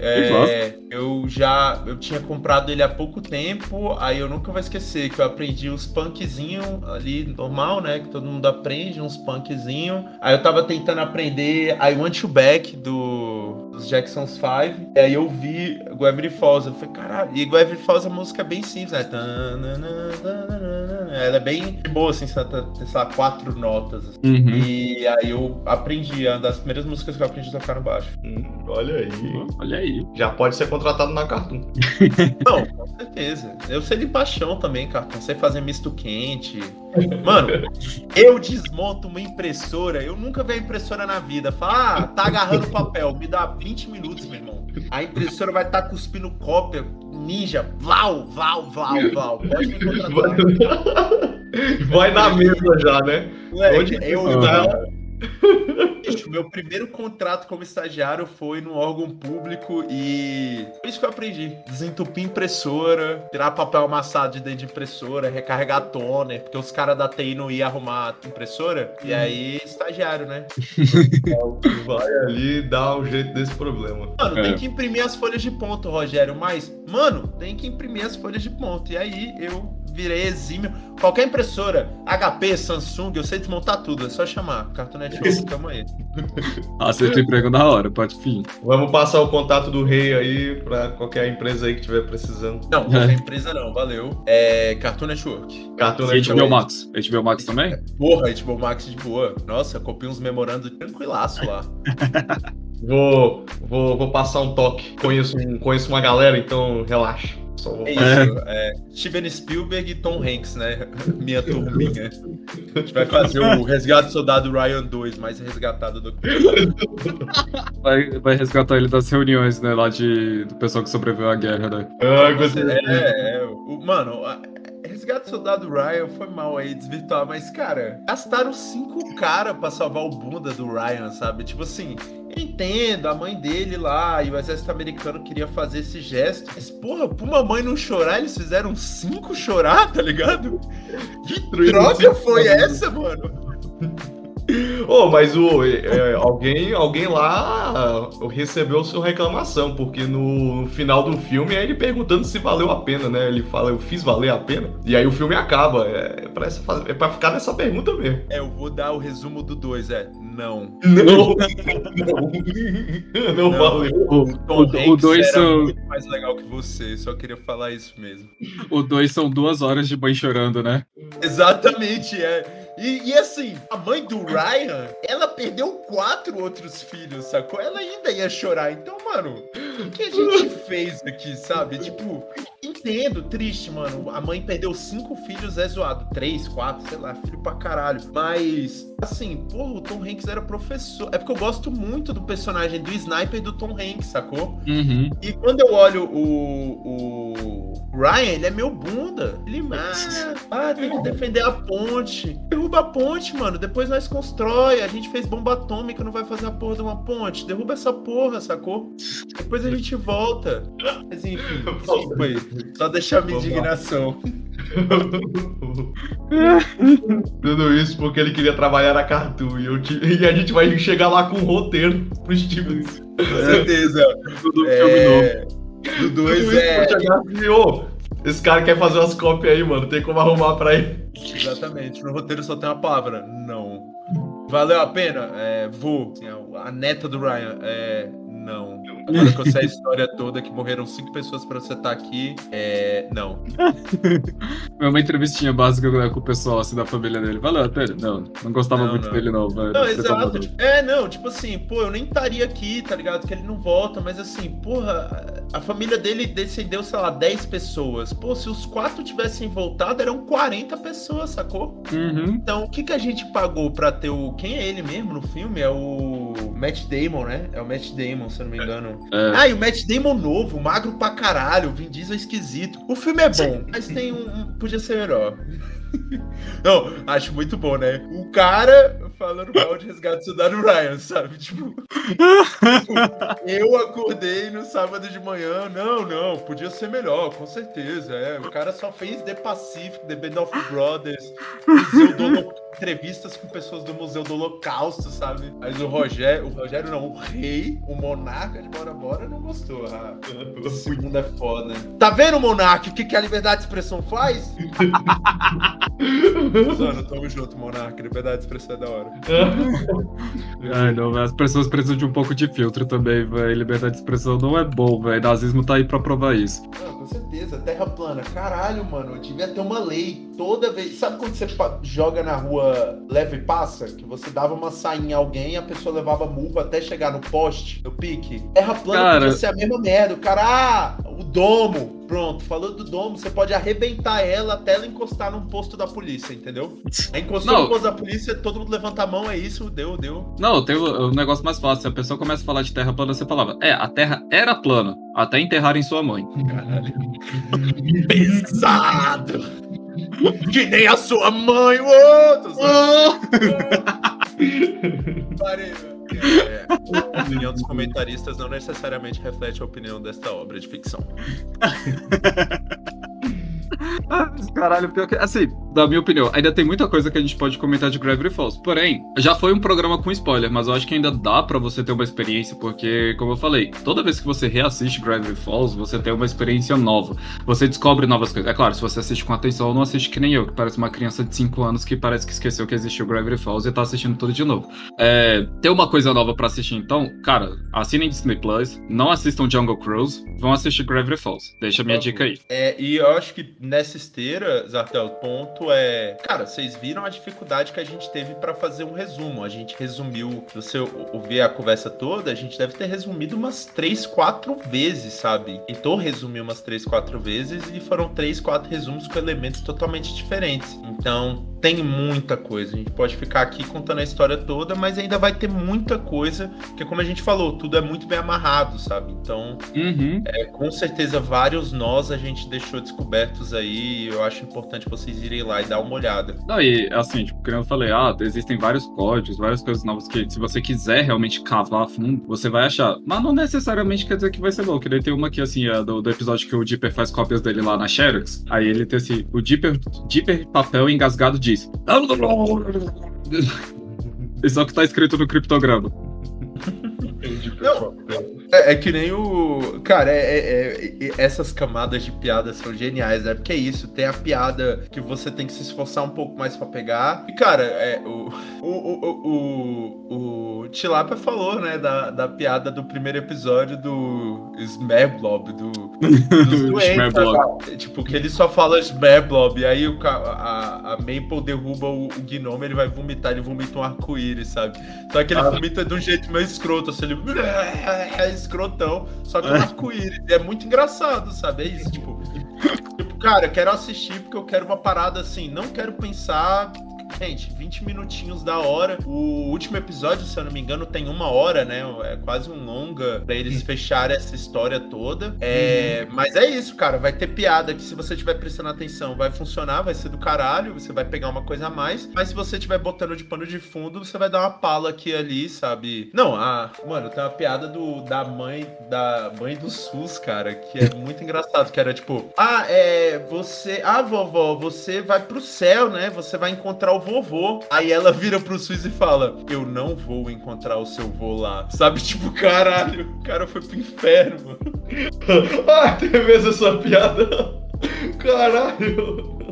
Eu tinha comprado ele há pouco tempo, aí eu nunca vou esquecer que eu aprendi os punkzinhos ali, normal, né, que todo mundo aprende, uns punkzinhos. Aí eu tava tentando aprender I Want You Back, dos Jackson's 5, e aí eu vi Gravity Falls, eu falei, caralho, e Gravity Falls a música é bem simples, né, ela é bem boa, assim, sei lá, 4 notas, assim. E aí eu aprendi, é uma das primeiras músicas que eu aprendi a tocar no baixo. Olha aí. Olha aí. Já pode ser contratado na Cartoon. Não, com certeza. Eu sei de paixão também, Cartoon, sei fazer misto quente. Mano, eu desmonto uma impressora, eu nunca vi a impressora na vida. Fala, tá agarrando papel, me dá 20 minutos, meu irmão. A impressora vai estar cuspindo cópia, ninja, vlau. Pode me contratar. Vai na mesa já, né? Moleque, o meu primeiro contrato como estagiário foi num órgão público e foi isso que eu aprendi. Desentupir impressora, tirar papel amassado de dentro de impressora, recarregar toner, porque os caras da TI não iam arrumar impressora. E aí, estagiário, né? Vai ali e dá um jeito desse problema. Mano, tem que imprimir as folhas de ponto, Rogério, mas, mano, tem que imprimir as folhas de ponto. E aí, eu virei exímio. Qualquer impressora, HP, Samsung, eu sei desmontar tudo, é só chamar. Cartoon Network, tamo aí. Aceita o emprego na hora, pode vir. Vamos passar o contato do rei aí pra qualquer empresa aí que estiver precisando. Não, qualquer empresa não, valeu. Cartoon Network. Cartoon E Network. HBO Max? HBO Max também? Porra, HBO Max de boa. Nossa, copiei uns memorando tranquilaço lá. Vou passar um toque. Conheço uma galera, então relaxa. Só vou... É isso, Steven Spielberg e Tom Hanks, né? Minha turminha. A gente vai fazer o Resgate do Soldado Ryan 2, mais resgatado do que... Vai resgatar ele das reuniões, né? Lá do pessoal que sobreviveu à guerra, né? Mano, Resgate do Soldado Ryan foi mal aí desvirtuar, mas, cara, gastaram 5 caras pra salvar o bunda do Ryan, sabe? Tipo assim, eu entendo, a mãe dele lá e o exército americano queria fazer esse gesto, mas, porra, pra uma mãe não chorar, eles fizeram 5 chorar, tá ligado? Que troca foi essa, mano? Mas alguém lá recebeu sua reclamação, porque no final do filme é ele perguntando se valeu a pena, né? Ele fala, eu fiz valer a pena? E aí o filme acaba. É pra ficar nessa pergunta mesmo. Eu vou dar o resumo do 2, não. Não valeu. O 2 são... muito mais legal que você, só queria falar isso mesmo. O 2 são 2 horas de mãe chorando, né? Exatamente, E assim, a mãe do Ryan, ela perdeu 4 outros filhos, sacou? Ela ainda ia chorar. Então, mano, o que a gente fez aqui, sabe? Tipo, entendo, triste, mano. A mãe perdeu 5 filhos, é zoado. 3, 4, sei lá, filho pra caralho. Mas, assim, o Tom Hanks era professor. É porque eu gosto muito do personagem do Sniper e do Tom Hanks, sacou? Uhum. E quando eu olho o Ryan, ele é meu bunda. Ele, tem que defender a ponte. Derruba a ponte, mano. Depois nós constrói. A gente fez bomba atômica, não vai fazer a porra de uma ponte. Derruba essa porra, sacou? Depois a gente volta. Mas enfim, desculpa aí. Só deixar minha indignação. Tudo isso porque ele queria trabalhar na Cartoon. E a gente vai chegar lá com um roteiro pro Steven. Com certeza. Do filme novo. Do 2 esse cara quer fazer umas cópias aí, mano. Tem como arrumar pra ele. Exatamente. No roteiro só tem uma palavra. Não. Valeu a pena? Vou. A neta do Ryan. Não. Agora que eu sei a história toda, que morreram 5 pessoas pra você estar aqui, não. Uma entrevistinha básica com o pessoal, assim, da família dele. Valeu a pena? Não gostava muito dele, não. Velho. Não, exato. Tipo assim, eu nem estaria aqui, tá ligado? Que ele não volta, mas assim, porra, a família dele descendeu, sei lá, 10 pessoas. Se os 4 tivessem voltado, eram 40 pessoas, sacou? Uhum. Então, o que a gente pagou pra ter o... Quem é ele mesmo no filme? É o Matt Damon, né? É o Matt Damon, se eu não me engano. E o Matt Damon novo, magro pra caralho, o Vin Diesel é esquisito. O filme é bom, mas tem podia ser melhor. Não, acho muito bom, né? O cara falando mal de Resgate do Soldado Ryan, sabe? Tipo, eu acordei no sábado de manhã. Não, podia ser melhor, com certeza. O cara só fez The Pacific, The Band of Brothers, entrevistas com pessoas do Museu do Holocausto, sabe? Mas o Rogério não, o rei, o monarca de Bora Bora não gostou. O segundo é foda. Tá vendo, monarca, o que a liberdade de expressão faz? Mano, tamo junto, monarca, liberdade de expressão é da hora. As pessoas precisam de um pouco de filtro também, velho. Liberdade de expressão não é bom, velho. Nazismo tá aí pra provar isso. Com certeza, terra plana. Caralho, mano, eu devia ter uma lei toda vez. Sabe quando você joga na rua leva e passa? Que você dava uma sainha a alguém e a pessoa levava murro até chegar no poste, no pique. Terra plana podia ser a mesma merda. O cara, o domo. Pronto, falou do domo, você pode arrebentar ela até ela encostar num posto da polícia, entendeu? Aí encostou no posto da polícia, todo mundo levanta a mão, é isso, deu. Não, tem um negócio mais fácil. Se a pessoa começa a falar de terra plana, você falava, a terra era plana, até enterrarem sua mãe. Caralho. Pesado! Que nem a sua mãe, Parei, a opinião dos comentaristas não necessariamente reflete a opinião desta obra de ficção. Caralho, pior que... Assim, da minha opinião, ainda tem muita coisa que a gente pode comentar de Gravity Falls. Porém, já foi um programa com spoiler, mas eu acho que ainda dá pra você ter uma experiência, porque, como eu falei, toda vez que você reassiste Gravity Falls, você tem uma experiência nova. Você descobre novas coisas. É claro, se você assiste com atenção, não assiste que nem eu, que parece uma criança de 5 anos que parece que esqueceu que existiu Gravity Falls e tá assistindo tudo de novo. Tem uma coisa nova pra assistir, então, cara, assinem Disney Plus, não assistam Jungle Cruise, vão assistir Gravity Falls. Deixa a minha dica aí. E eu acho que nessa esteira, Zartel, o ponto cara, vocês viram a dificuldade que a gente teve pra fazer um resumo. A gente resumiu, se você ouvir a conversa toda, a gente deve ter resumido umas 3, 4 vezes, sabe? Tentou resumir umas 3, 4 vezes e foram 3, 4 resumos com elementos totalmente diferentes. Então, tem muita coisa. A gente pode ficar aqui contando a história toda, mas ainda vai ter muita coisa, porque como a gente falou, tudo é muito bem amarrado, sabe? Então, com certeza vários nós a gente deixou descobertos aí, e eu acho importante vocês irem lá e dar uma olhada. Não, e assim, tipo, como eu falei, existem vários códigos, várias coisas novas que, se você quiser realmente cavar a fundo, você vai achar. Mas não necessariamente quer dizer que vai ser bom, que daí tem uma aqui, assim, do episódio que o Dipper faz cópias dele lá na Xerox, aí ele tem assim, o Dipper papel engasgado diz... Isso é o que tá escrito no criptograma. Não, é que nem o... Cara, essas camadas de piada são geniais, né? Porque é isso, tem a piada que você tem que se esforçar um pouco mais pra pegar. E, cara, o Tilápia falou, né, da piada do primeiro episódio do Smerblob, dos doentes, sabe? Tipo, que ele só fala Smerblob, e aí a Maple derruba o Gnome, ele vai vomitar, ele vomita um arco-íris, sabe? Só que ele vomita de um jeito meio escroto, assim, ele é escrotão, só que um arco-íris. É muito engraçado, sabe? É isso, tipo, cara, eu quero assistir porque eu quero uma parada assim, não quero pensar. Gente, 20 minutinhos da hora. O último episódio, se eu não me engano, tem 1 hora, né? É quase um longa pra eles fecharem essa história toda. Mas é isso, cara. Vai ter piada que, se você estiver prestando atenção, vai funcionar, vai ser do caralho. Você vai pegar uma coisa a mais. Mas se você estiver botando de pano de fundo, você vai dar uma pala aqui e ali, sabe? Não, mano, tem uma piada da mãe do SUS, cara, que é muito engraçado. Que era tipo, vovó, você vai pro céu, né? Você vai encontrar o vovô. Aí ela vira pro SUS e fala: eu não vou encontrar o seu vô lá. Sabe? Tipo, caralho, o cara foi pro inferno, mano. Tem mesmo essa piada. Caralho.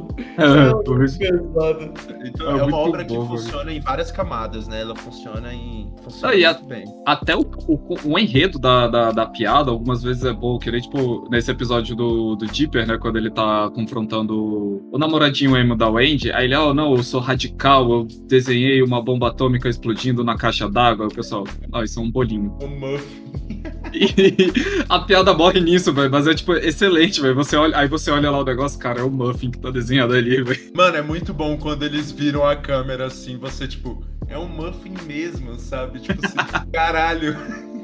Então é uma obra que funciona em várias camadas, né? Ela funciona muito bem. Até o enredo da piada, algumas vezes é bom, que nem, tipo, nesse episódio do Dipper, né? Quando ele tá confrontando o namoradinho emo da Wendy, aí ele, não, eu sou radical, eu desenhei uma bomba atômica explodindo na caixa d'água. O pessoal, isso é um bolinho. Um muffin. E a piada morre nisso, velho, mas é, tipo, excelente, velho. Aí você olha lá o negócio, cara, é o muffin que tá desenhado ali, velho. Mano, é muito bom quando eles viram a câmera assim, você, tipo, é um muffin mesmo, sabe? Tipo assim, caralho.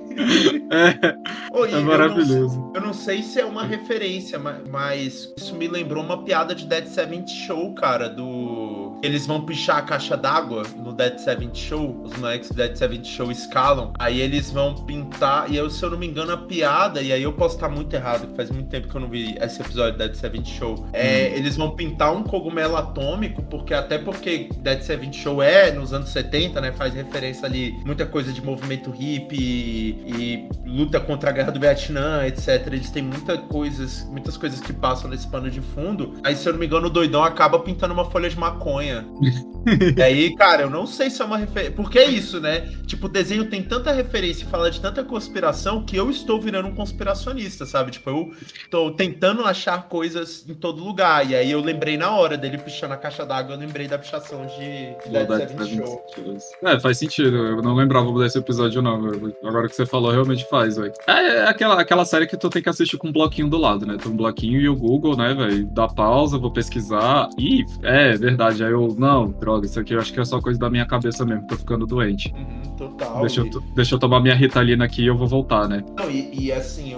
É maravilhoso. Eu não sei se é uma referência, mas isso me lembrou uma piada de Dead Seventh Show, cara, eles vão pichar a caixa d'água no Dead Seventh Show, os moleques do Dead Seventh Show escalam, aí eles vão pintar, e se eu não me engano, a piada, e aí eu posso estar muito errado, que faz muito tempo que eu não vi esse episódio do Dead Seventh Show, eles vão pintar um cogumelo atômico, porque Dead Seventh Show nos anos 70, né, faz referência ali, muita coisa de movimento hippie e luta contra a guerra do Vietnã, etc. Eles têm muitas coisas que passam nesse pano de fundo. Aí, se eu não me engano, o doidão acaba pintando uma folha de maconha. E aí, cara, eu não sei se é uma referência. Porque é isso, né? Tipo, o desenho tem tanta referência e fala de tanta conspiração que eu estou virando um conspiracionista, sabe? Tipo, eu tô tentando achar coisas em todo lugar. E aí eu lembrei na hora dele pichando a caixa d'água, eu lembrei da pichação de Dead Seventh Show. Faz sentido. Eu não lembrava desse episódio, não. Agora que você falou, realmente faz, velho. É aquela série que tu tem que assistir com um bloquinho do lado, né? Tem um bloquinho e o Google, né, velho? Dá pausa, vou pesquisar. Ih, é verdade. Aí não, droga, isso aqui eu acho que é só coisa da minha cabeça mesmo, tô ficando doente. Total. Deixa eu tomar minha Ritalina aqui e eu vou voltar, né? Não, e assim,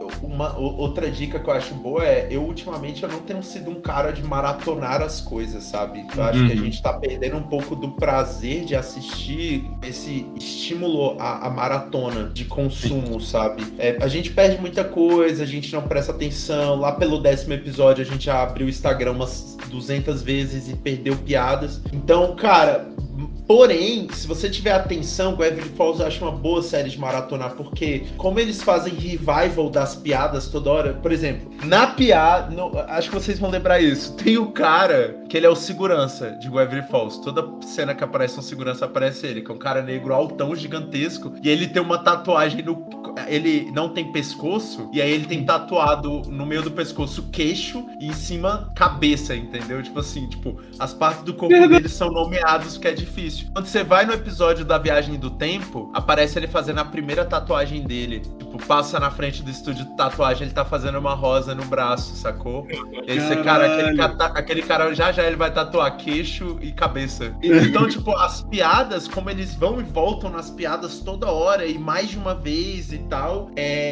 outra dica que eu acho boa ultimamente eu não tenho sido um cara de maratonar as coisas, sabe? Eu acho que a gente tá perdendo um pouco do prazer de assistir esse estímulo à maratona de consumo, sabe? A gente perde muita coisa, a gente não presta atenção. Lá pelo 10º episódio a gente já abriu o Instagram umas 200 vezes e perdeu piadas. Então, cara, porém, se você tiver atenção, Gravity Falls eu acho uma boa série de maratonar, porque como eles fazem revival das piadas toda hora, por exemplo, na piada, acho que vocês vão lembrar isso, tem o cara que ele é o segurança de Gravity Falls, toda cena que aparece um segurança aparece ele, que é um cara negro altão, gigantesco, e ele tem uma tatuagem ele não tem pescoço, e aí ele tem tatuado no meio do pescoço queixo e em cima cabeça, entendeu? Tipo assim, as partes do corpo dele são nomeadas, que é difícil. Quando você vai no episódio da Viagem do Tempo, aparece ele fazendo a primeira tatuagem dele. Passa na frente do estúdio de tatuagem, ele tá fazendo uma rosa no braço, sacou? Esse cara, aquele cara já ele vai tatuar queixo e cabeça. Então, as piadas, como eles vão e voltam nas piadas toda hora e mais de uma vez e tal,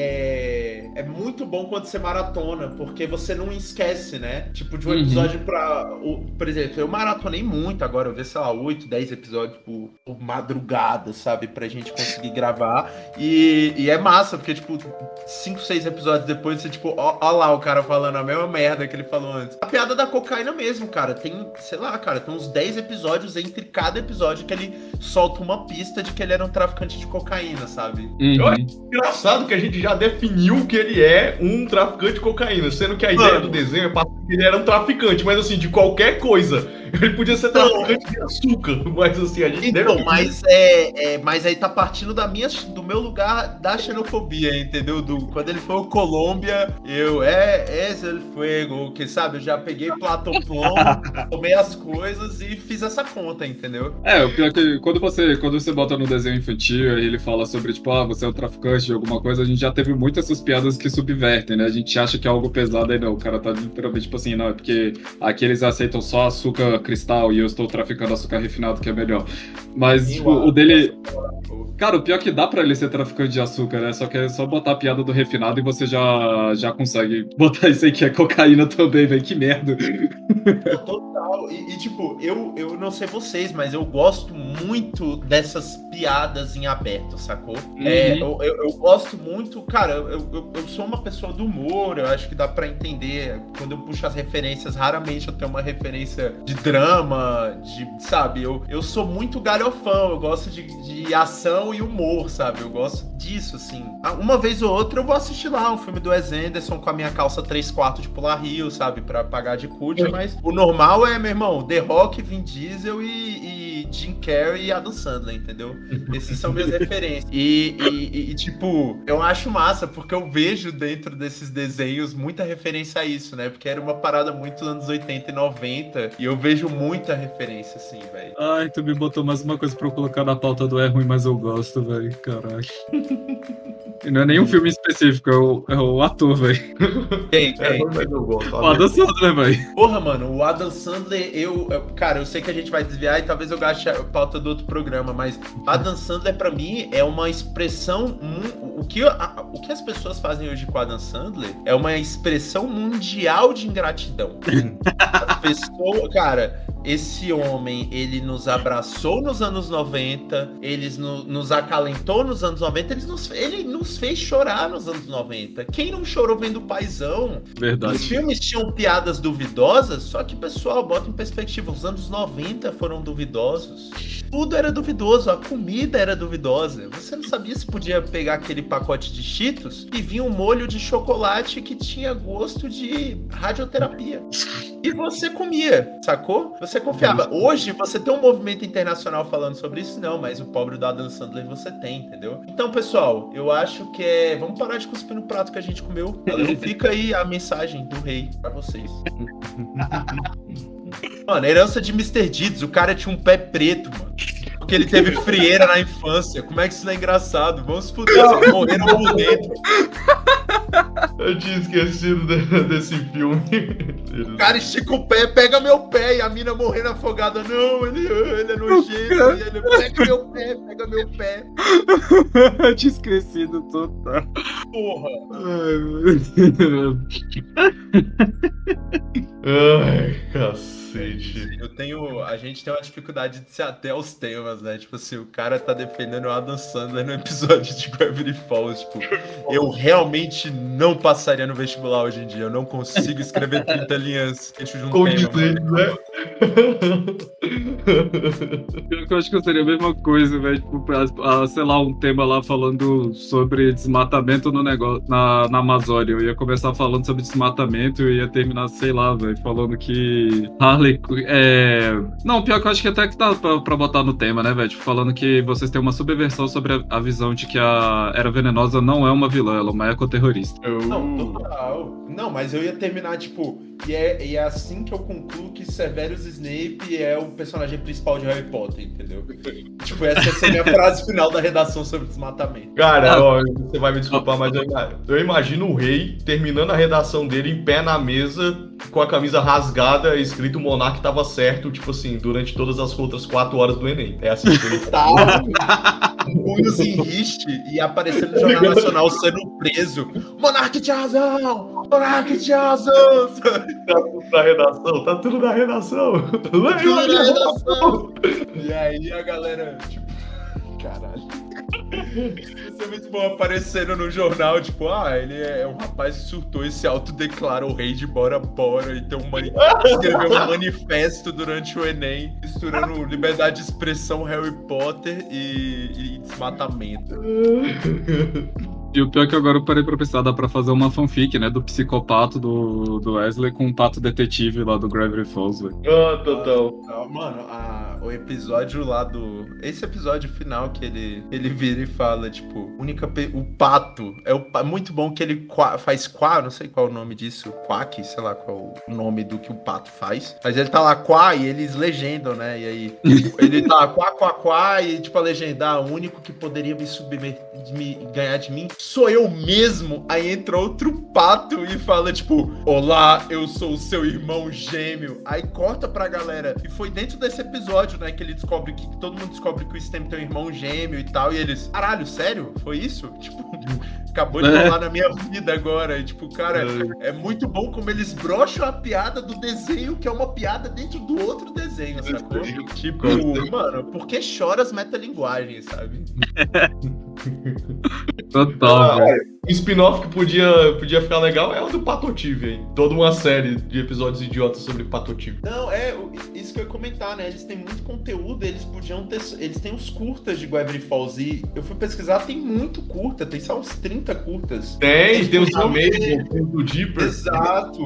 é muito bom quando você maratona, porque você não esquece, né? De um episódio por exemplo, eu maratonei muito agora, eu vi, sei lá, 8, 10 episódios por madrugada, sabe? Pra gente conseguir gravar. E é massa, porque, tipo, 5, 6 episódios depois, você, tipo, ó lá o cara falando a mesma merda que ele falou antes. A piada da cocaína mesmo, cara, tem, sei lá, cara, tem uns 10 episódios entre cada episódio que ele solta uma pista de que ele era um traficante de cocaína, sabe? Engraçado que a gente já definiu que ele é um traficante de cocaína, sendo que a ideia do desenho é passar que ele era um traficante, mas assim, de qualquer coisa. Ele podia ser traficante de açúcar, mas assim, a gente então, mas aí tá partindo do meu lugar da xenofobia, entendeu? Quando ele foi ao Colômbia, esse é o fuego, que sabe, eu já peguei Platão Plom, tomei as coisas e fiz essa conta, entendeu? O pior é que quando você bota no desenho infantil e ele fala sobre, tipo, você é um traficante de alguma coisa, a gente já teve muitas essas piadas que subvertem, né? A gente acha que é algo pesado, aí não, o cara tá literalmente, tipo assim, não, é porque aqui eles aceitam só açúcar cristal e eu estou traficando açúcar refinado, que é melhor. Mas, tipo, o dele... Cara, o pior é que dá pra ele ser traficante de açúcar, né? Só que é só botar a piada do refinado e você já consegue botar isso aí que é cocaína também, velho. Que merda. Total. E tipo, eu não sei vocês, mas eu gosto muito dessas piadas em aberto, sacou? Eu gosto muito, cara, eu sou uma pessoa do humor, eu acho que dá pra entender. Quando eu puxo as referências, raramente eu tenho uma referência de drama, sabe? Eu sou muito galhofão, eu gosto de ação e humor, sabe? Eu gosto disso, assim. Uma vez ou outra eu vou assistir lá um filme do Wes Anderson com a minha calça 3/4 de Pular Rio, sabe? Pra pagar de cult, mas o normal é, meu irmão, The Rock, Vin Diesel e Jim Carrey e Adam Sandler, entendeu? Esses são minhas referências. E, tipo, eu acho massa, porque eu vejo dentro desses desenhos muita referência a isso, né? Porque era uma parada muito dos anos 80 e 90, e eu vejo muita referência, assim, velho. Ai, tu me botou mais uma coisa pra eu colocar na pauta do É Ruim, mas eu gosto, velho. Caralho. E não é nenhum filme específico, é o ator, velho. Quem? O Adam Sandler, velho. Porra, mano, o Adam Sandler, cara, eu sei que a gente vai desviar e talvez eu gaste a pauta do outro programa, mas Adam Sandler, pra mim, é uma expressão... O que as pessoas fazem hoje com o Adam Sandler é uma expressão mundial de ingratidão. As pessoas, cara... Esse homem, ele nos abraçou nos anos 90, ele nos acalentou nos anos 90, ele nos fez chorar nos anos 90. Quem não chorou vendo Paizão? Verdade. Os filmes tinham piadas duvidosas, só que, pessoal, bota em perspectiva, os anos 90 foram duvidosos. Tudo era duvidoso, a comida era duvidosa. Você não sabia se podia pegar aquele pacote de Cheetos e vinha um molho de chocolate que tinha gosto de radioterapia. E você comia, sacou? Você confiava. Hoje, você tem um movimento internacional falando sobre isso? Não, mas o pobre do Adam Sandler você tem, entendeu? Então, pessoal, eu acho que vamos parar de cuspir no prato que a gente comeu. Fica aí a mensagem do rei pra vocês. Mano, herança de Mr. Deeds, o cara tinha um pé preto, mano. Porque ele teve frieira na infância. Como é que isso não é engraçado? Vamos fuder, vocês morreram por dentro. Eu tinha esquecido desse filme. O cara estica o pé, pega meu pé e a mina morrendo afogada. Não, ele é nojento. Ele pega meu pé, pega meu pé. Eu tinha esquecido total. Porra. Ai, cacete. A gente tem uma dificuldade de se ater aos temas, né? Tipo assim, o cara tá defendendo o Adam Sandler no episódio de Gravity Falls. Tipo, eu realmente não passaria no vestibular hoje em dia. Eu não consigo escrever 30 linhas de um tema, né? Eu acho que seria a mesma coisa, velho. Tipo, sei lá, um tema lá falando sobre desmatamento no negócio, na Amazônia. Eu ia começar falando sobre desmatamento e ia terminar, sei lá, velho, falando que Harley... Não, pior que eu acho que até que dá pra botar no tema, né, velho? Tipo, falando que vocês têm uma subversão sobre a visão de que a Era Venenosa não é uma vilã, ela é uma ecoterrorista. Não, total. Não, mas eu ia terminar, tipo... E é assim que eu concluo que Severus Snape é o personagem principal de Harry Potter, entendeu? Tipo, essa é a minha frase final da redação sobre desmatamento. Cara, ó, você vai me desculpar, mas eu imagino o rei terminando a redação dele em pé na mesa, com a camisa rasgada, escrito Monark tava certo, tipo assim, durante todas as outras 4 horas do Enem. É assim que ele tá. Punhos em riste e aparecendo no Jornal Nacional sendo preso. Monark tinha razão! Monark tinha razão! Tá tudo na redação, tá tudo na redação. Tudo na redação! E aí a galera, tipo... Caralho. Isso é muito bom aparecendo no jornal, tipo, ele é um rapaz que surtou e se autodeclara o rei de Bora Bora e escreveu um manifesto durante o Enem, misturando liberdade de expressão, Harry Potter e desmatamento. E o pior é que agora eu parei pra pensar, dá pra fazer uma fanfic, né, do psicopato do Wesley com um pato detetive lá do Gravity Falls, velho. Total. Mano, o episódio lá esse episódio final que ele vira e fala, tipo, o pato, muito bom que ele faz não sei qual é o nome disso, quack, sei lá qual é o nome do que o pato faz, mas ele tá lá quá e eles legendam, né, e aí ele tá quá, e tipo a legenda, o único que poderia me ganhar de mim sou eu mesmo. Aí entra outro pato e fala, tipo, olá, eu sou o seu irmão gêmeo. Aí corta pra galera. E foi dentro desse episódio, né, que ele descobre que todo mundo descobre que o Stem tem um irmão gêmeo e tal. E eles, caralho, sério? Foi isso? Tipo, acabou de rolar na minha vida agora. E tipo, cara, é muito bom como eles brocham a piada do desenho, que é uma piada dentro do outro desenho, sacou? Tipo, mano, por que choras metalinguagem, sabe? Total, velho. Um spin-off que podia ficar legal é o do Patotive, hein? Toda uma série de episódios idiotas sobre Patotive. Não, isso que eu ia comentar, né? Eles têm muito conteúdo, eles podiam ter. Eles têm os curtas de Gravity Falls e eu fui pesquisar, tem muito curta, tem só uns 30 curtas. Tem os Amazing, tem o Deeper. Exato.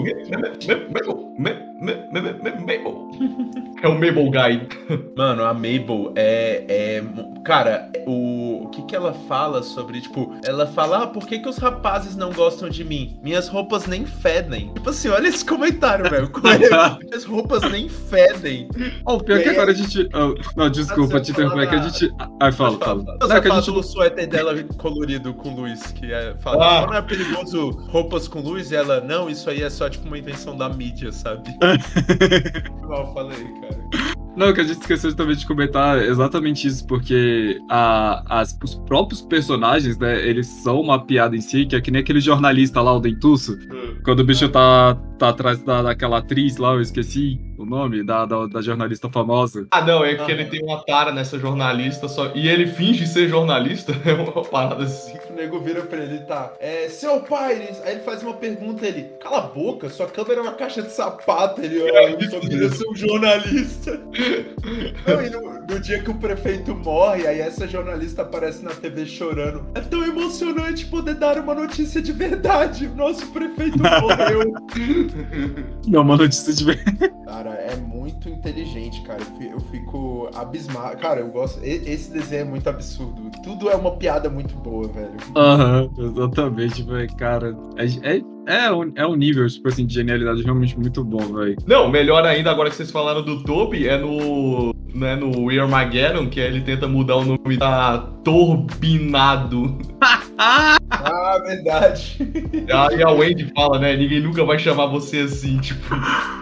Mabel. É o Mabel Guy. Mano, a Mabel cara, o que ela fala sobre, tipo, ela fala, por que os rapazes não gostam de mim? Minhas roupas nem fedem. Tipo assim, olha esse comentário, velho. Minhas roupas nem fedem. O pior que agora a gente... não, desculpa, te interromper, que a gente... Fala. Você fala do suéter dela colorido com luz, que fala, não é perigoso roupas com luz? E ela, não, isso aí é só, tipo, uma invenção da mídia, sabe? Mal falei, cara. Não, que a gente esqueceu também de comentar exatamente isso, porque os próprios personagens, né, eles são uma piada em si, que é que nem aquele jornalista lá, o Dentuço, quando o bicho tá atrás daquela atriz lá, eu esqueci o nome, da jornalista famosa. Não, é que ele tem uma tara nessa jornalista, e ele finge ser jornalista, é uma parada assim. O nego vira pra ele, seu pai, aí ele faz uma pergunta, ele, cala a boca, sua câmera é uma caixa de sapato, ele, eu só queria ser um jornalista. Não, e no dia que o prefeito morre, aí essa jornalista aparece na TV chorando. É tão emocionante poder dar uma notícia de verdade. Nosso prefeito morreu. Não, uma notícia de verdade. Cara, é muito inteligente, cara. Eu fico abismado. Cara, eu gosto. Esse desenho é muito absurdo. Tudo é uma piada muito boa, velho. Exatamente, velho. Cara, é um nível, tipo assim, de genialidade realmente muito bom, velho. Não, melhor ainda, agora que vocês falaram do Toby, é no Armageddon, que ele tenta mudar o nome da Turbinado. Verdade. Aí a Wendy fala, né, ninguém nunca vai chamar você assim, tipo...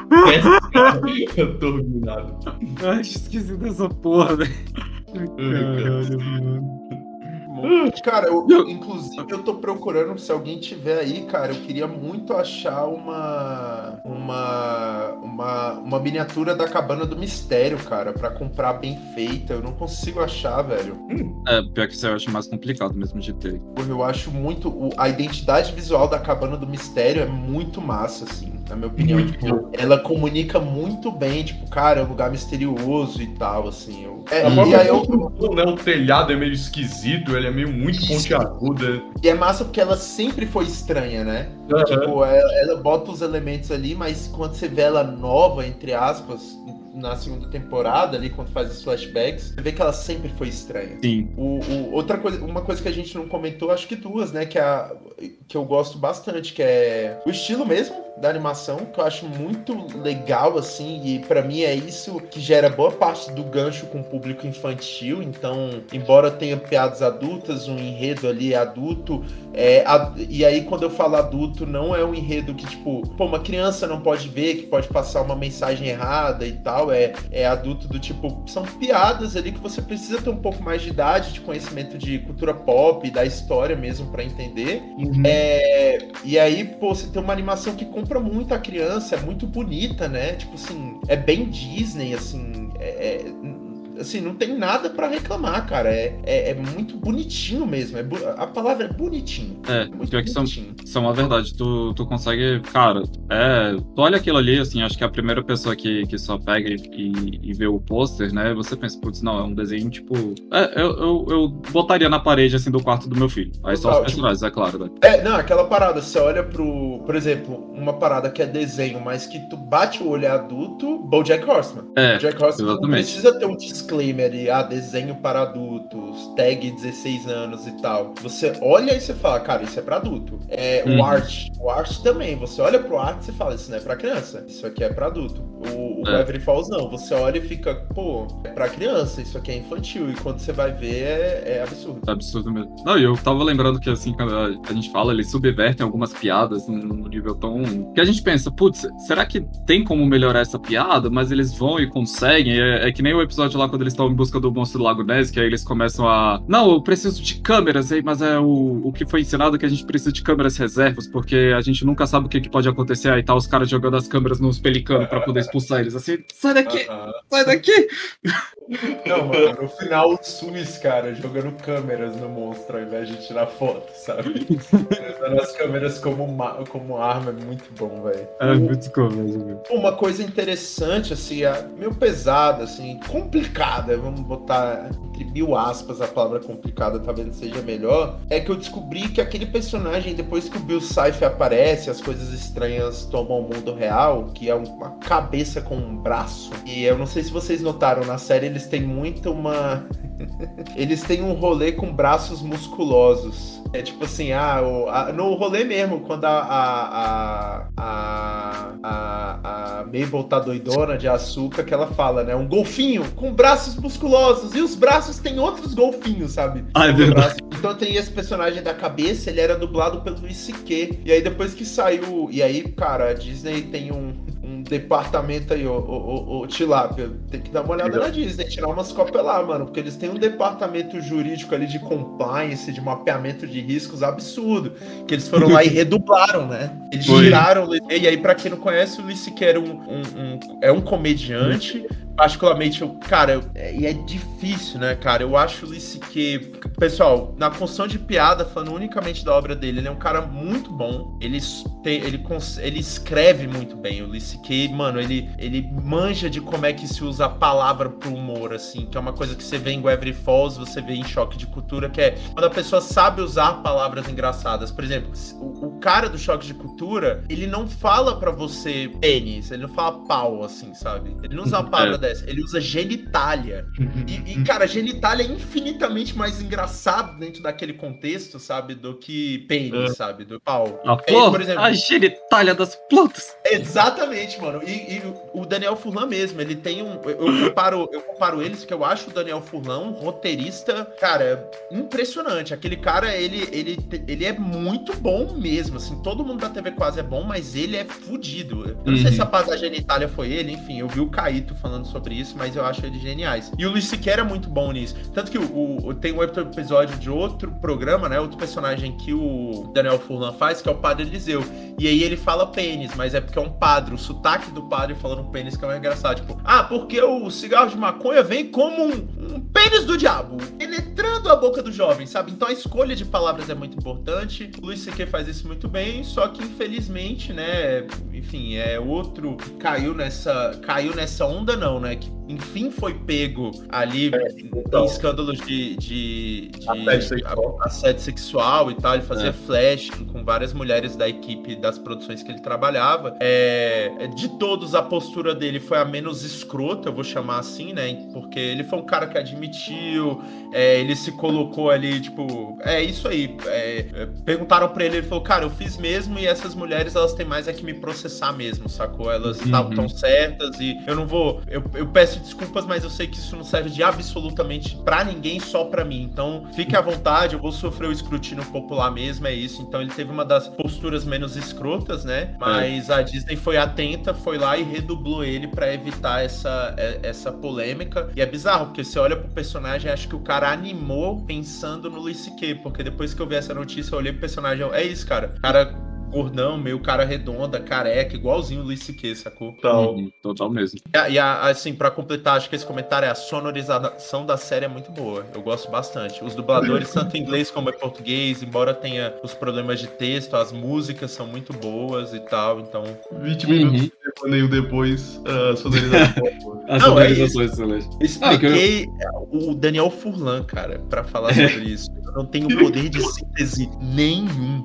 Turbinado. Esqueci dessa porra, velho. Caralho, mano. Cara, inclusive eu tô procurando, se alguém tiver aí, cara, eu queria muito achar uma miniatura da Cabana do Mistério, cara, pra comprar bem feita. Eu não consigo achar, velho. Pior que isso eu acho mais complicado mesmo de ter. Eu acho muito... A identidade visual da Cabana do Mistério é muito massa, assim, na minha opinião. Tipo, ela comunica muito bem, tipo, cara, é um lugar misterioso e tal, assim. O telhado é meio esquisito, ele é meio muito pontiaguda. E é massa porque ela sempre foi estranha, né? Tipo, ela bota os elementos ali, mas quando você vê ela nova, entre aspas, na segunda temporada, ali, quando faz os flashbacks, você vê que ela sempre foi estranha. Sim. Uma coisa que a gente não comentou, acho que duas, né? Que eu gosto bastante, que é o estilo mesmo da animação, que eu acho muito legal, assim, e pra mim é isso que gera boa parte do gancho com o público infantil. Então, embora tenha piadas adultas, um enredo ali é adulto, e aí quando eu falo adulto, não é um enredo que, tipo, uma criança não pode ver, que pode passar uma mensagem errada e tal, é adulto do tipo, são piadas ali que você precisa ter um pouco mais de idade, de conhecimento de cultura pop, da história mesmo pra entender. E aí, você tem uma animação que compra muito a criança, é muito bonita, né? Tipo assim, é bem Disney, assim, assim, não tem nada pra reclamar, cara. É muito bonitinho mesmo. A palavra é bonitinho. Muito pior que isso é uma verdade. Tu consegue, cara, tu olha aquilo ali, assim, acho que a primeira pessoa que só pega e vê o pôster, né, você pensa, putz, não, é um desenho, tipo, eu botaria na parede, assim, do quarto do meu filho. Aí só os personagens, é claro, né? Não, aquela parada, você olha por exemplo, uma parada que é desenho, mas que tu bate o olho é adulto, BoJack Horseman. BoJack Horseman não precisa ter um disclaimer de, desenho para adultos, tag 16 anos e tal. Você olha e você fala, cara, isso é pra adulto. O Art também, você olha pro Art e você fala, isso não é pra criança, isso aqui é pra adulto. O Gravity Falls não, você olha e fica, pô, é pra criança, isso aqui é infantil, e quando você vai ver, é absurdo. É absurdo mesmo. Não, e eu tava lembrando que, assim, quando a gente fala, eles subvertem algumas piadas num nível tão... que a gente pensa, putz, será que tem como melhorar essa piada? Mas eles vão e conseguem. É que nem o episódio lá quando eles estão em busca do monstro do Lago Ness, que aí eles começam a... Não, eu preciso de câmeras aí, mas é o que foi ensinado que a gente precisa de câmeras reservas, porque a gente nunca sabe o que pode acontecer. Aí tá os caras jogando as câmeras nos pelicanos pra poder expulsar eles. Assim, sai daqui! Sai daqui! Não, mano, no final o Suis, cara, jogando câmeras no monstro ao invés de tirar foto, sabe? Usando as câmeras como arma é muito bom, velho. É muito comédia, velho. Uma coisa interessante, assim, meio pesada, assim, complicada, vamos botar entre 1000 aspas a palavra complicada, talvez seja melhor, é que eu descobri que aquele personagem, depois que o Bill Cipher aparece, as coisas estranhas tomam o mundo real, que é uma cabeça com um braço, e eu não sei se vocês notaram, na série eles têm muito eles têm um rolê com braços musculosos. É tipo assim, no rolê mesmo, quando a Mabel tá doidona de açúcar, que ela fala, né? Um golfinho com braços musculosos. E os braços têm outros golfinhos, sabe? É verdade. Então tem esse personagem da cabeça, ele era dublado pelo Luis C.K. E aí depois que saiu... E aí, cara, a Disney tem um departamento aí, ô Tilápia, tem que dar uma olhada na Disney, tirar umas cópias lá, mano, porque eles têm um departamento jurídico ali de compliance, de mapeamento de riscos absurdo, que eles foram lá e redublaram, né? Eles tiraram, e aí pra quem não conhece, o Luis C.K. é um comediante, particularmente, e é difícil, né, cara? Eu acho o Luis C.K. Pessoal, na construção de piada, falando unicamente da obra dele, ele é um cara muito bom, ele escreve muito bem, o Luis C.K., mano, ele manja de como é que se usa a palavra pro humor, assim, que é uma coisa que você vê em Gravity Falls, você vê em Choque de Cultura, que é quando a pessoa sabe usar palavras engraçadas. Por exemplo, o cara do Choque de Cultura, ele não fala pra você pênis, ele não fala pau, assim, sabe? Ele não usa uma palavra dessa, ele usa genitália. E, cara, genitália é infinitamente mais engraçado dentro daquele contexto, sabe? Do que pênis, sabe? Do pau. Por exemplo, a genitália das plantas. Exatamente, mano. E o Daniel Furlan mesmo, ele tem eu comparo eles, porque eu acho o Daniel Furlan um roteirista, cara, impressionante. Aquele cara, ele é muito bom mesmo, assim. Todo mundo da TV quase é bom, mas ele é fudido. Eu não sei se a paz da genitália foi ele, enfim, eu vi o Caíto falando sobre isso, mas eu acho eles geniais. E o Luis C.K. era muito bom nisso. Tanto que tem um episódio de outro programa, né, outro personagem que o Daniel Furlan faz, que é o Padre Eliseu. E aí ele fala pênis, mas é porque é um padre, o sotaque do padre falando pênis que é mais engraçado. Tipo, porque o cigarro de maconha vem como um pênis do diabo, penetrando a boca do jovem, sabe? Então a escolha de palavras é muito importante. O Luis C.K. faz isso muito bem, só que infelizmente, né, enfim, outro caiu nessa onda não, né, que enfim foi pego ali em escândalos de assédio sexual e tal. Ele fazia flash com várias mulheres da equipe das produções que ele trabalhava. De todos, a postura dele foi a menos escrota, eu vou chamar assim, né, porque ele foi um cara que admitiu, ele se colocou ali, tipo, isso aí, perguntaram pra ele falou, cara, eu fiz mesmo e essas mulheres, elas têm mais que me processar mesmo, sacou? Elas estão certas e eu não vou, eu peço desculpas, mas eu sei que isso não serve de absolutamente pra ninguém, só pra mim, então fique à vontade, eu vou sofrer o escrutínio popular mesmo, é isso. Então ele teve uma das posturas menos escrotas, né, mas a Disney foi atenta, foi lá e redublou ele pra evitar essa polêmica, e é bizarro, porque você olha pro personagem, acho que o cara animou pensando no Luis C.K., porque depois que eu vi essa notícia, eu olhei pro personagem, é isso, cara, o cara gordão, meio cara redonda, careca, igualzinho o Luis C.K., sacou? Total mesmo. Assim, pra completar, acho que esse comentário é a sonorização da série é muito boa. Eu gosto bastante. Os dubladores, tanto em inglês como em português, embora tenha os problemas de texto, as músicas são muito boas e tal, então... 20 minutos de devaneio depois, a sonorização. Não, é isso. Excelente. Eu expliquei o Daniel Furlan, cara, pra falar sobre isso. Eu não tenho poder de síntese nenhum.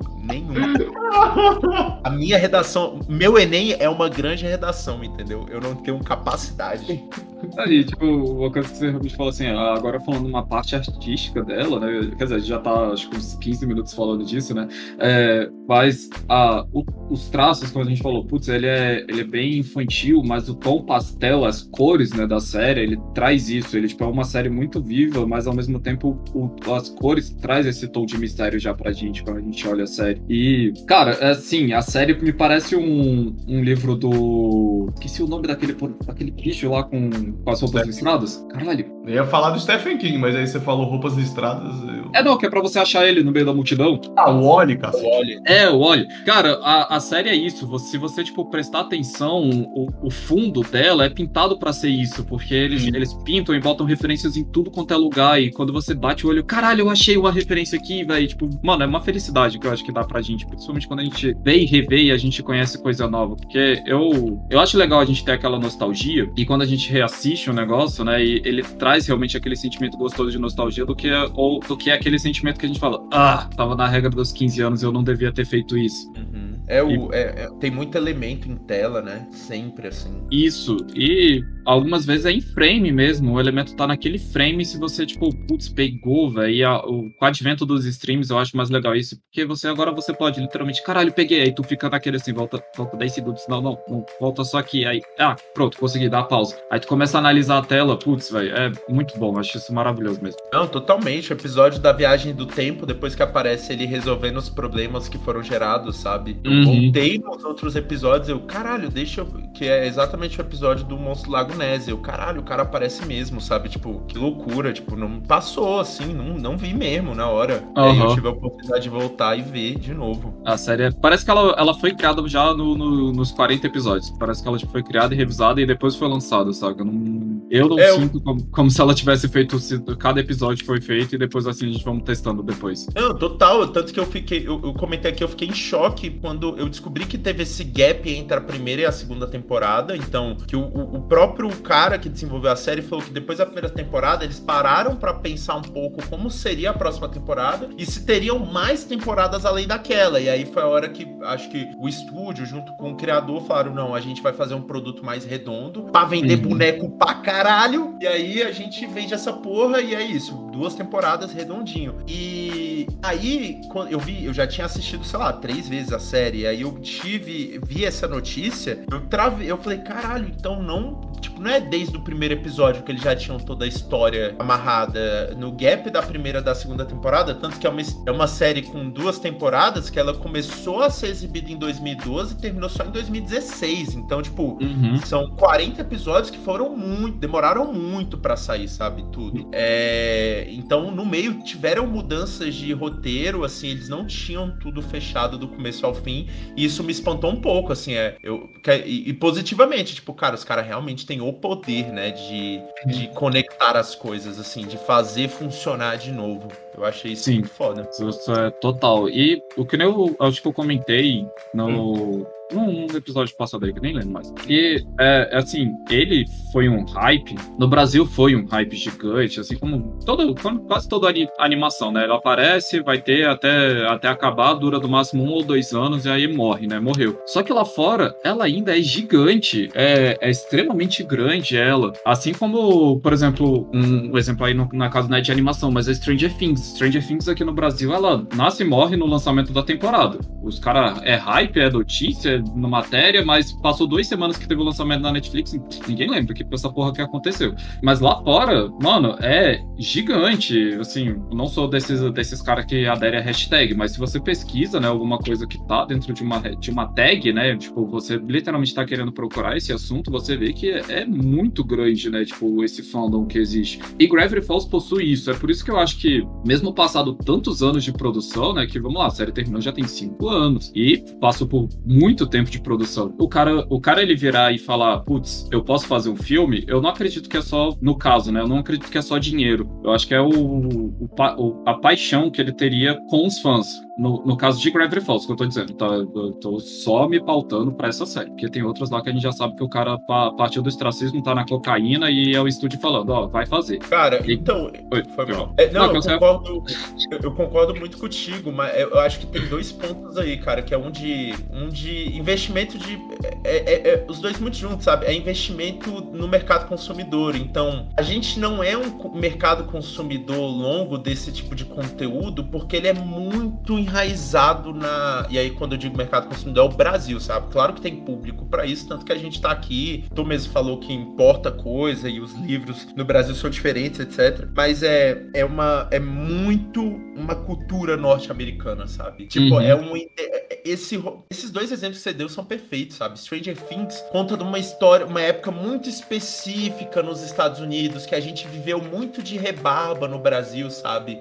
A minha redação, meu Enem é uma grande redação, entendeu? Eu não tenho capacidade. Aí, tipo, uma coisa que você realmente falou assim, agora falando uma parte artística dela, né? Quer dizer, a gente já tá, acho que uns 15 minutos falando disso, né? Mas os traços, como a gente falou, putz, ele é bem infantil, mas o tom pastel, as cores, né, da série, ele traz isso. Ele, tipo, é uma série muito viva, mas ao mesmo tempo as cores traz esse tom de mistério já pra gente, quando a gente olha a série. E, cara, assim, a série me parece um livro do... Esqueci o nome daquele bicho lá com as roupas listradas. Caralho. Eu ia falar do Stephen King, mas aí você falou roupas listradas. Não, que é pra você achar ele no meio da multidão. O Wally, cacete. O Wally. Cara, a série é isso. Se você, tipo, prestar atenção, o fundo dela é pintado pra ser isso, porque eles pintam e botam referências em tudo quanto é lugar, e quando você bate o olho, caralho, eu achei uma referência aqui, velho. Tipo, mano, é uma felicidade que eu acho que dá pra gente, principalmente quando a gente vê e revê e a gente conhece coisa nova, porque eu acho legal a gente ter aquela nostalgia, e quando a gente reassiste um negócio, né, e ele traz realmente aquele sentimento gostoso de nostalgia do que é aquele sentimento que a gente fala, tava na regra dos 15 anos, eu não devia ter feito isso. Tem muito elemento em tela, né? Sempre assim. Isso, e algumas vezes é em frame mesmo, o elemento tá naquele frame, se você, tipo, putz, pegou, velho, e com o advento dos streams eu acho mais legal isso, porque agora você pode literalmente, caralho, peguei, aí tu fica naquele assim, volta 10 segundos, não, volta só aqui, aí, pronto, consegui dar a pausa. Aí tu começa a analisar a tela, putz, velho, é muito bom, acho isso maravilhoso mesmo. Não, totalmente, o episódio da viagem do tempo, depois que aparece ele resolvendo os problemas que foram gerados, sabe? Eu voltei nos outros episódios, caralho, que é exatamente o episódio do Monstro Lago Ness, caralho, o cara aparece mesmo, sabe? Tipo, que loucura, tipo, não passou, assim, não vi mesmo na hora. Aí eu tive a oportunidade de voltar e ver de novo. A série, parece que ela foi criada já nos 40 episódios, parece que ela foi criada e revisada e depois foi lançada, sabe? Eu não sinto como se ela tivesse feito, cada episódio foi feito e depois assim a gente vamos testando depois. Não, total, tanto que eu comentei aqui, eu fiquei em choque quando eu descobri que teve esse gap entre a primeira e a segunda temporada, então, que o próprio cara que desenvolveu a série falou que depois da primeira temporada eles pararam pra pensar um pouco como seria a próxima temporada e se teriam mais temporadas além daquela, e aí foi a hora que, acho que o estúdio junto com o criador falaram, não, a gente vai fazer um produto mais redondo pra vender boneco pra caralho, e aí a gente vende essa porra e é isso, 2 temporadas redondinho. E aí, quando eu já tinha assistido, sei lá, 3 vezes a série, e aí eu vi essa notícia, eu falei, caralho, então não é desde o primeiro episódio que eles já tinham toda a história amarrada no gap da primeira e da segunda temporada, tanto que é uma série com 2 temporadas que ela começou a ser exibida em 2012 e terminou só em 2016, então, tipo, são 40 episódios que demoraram muito pra sair, sabe, tudo. Então, no meio, tiveram mudanças de roteiro, assim, eles não tinham tudo fechado do começo ao fim, e isso me espantou um pouco, assim, e positivamente, tipo, cara, os caras realmente têm o poder, né, de conectar as coisas, assim, de fazer funcionar de novo. Eu achei isso muito foda. Isso é total. E o que eu acho que eu comentei num episódio passado aí, que nem lembro mais. E, assim, ele foi um hype. No Brasil foi um hype gigante, assim como quase toda animação, né? Ela aparece, vai ter até acabar, dura no máximo 1 ou 2 anos e aí morre, né? Morreu. Só que lá fora, ela ainda é gigante. É extremamente grande ela. Assim como, por exemplo, um exemplo aí na casa, né, de animação, mas é Stranger Things. Stranger Things aqui no Brasil, ela nasce e morre no lançamento da temporada. Os caras, hype, notícia, na matéria, mas passou 2 semanas que teve o lançamento na Netflix, ninguém lembra que essa porra que aconteceu. Mas lá fora, mano, é gigante, assim, eu não sou desses caras que aderem a hashtag, mas se você pesquisa, né, alguma coisa que tá dentro de uma tag, né, tipo, você literalmente tá querendo procurar esse assunto, você vê que é muito grande, né, tipo, esse fandom que existe. E Gravity Falls possui isso, é por isso que eu acho que, mesmo passado tantos anos de produção, né, que, vamos lá, a série terminou já tem 5 anos, e passou por muito tempo de produção. O cara ele virar e falar, putz, eu posso fazer um filme, eu não acredito que é só, no caso, né, eu não acredito que é só dinheiro. Eu acho que é a paixão que ele teria com os fãs. No caso de Gravity Falls, que eu tô dizendo, tá? Eu tô só me pautando pra essa série, porque tem outras lá que a gente já sabe que o cara partiu do ostracismo, tá na cocaína e é o estúdio falando, ó, vai fazer. Cara, então... Foi mal. Eu concordo muito contigo, mas eu acho que tem 2 pontos aí, cara, que é um de investimento de... os dois muito juntos, sabe? É investimento no mercado consumidor. Então, a gente não é um mercado consumidor longo desse tipo de conteúdo, porque ele é muito enraizado na... E aí, quando eu digo mercado consumidor, é o Brasil, sabe? Claro que tem público pra isso, tanto que a gente tá aqui. Tu mesmo falou que importa coisa e os livros no Brasil são diferentes, etc. Mas é muito uma cultura norte-americana, sabe? Tipo, esses 2 exemplos que você deu são perfeitos, sabe? Stranger Things conta de uma história, uma época muito específica nos Estados Unidos, que a gente viveu muito de rebarba no Brasil, sabe?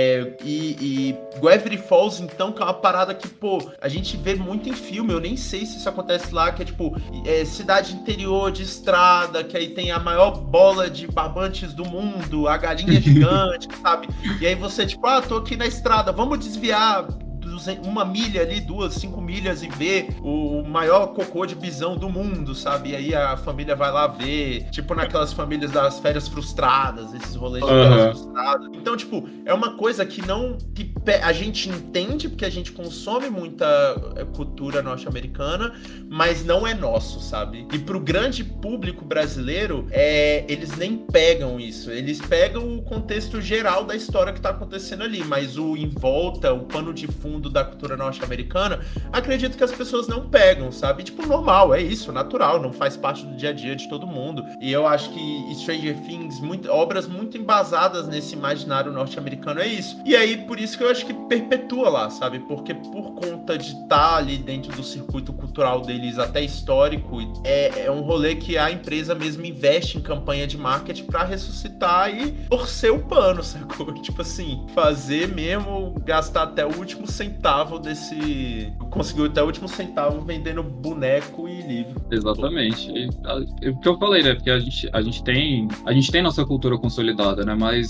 E Gravity Falls, então, que é uma parada que, pô, a gente vê muito em filme, eu nem sei se isso acontece lá, que é tipo, cidade interior de estrada, que aí tem a maior bola de barbantes do mundo, a galinha gigante, sabe? E aí você, tipo, tô aqui na estrada, vamos desviar 1 milha ali, 2, 5 milhas e ver o maior cocô de bisão do mundo, sabe? E aí a família vai lá ver, tipo naquelas famílias das férias frustradas, esses rolês de férias frustradas. Então, tipo, é uma coisa que a gente entende, porque a gente consome muita cultura norte-americana, mas não é nosso, sabe? E pro grande público brasileiro, eles nem pegam isso, eles pegam o contexto geral da história que tá acontecendo ali, mas o em volta, o pano de fundo da cultura norte-americana, acredito que as pessoas não pegam, sabe? Tipo, normal, é isso, natural, não faz parte do dia a dia de todo mundo. E eu acho que Stranger Things, obras muito embasadas nesse imaginário norte-americano, é isso. E aí, por isso que eu acho que perpetua lá, sabe? Porque por conta de estar ali dentro do circuito cultural deles, até histórico, é um rolê que a empresa mesmo investe em campanha de marketing pra ressuscitar e torcer o pano, sacou? Tipo assim, fazer mesmo, gastar até o último centavo conseguiu até o último centavo vendendo boneco e livro. Exatamente. E o que eu falei, né? Porque a gente tem nossa cultura consolidada, né? Mas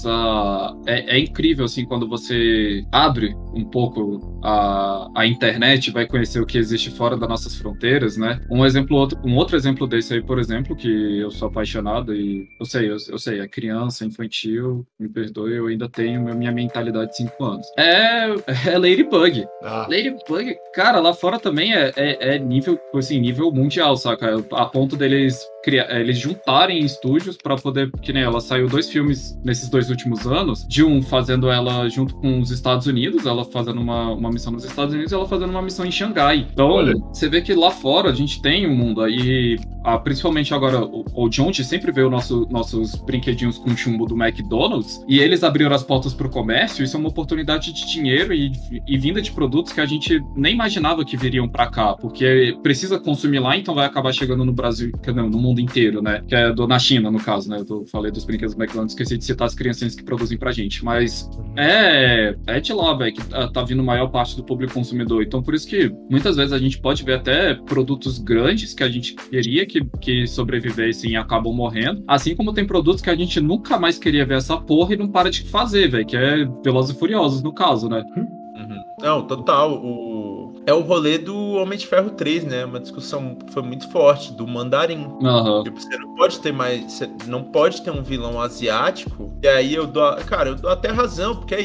é incrível, assim, quando você abre um pouco a internet, vai conhecer o que existe fora das nossas fronteiras, né? Um outro exemplo desse aí, por exemplo, que eu sou apaixonado e eu sei, é criança, infantil, me perdoe, eu ainda tenho minha mentalidade de 5 anos. É Ladybug. Ladybug, cara, lá fora também é nível, assim, nível mundial, saca? A ponto deles eles juntarem estúdios pra poder, que nem ela saiu 2 filmes nesses 2 últimos anos, de um fazendo ela junto com os Estados Unidos, ela fazendo uma missão nos Estados Unidos e ela fazendo uma missão em Xangai. Então, você vê que lá fora a gente tem um mundo aí, principalmente agora, o Jonty sempre vê nossos brinquedinhos com chumbo do McDonald's, e eles abriram as portas pro comércio, isso é uma oportunidade de dinheiro e vinda de produtos que a gente nem imaginava que viriam pra cá, porque precisa consumir lá, então vai acabar chegando no Brasil, no mundo inteiro, né? Que é na China, no caso, né? Eu falei dos brinquedos do McDonald's, esqueci de citar as criancinhas que produzem pra gente, mas é de lá, velho, que tá vindo a maior parte do público consumidor. Então, por isso que muitas vezes a gente pode ver até produtos grandes que a gente queria que sobrevivessem e acabam morrendo, assim como tem produtos que a gente nunca mais queria ver essa porra e não para de fazer, velho, que é Velozes e Furiosos, no caso, né? Não, total. É o rolê do Homem de Ferro 3, né? Uma discussão que foi muito forte, do Mandarim. Tipo, você não pode ter um vilão asiático. E aí eu dou até razão, porque é isso.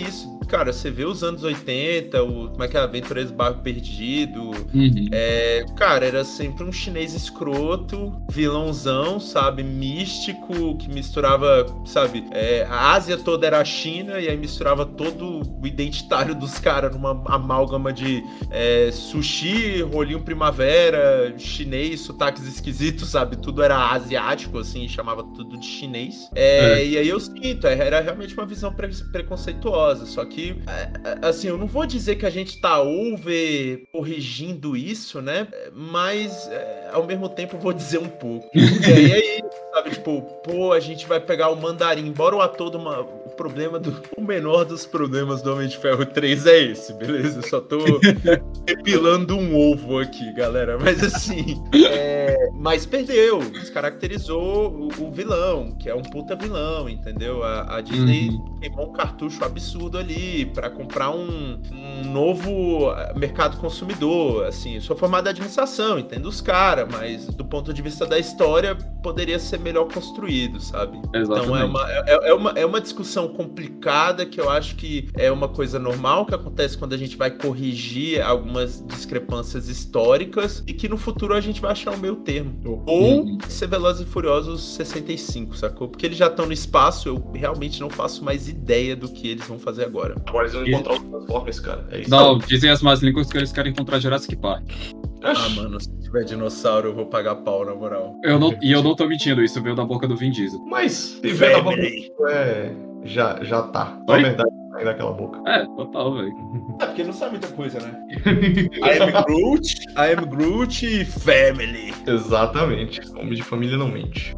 cara, você vê os anos 80, como é que é? Aventureiros do Bairro Perdido. Cara, era sempre um chinês escroto, vilãozão, sabe? Místico, que misturava, sabe? A Ásia toda era a China, e aí misturava todo o identitário dos caras numa amálgama de sushi, rolinho primavera, chinês, sotaques esquisitos, sabe? Tudo era asiático, assim, chamava tudo de chinês. E aí eu sinto, era realmente uma visão preconceituosa, só que, assim, eu não vou dizer que a gente tá corrigindo isso, né? Mas, ao mesmo tempo, eu vou dizer um pouco. E aí, sabe, tipo, pô, a gente vai pegar o mandarim, embora o ator o menor dos problemas do Homem de Ferro 3 é esse, beleza? Eu só tô repilando um ovo aqui, galera, mas assim, mas perdeu, descaracterizou o vilão, que é um puta vilão, entendeu? A Disney queimou um cartucho absurdo ali pra comprar um novo mercado consumidor, assim, eu sou formado em administração, entendo os caras, mas do ponto de vista da história, poderia ser melhor construído, sabe? Exatamente. Então é uma discussão complicada, que eu acho que é uma coisa normal que acontece quando a gente vai corrigir algumas discrepâncias históricas, e que no futuro a gente vai achar um meio termo. Ou ser Velozes e Furiosos 65, sacou? Porque eles já estão no espaço, eu realmente não faço mais ideia do que eles vão fazer agora. Agora eles vão encontrar os Transformers, cara. É isso. Não, dizem as más línguas que eles querem encontrar Jurassic Park. Mano, se tiver dinossauro, eu vou pagar pau, na moral. Eu não tô mentindo, isso veio da boca do Vin Diesel. Mas se tiver na boca, já tá. Na verdade, sai daquela boca. Total, velho. Porque não sabe muita coisa, né? I am Groot e family. Exatamente. Homem de família não mente.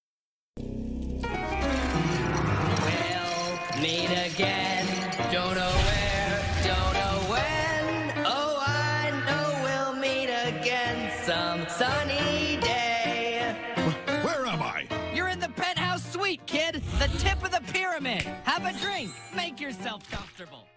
Meet again, don't know where, don't know when. Oh, I know we'll meet again some sunny day. Where am I? You're in the penthouse suite, kid. The tip of the pyramid. Have a drink. Make yourself comfortable.